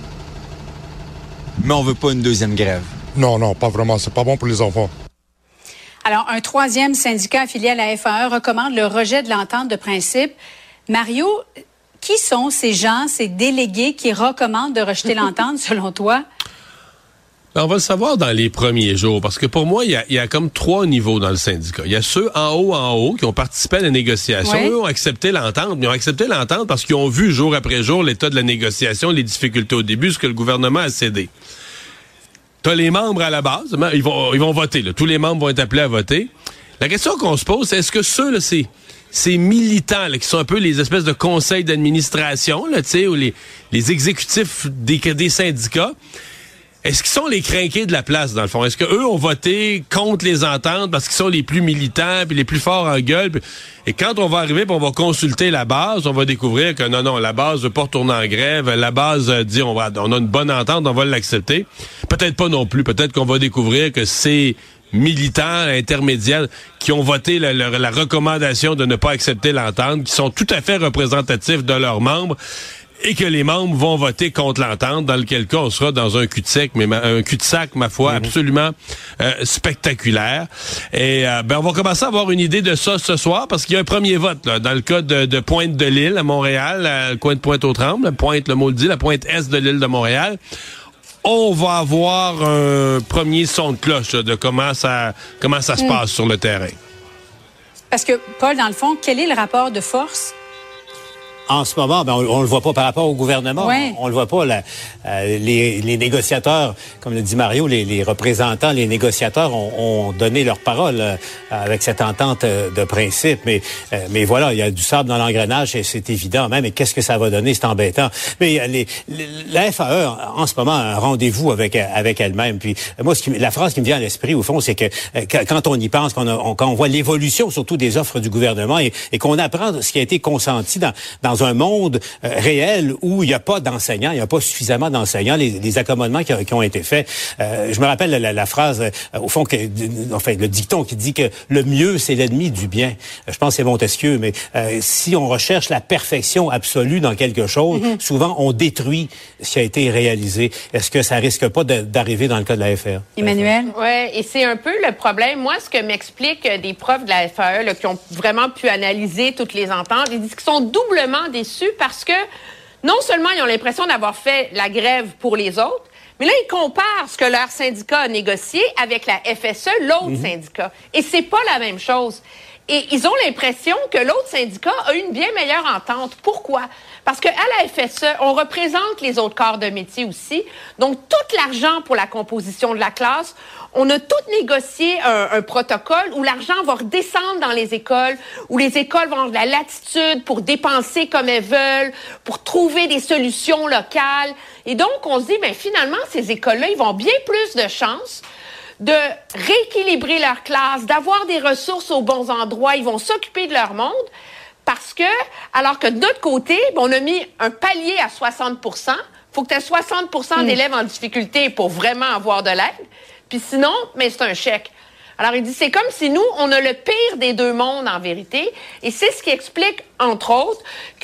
Mais on veut pas une deuxième grève. Non, pas vraiment. C'est pas bon pour les enfants. Alors, un troisième syndicat affilié à la FAE recommande le rejet de l'entente de principe. Mario, qui sont ces gens, ces délégués qui recommandent de rejeter l'entente, selon toi? On va le savoir dans les premiers jours, parce que pour moi, il y a comme 3 niveaux dans le syndicat. Il y a ceux en haut qui ont participé à la négociation. Oui. Eux ont accepté l'entente. Ils ont accepté l'entente parce qu'ils ont vu jour après jour l'état de la négociation, les difficultés au début, ce que le gouvernement a cédé. T'as les membres à la base, ils vont voter. Là. Tous les membres vont être appelés à voter. La question qu'on se pose, c'est est-ce que ceux, là, ces militants là, qui sont un peu les espèces de conseils d'administration, là, ou les exécutifs des syndicats, est-ce qu'ils sont les crinqués de la place, dans le fond? Est-ce qu'eux ont voté contre les ententes parce qu'ils sont les plus militants puis les plus forts en gueule? Et quand on va arriver puis on va consulter la base, on va découvrir que non, la base veut pas retourner en grève. La base dit on a une bonne entente, on va l'accepter. Peut-être pas non plus. Peut-être qu'on va découvrir que ces militants intermédiaires qui ont voté la recommandation de ne pas accepter l'entente, qui sont tout à fait représentatifs de leurs membres, et que les membres vont voter contre l'entente, dans lequel cas on sera dans un cul-de-sac, ma foi, absolument spectaculaire. Et on va commencer à avoir une idée de ça ce soir, parce qu'il y a un premier vote là, dans le cas de Pointe-de-l'Île à Montréal, le coin de Pointe-aux-Trembles, le mot le dit, la pointe est de l'île de Montréal. On va avoir un premier son de cloche là, de comment ça se passe sur le terrain. Parce que, Paul, dans le fond, quel est le rapport de force En ce moment, on le voit pas par rapport au gouvernement. Ouais. On le voit pas. Les négociateurs, comme le dit Mario, les représentants, les négociateurs ont donné leur parole avec cette entente de principe. Mais voilà, il y a du sable dans l'engrenage et c'est évident même. Et qu'est-ce que ça va donner? C'est embêtant. Mais la FAE, en ce moment, a un rendez-vous avec elle-même. Puis moi, la phrase qui me vient à l'esprit, au fond, c'est que quand on y pense, quand on voit l'évolution surtout des offres du gouvernement et qu'on apprend ce qui a été consenti dans un monde réel où il n'y a pas d'enseignants, il n'y a pas suffisamment d'enseignants, les accommodements qui ont été faits. Je me rappelle la phrase, au fond, le dicton qui dit que le mieux, c'est l'ennemi du bien. Je pense que c'est Montesquieu, mais si on recherche la perfection absolue dans quelque chose, souvent on détruit ce qui a été réalisé. Est-ce que ça risque pas d'arriver dans le cas de la FAE? Emmanuel? Oui, et c'est un peu le problème. Moi, ce que m'expliquent des profs de la FAE qui ont vraiment pu analyser toutes les ententes, ils disent qu'ils sont doublement déçus parce que non seulement ils ont l'impression d'avoir fait la grève pour les autres, mais là, ils comparent ce que leur syndicat a négocié avec la FSE, l'autre syndicat. Et c'est pas la même chose. Et ils ont l'impression que l'autre syndicat a une bien meilleure entente. Pourquoi? Parce qu'à la FSE, on représente les autres corps de métier aussi. Donc, tout l'argent pour la composition de la classe, on a tout négocié un protocole où l'argent va redescendre dans les écoles, où les écoles vont avoir de la latitude pour dépenser comme elles veulent, pour trouver des solutions locales. Et donc, on se dit, finalement, ces écoles-là, ils vont avoir bien plus de chances de rééquilibrer leur classe, d'avoir des ressources aux bons endroits. Ils vont s'occuper de leur monde. Parce que, alors que de notre côté, on a mis un palier à 60 %. Faut que tu aies 60 d'élèves en difficulté pour vraiment avoir de l'aide. Puis sinon, c'est un chèque. Alors, il dit, c'est comme si nous, on a le pire des deux mondes en vérité. Et c'est ce qui explique, entre autres,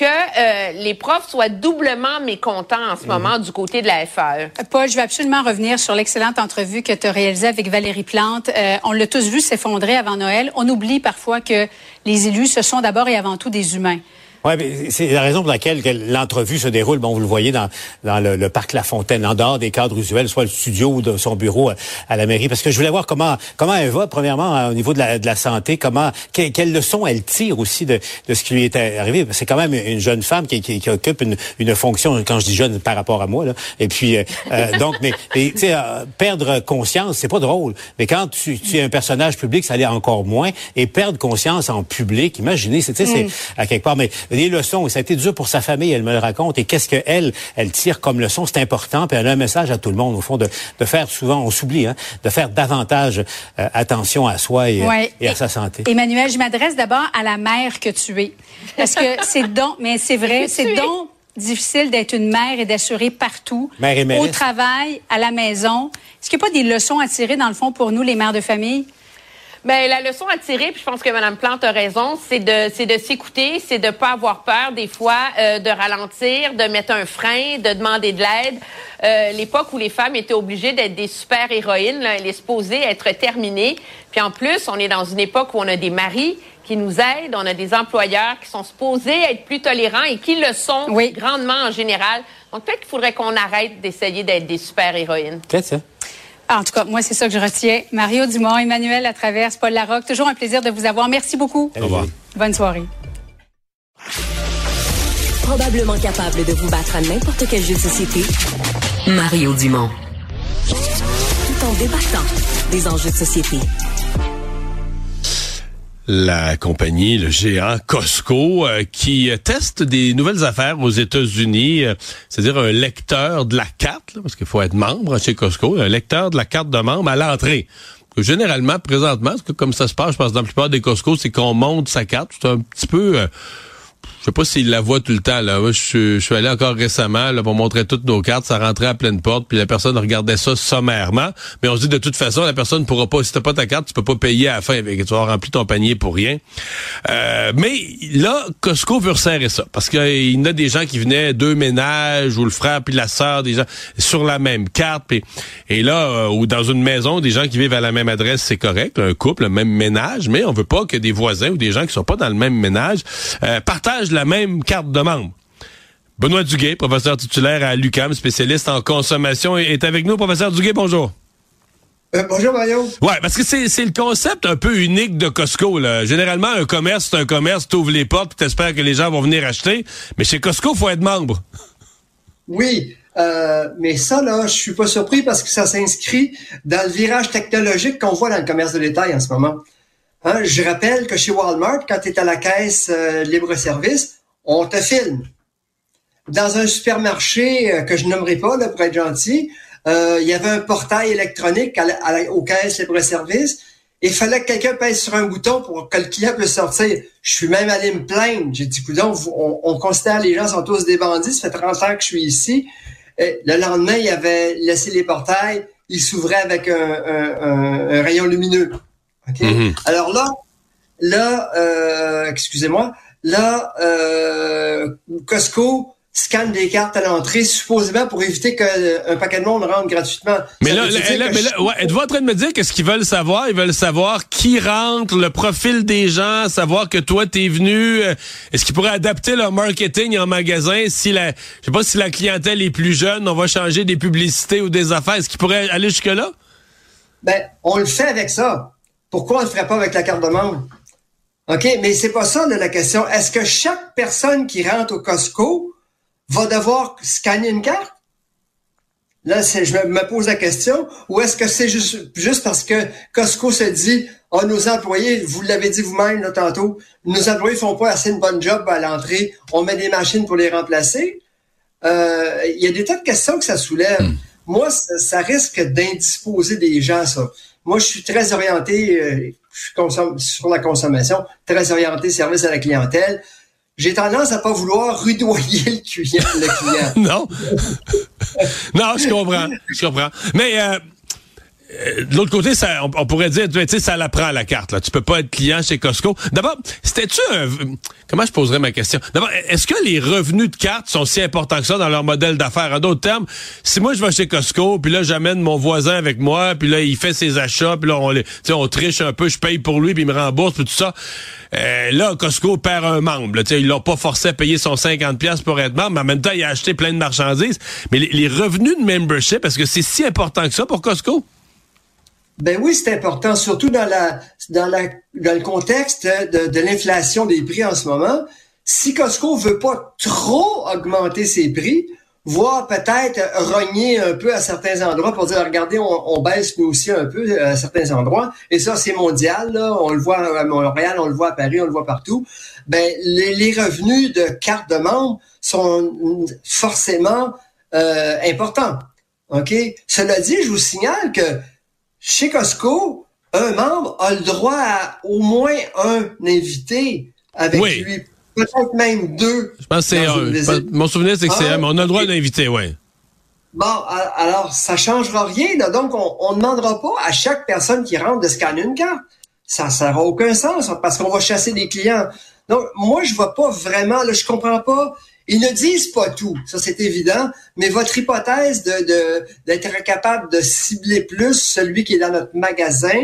que les profs soient doublement mécontents en ce moment du côté de la FAE. Paul, je vais absolument revenir sur l'excellente entrevue que tu as réalisée avec Valérie Plante. On l'a tous vu s'effondrer avant Noël. On oublie parfois que les élus, ce sont d'abord et avant tout des humains. Oui, mais c'est la raison pour laquelle l'entrevue se déroule. Bon, vous le voyez dans le parc La Fontaine, en dehors des cadres usuels, soit le studio ou de son bureau à la mairie. Parce que je voulais voir comment elle va, premièrement, au niveau de la santé, quelle leçon elle tire aussi de ce qui lui est arrivé. C'est quand même une jeune femme qui occupe une fonction, quand je dis jeune, par rapport à moi, là. Et puis, donc, mais tu sais, perdre conscience, c'est pas drôle. Mais quand tu es un personnage public, ça l'est encore moins. Et perdre conscience en public, imaginez, c'est à quelque part, mais des leçons, et ça a été dur pour sa famille, elle me le raconte, et qu'est-ce qu'elle tire comme leçon, c'est important, puis elle a un message à tout le monde, au fond, de faire souvent, on s'oublie, de faire davantage attention à soi et à sa santé. Emmanuel, je m'adresse d'abord à la mère que tu es, parce que c'est vrai, c'est donc difficile d'être une mère et d'assurer partout, au travail, à la maison. Est-ce qu'il n'y a pas des leçons à tirer, dans le fond, pour nous, les mères de famille? La leçon à tirer, puis je pense que Mme Plante a raison, c'est de s'écouter, c'est de pas avoir peur des fois, de ralentir, de mettre un frein, de demander de l'aide. L'époque où les femmes étaient obligées d'être des super-héroïnes, là, elle est supposée être terminée. Puis en plus, on est dans une époque où on a des maris qui nous aident, on a des employeurs qui sont supposés être plus tolérants et qui le sont grandement en général. Donc peut-être qu'il faudrait qu'on arrête d'essayer d'être des super-héroïnes. Peut-être ça. En tout cas, moi, c'est ça que je retiens. Mario Dumont, Emmanuel Latraverse, Paul Larocque, toujours un plaisir de vous avoir. Merci beaucoup. Au revoir. Bonne soirée. Probablement capable de vous battre à n'importe quel jeu de société, Mario Dumont. Tout en débattant des enjeux de société. La compagnie, le géant Costco, qui teste des nouvelles affaires aux États-Unis, c'est-à-dire un lecteur de la carte, là, parce qu'il faut être membre chez Costco, un lecteur de la carte de membre à l'entrée. Généralement, présentement, parce que comme ça se passe, je pense, dans la plupart des Costco, c'est qu'on monte sa carte. C'est un petit peu... je sais pas s'il la voit tout le temps, là. Moi, je suis allé encore récemment, là, pour montrer toutes nos cartes. Ça rentrait à pleine porte, puis la personne regardait ça sommairement. Mais on se dit, de toute façon, la personne ne pourra pas, si t'as pas ta carte, tu peux pas payer à la fin. Tu vas remplir ton panier pour rien. Mais là, Costco veut resserrer ça. Parce qu'il y en a des gens qui venaient, 2 ménages, ou le frère puis la sœur, des gens, sur la même carte. Et là, ou dans une maison, des gens qui vivent à la même adresse, c'est correct. Un couple, le même ménage. Mais on veut pas que des voisins ou des gens qui sont pas dans le même ménage partagent la même carte de membre. Benoît Duguay, professeur titulaire à l'UQAM, spécialiste en consommation, est avec nous. Professeur Duguay, bonjour. Bonjour Mario. Ouais, parce que c'est le concept un peu unique de Costco, là. Généralement, un commerce, c'est un commerce, t'ouvres les portes et t'espères que les gens vont venir acheter. Mais chez Costco, faut être membre. Oui, mais ça, là, je suis pas surpris parce que ça s'inscrit dans le virage technologique qu'on voit dans le commerce de détail en ce moment. Hein, je rappelle que chez Walmart, quand tu es à la caisse libre-service, on te filme. Dans un supermarché que je nommerai pas, là, pour être gentil, il y avait un portail électronique aux caisses libre-service. Il fallait que quelqu'un pèse sur un bouton pour que le client puisse sortir. Je suis même allé me plaindre. J'ai dit, coudonc, on considère les gens sont tous des bandits. Ça fait 30 ans que je suis ici. Et le lendemain, il avait laissé les portails. Il s'ouvrait avec un rayon lumineux. Okay? Mm-hmm. Alors là, excusez-moi. Là, Costco scanne des cartes à l'entrée, supposément pour éviter qu'un paquet de monde rentre gratuitement. Mais là, êtes-vous en train de me dire qu'est-ce qu'ils veulent savoir? Ils veulent savoir qui rentre, le profil des gens, savoir que toi, t'es venu. Est-ce qu'ils pourraient adapter leur marketing en magasin si je sais pas si la clientèle est plus jeune, on va changer des publicités ou des affaires. Est-ce qu'ils pourraient aller jusque-là? Ben, on le fait avec ça. Pourquoi on le ferait pas avec la carte de membre? OK, mais c'est pas ça, là, la question. Est-ce que chaque personne qui rentre au Costco va devoir scanner une carte? Là, je me pose la question. Ou est-ce que c'est juste parce que Costco se dit, nos employés, vous l'avez dit vous-même là, tantôt, nos employés font pas assez une bonne job à l'entrée, on met des machines pour les remplacer? Il y a des tas de questions que ça soulève. Moi, ça risque d'indisposer des gens, ça. Moi, je suis très orienté, sur la consommation, très orienté service à la clientèle. J'ai tendance à pas vouloir rudoyer le client. Non. Non, je comprends. Mais de l'autre côté, on pourrait dire, tu sais, ça l'apprend la carte, là. Tu peux pas être client chez Costco. D'abord, comment je poserais ma question? D'abord, est-ce que les revenus de carte sont si importants que ça dans leur modèle d'affaires? En d'autres termes, si moi je vais chez Costco, puis là j'amène mon voisin avec moi, puis là il fait ses achats, puis là on triche un peu, je paye pour lui, puis il me rembourse, puis tout ça. Là, Costco perd un membre. Là, ils l'ont pas forcé à payer son 50$ pour être membre, mais en même temps, il a acheté plein de marchandises. Mais les revenus de membership, est-ce que c'est si important que ça pour Costco? Ben oui, c'est important, surtout dans le contexte de l'inflation des prix en ce moment. Si Costco veut pas trop augmenter ses prix, voire peut-être rogner un peu à certains endroits pour dire, regardez, on baisse nous aussi un peu à certains endroits. Et ça, c'est mondial, là. On le voit à Montréal, on le voit à Paris, on le voit partout. Ben, les revenus de carte de membre sont forcément importants. OK? Cela dit, je vous signale que chez Costco, un membre a le droit à au moins un invité avec lui. Peut-être même deux. Je pense que c'est un. Mon souvenir, c'est que c'est un, mais on a le droit d'inviter, oui. Bon, alors, ça changera rien, là. Donc, on ne demandera pas à chaque personne qui rentre de scanner une carte. Ça n'aura aucun sens, parce qu'on va chasser des clients. Donc, moi, je vois pas vraiment, là, je comprends pas. Ils ne disent pas tout, ça c'est évident, mais votre hypothèse d'être capable de cibler plus celui qui est dans notre magasin,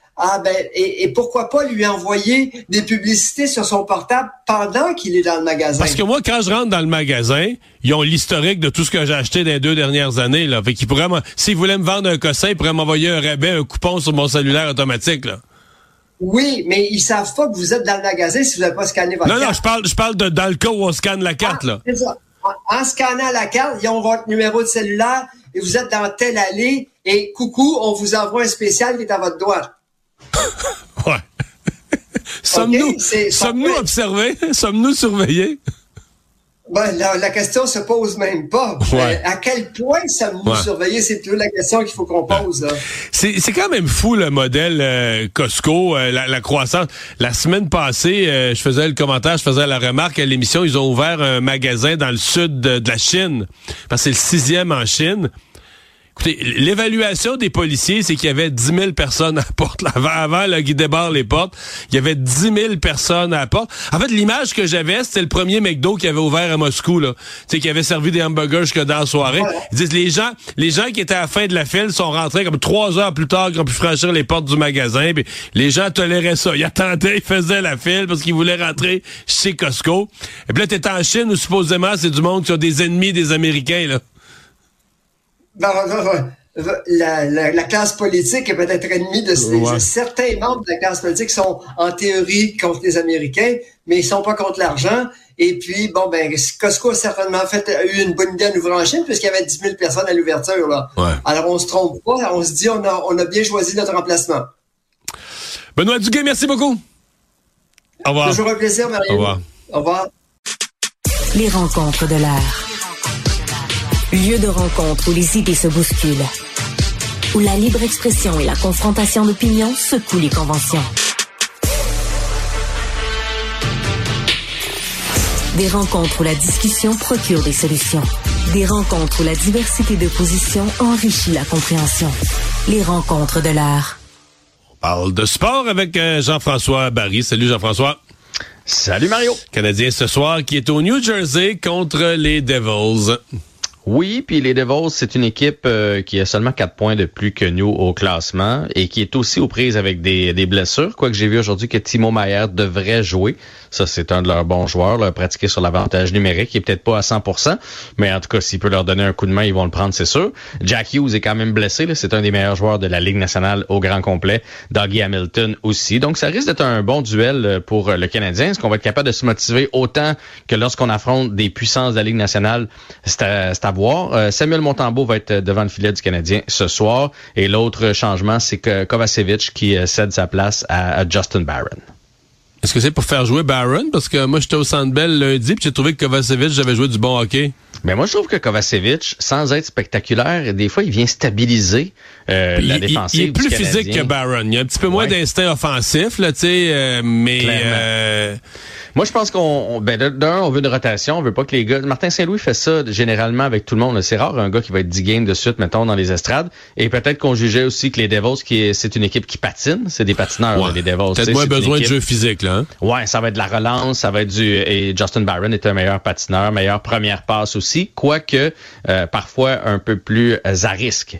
et pourquoi pas lui envoyer des publicités sur son portable pendant qu'il est dans le magasin? Parce que moi, quand je rentre dans le magasin, ils ont l'historique de tout ce que j'ai acheté dans les 2 dernières années, là. Fait qu'ils pourraient, s'ils voulaient me vendre un cossin, ils pourraient m'envoyer un rabais, un coupon sur mon cellulaire automatique, là. Oui, mais ils savent pas que vous êtes dans le magasin si vous n'avez pas scanné votre carte. Non, je parle dans le cas où on scanne la carte, là. C'est ça. En scannant la carte, ils ont votre numéro de cellulaire et vous êtes dans telle allée et coucou, on vous envoie un spécial qui est à votre droite. Ouais. Sommes-nous observés? Sommes-nous surveillés? Ben, la question se pose même pas. Ouais. À quel point sommes-nous surveillés? C'est toujours la question qu'il faut qu'on pose. Là. C'est quand même fou le modèle Costco, la croissance. La semaine passée, je faisais la remarque à l'émission, ils ont ouvert un magasin dans le sud de la Chine, parce que c'est le 6e en Chine. Écoutez, l'évaluation des policiers, c'est qu'il y avait 10 000 personnes à la porte. Avant qu'ils débarrent les portes, il y avait 10 000 personnes à la porte. En fait, l'image que j'avais, c'était le premier McDo qui avait ouvert à Moscou, là. Tu sais, qui avait servi des hamburgers jusque dans la soirée. Ils disent, les gens qui étaient à la fin de la file sont rentrés comme 3 heures plus tard qu'ils ont pu franchir les portes du magasin. Puis les gens toléraient ça. Ils attendaient, ils faisaient la file parce qu'ils voulaient rentrer chez Costco. Et puis là, t'es en Chine où supposément c'est du monde qui ont des ennemis des Américains, là. Non. la classe politique est peut-être ennemie de certains membres de la classe politique qui sont en théorie contre les Américains, mais ils sont pas contre l'argent. Et puis, Costco a certainement eu une bonne idée en ouvrant en Chine, puisqu'il y avait 10 000 personnes à l'ouverture, là. Ouais. Alors, on se trompe pas, on se dit, on a bien choisi notre emplacement. Benoît Duguay, merci beaucoup. Au revoir. Toujours un plaisir, Marie. Au revoir. Au revoir. Les rencontres de l'art. Lieu de rencontre où les idées se bousculent. Où la libre expression et la confrontation d'opinions secouent les conventions. Des rencontres où la discussion procure des solutions. Des rencontres où la diversité de positions enrichit la compréhension. Les rencontres de l'art. On parle de sport avec Jean-François Barry. Salut Jean-François. Salut Mario. Canadien ce soir qui est au New Jersey contre les Devils. Oui, puis les Devils, c'est une équipe qui a seulement 4 points de plus que nous au classement et qui est aussi aux prises avec des blessures. Quoique j'ai vu aujourd'hui que Timo Meier devrait jouer. Ça, c'est un de leurs bons joueurs, là, pratiqué sur l'avantage numérique. Il est peut-être pas à 100%, mais en tout cas, s'il peut leur donner un coup de main, ils vont le prendre, c'est sûr. Jack Hughes est quand même blessé. Là. C'est un des meilleurs joueurs de la Ligue nationale au grand complet. Dougie Hamilton aussi. Donc, ça risque d'être un bon duel pour le Canadien. Est-ce qu'on va être capable de se motiver autant que lorsqu'on affronte des puissances de la Ligue nationale? C'est à voir. Samuel Montembeault va être devant le filet du Canadien ce soir. Et l'autre changement, c'est que Kovacevic qui cède sa place à Justin Barron. Est-ce que c'est pour faire jouer Barron? Parce que moi, j'étais au Centre Bell lundi, puis j'ai trouvé que Kovacevic, j'avais joué du bon hockey. Mais moi, je trouve que Kovacevic, sans être spectaculaire, des fois, il vient stabiliser la défensive. Il est plus physique que Barron. Il y a un petit peu moins d'instinct offensif, là, tu sais, mais... Moi, je pense on veut une rotation. On veut pas que les gars... Martin Saint-Louis fait ça généralement avec tout le monde. C'est rare un gars qui va être 10 games de suite, mettons, dans les estrades. Et peut-être qu'on jugeait aussi que les Devils, c'est une équipe qui patine. C'est des patineurs, les Devils. Peut-être moins besoin de jeu physique, là. Hein? Ouais, ça va être de la relance, ça va être et Justin Barron est un meilleur patineur, meilleure première passe aussi. Quoique, parfois, un peu plus à risque.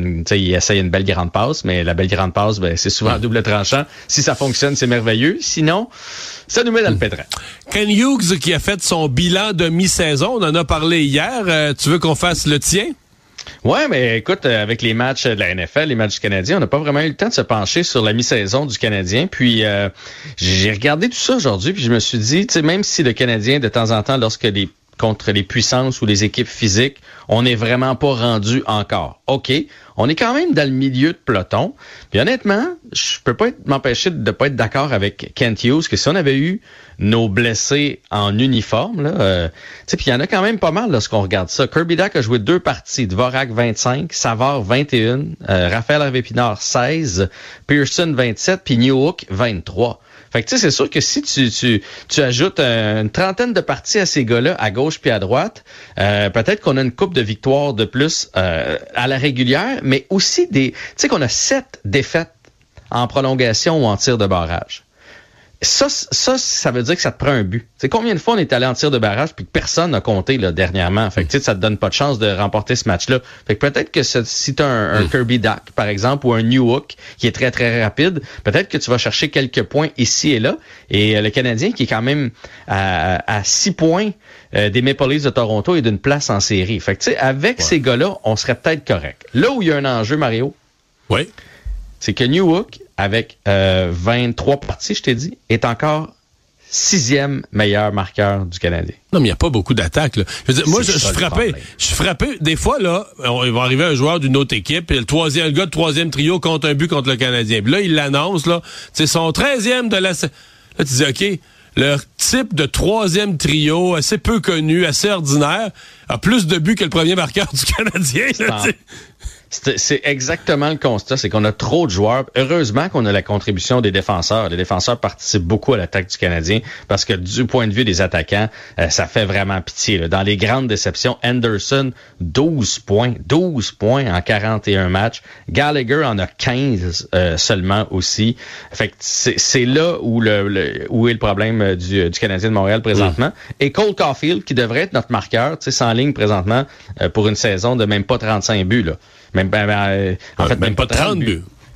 Il essaye une belle grande passe, mais la belle grande passe, c'est souvent à double tranchant. Si ça fonctionne, c'est merveilleux. Sinon, ça nous met dans le pétrin. Ken Hughes qui a fait son bilan de mi-saison, on en a parlé hier. Tu veux qu'on fasse le tien? Ouais, mais écoute, avec les matchs de la NFL, les matchs du Canadien, on n'a pas vraiment eu le temps de se pencher sur la mi-saison du Canadien. Puis j'ai regardé tout ça aujourd'hui, puis je me suis dit, tu sais, même si le Canadien, de temps en temps, contre les puissances ou les équipes physiques, on n'est vraiment pas rendu encore. OK, on est quand même dans le milieu de peloton. Puis honnêtement, je peux pas m'empêcher de pas être d'accord avec Kent Hughes que si on avait eu nos blessés en uniforme, là, tu sais, puis il y en a quand même pas mal lorsqu'on regarde ça. Kirby Dach a joué 2 parties, Dvorak 25, Savard 21, Raphaël Harvey-Pinard 16, Pearson 27, puis Newhook 23. Fait que tu sais, c'est sûr que si tu ajoutes une trentaine de parties à ces gars-là, à gauche puis à droite, peut-être qu'on a une coupe de victoires de plus à la régulière, mais aussi tu sais qu'on a 7 défaites en prolongation ou en tir de barrage. Ça veut dire que ça te prend un but. C'est combien de fois on est allé en tir de barrage puis que personne n'a compté là dernièrement. Fait que tu sais, ça te donne pas de chance de remporter ce match-là. Fait que peut-être que si tu as un Kirby Dach, par exemple, ou un Newhook qui est très très rapide, peut-être que tu vas chercher quelques points ici et là. Et le Canadien qui est quand même à 6 points des Maple Leafs de Toronto et d'une place en série. Fait que tu sais, avec ces gars-là, on serait peut-être correct. Là où il y a un enjeu, Mario, c'est que Newhook, avec 23 parties, je t'ai dit, est encore 6e meilleur marqueur du Canadien. Non, mais il n'y a pas beaucoup d'attaques, là. Je veux dire, moi, je suis frappé. Des fois, là, il va arriver un joueur d'une autre équipe, et le gars de 3e trio compte un but contre le Canadien. Puis là, il l'annonce, là, c'est son 13e de la... Là, tu dis, OK, leur type de 3e trio, assez peu connu, assez ordinaire, a plus de buts que le premier marqueur du Canadien, là, C'est exactement le constat, c'est qu'on a trop de joueurs. Heureusement qu'on a la contribution des défenseurs. Les défenseurs participent beaucoup à l'attaque du Canadien parce que du point de vue des attaquants, ça fait vraiment pitié. Là. Dans les grandes déceptions, Anderson, 12 points en 41 matchs. Gallagher en a 15 seulement aussi. Fait que c'est là où est le problème du Canadien de Montréal présentement. Et Cole Caulfield, qui devrait être notre marqueur, tu sais, c'est en ligne présentement pour une saison de même pas 35 buts, là. Même pas 30 buts.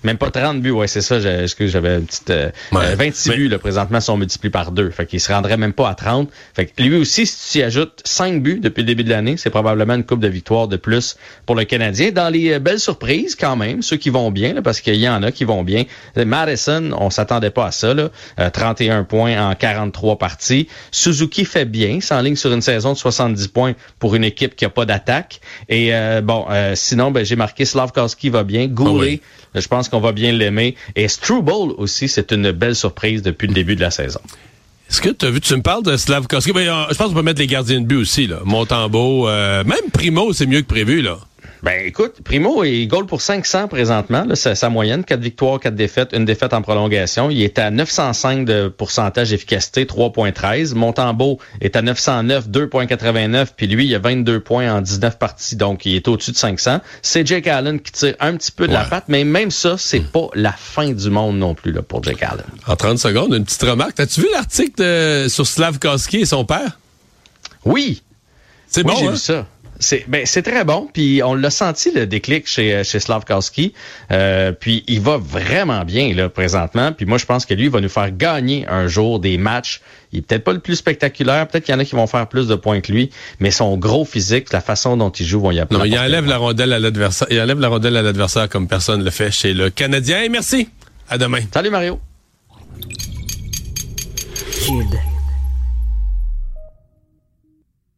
Même pas 30 buts, ouais, c'est ça. J'avais une petite 26 buts là, présentement sont multipliés par 2. Fait qu'il se rendrait même pas à 30. Fait que lui aussi, si tu y ajoutes 5 buts depuis le début de l'année, c'est probablement une coupe de victoire de plus pour le Canadien. Dans les belles surprises, quand même, ceux qui vont bien, là, parce qu'il y en a qui vont bien. Madison, on s'attendait pas à ça, là. 31 points en 43 parties. Suzuki fait bien, s'enligne sur une saison de 70 points pour une équipe qui a pas d'attaque. Et sinon, j'ai marqué Slavkovski va bien. Goulet, je pense qu'on va bien l'aimer. Et Struble aussi, c'est une belle surprise depuis le début de la saison. Est-ce que tu as vu, tu me parles de Slavkovski, je pense qu'on peut mettre les gardiens de but aussi, là. Montembeault, même Primo, c'est mieux que prévu, là. Ben écoute, Primo est goal pour 500 présentement, là, c'est sa moyenne, 4 victoires, 4 défaites, une défaite en prolongation. Il est à 905 de pourcentage d'efficacité, 3.13. Montembeault est à 909, 2.89, puis lui, il a 22 points en 19 parties, donc il est au-dessus de 500. C'est Jake Allen qui tire un petit peu de la patte, mais même ça, c'est pas la fin du monde non plus là pour Jake Allen. En 30 secondes, une petite remarque. As-tu vu l'article sur Slavkovski et son père? Oui. C'est bon, j'ai hein? vu ça. C'est très bon, puis on l'a senti le déclic chez Slavkovski, puis il va vraiment bien là présentement, puis moi je pense que lui il va nous faire gagner un jour des matchs. Il est peut-être pas le plus spectaculaire, peut-être qu'il y en a qui vont faire plus de points que lui, mais son gros physique, la façon dont il joue, vont y apporter. Non, il enlève la rondelle à l'adversaire. Il enlève la rondelle à l'adversaire comme personne le fait chez le Canadien. Et merci. À demain. Salut Mario. Cube.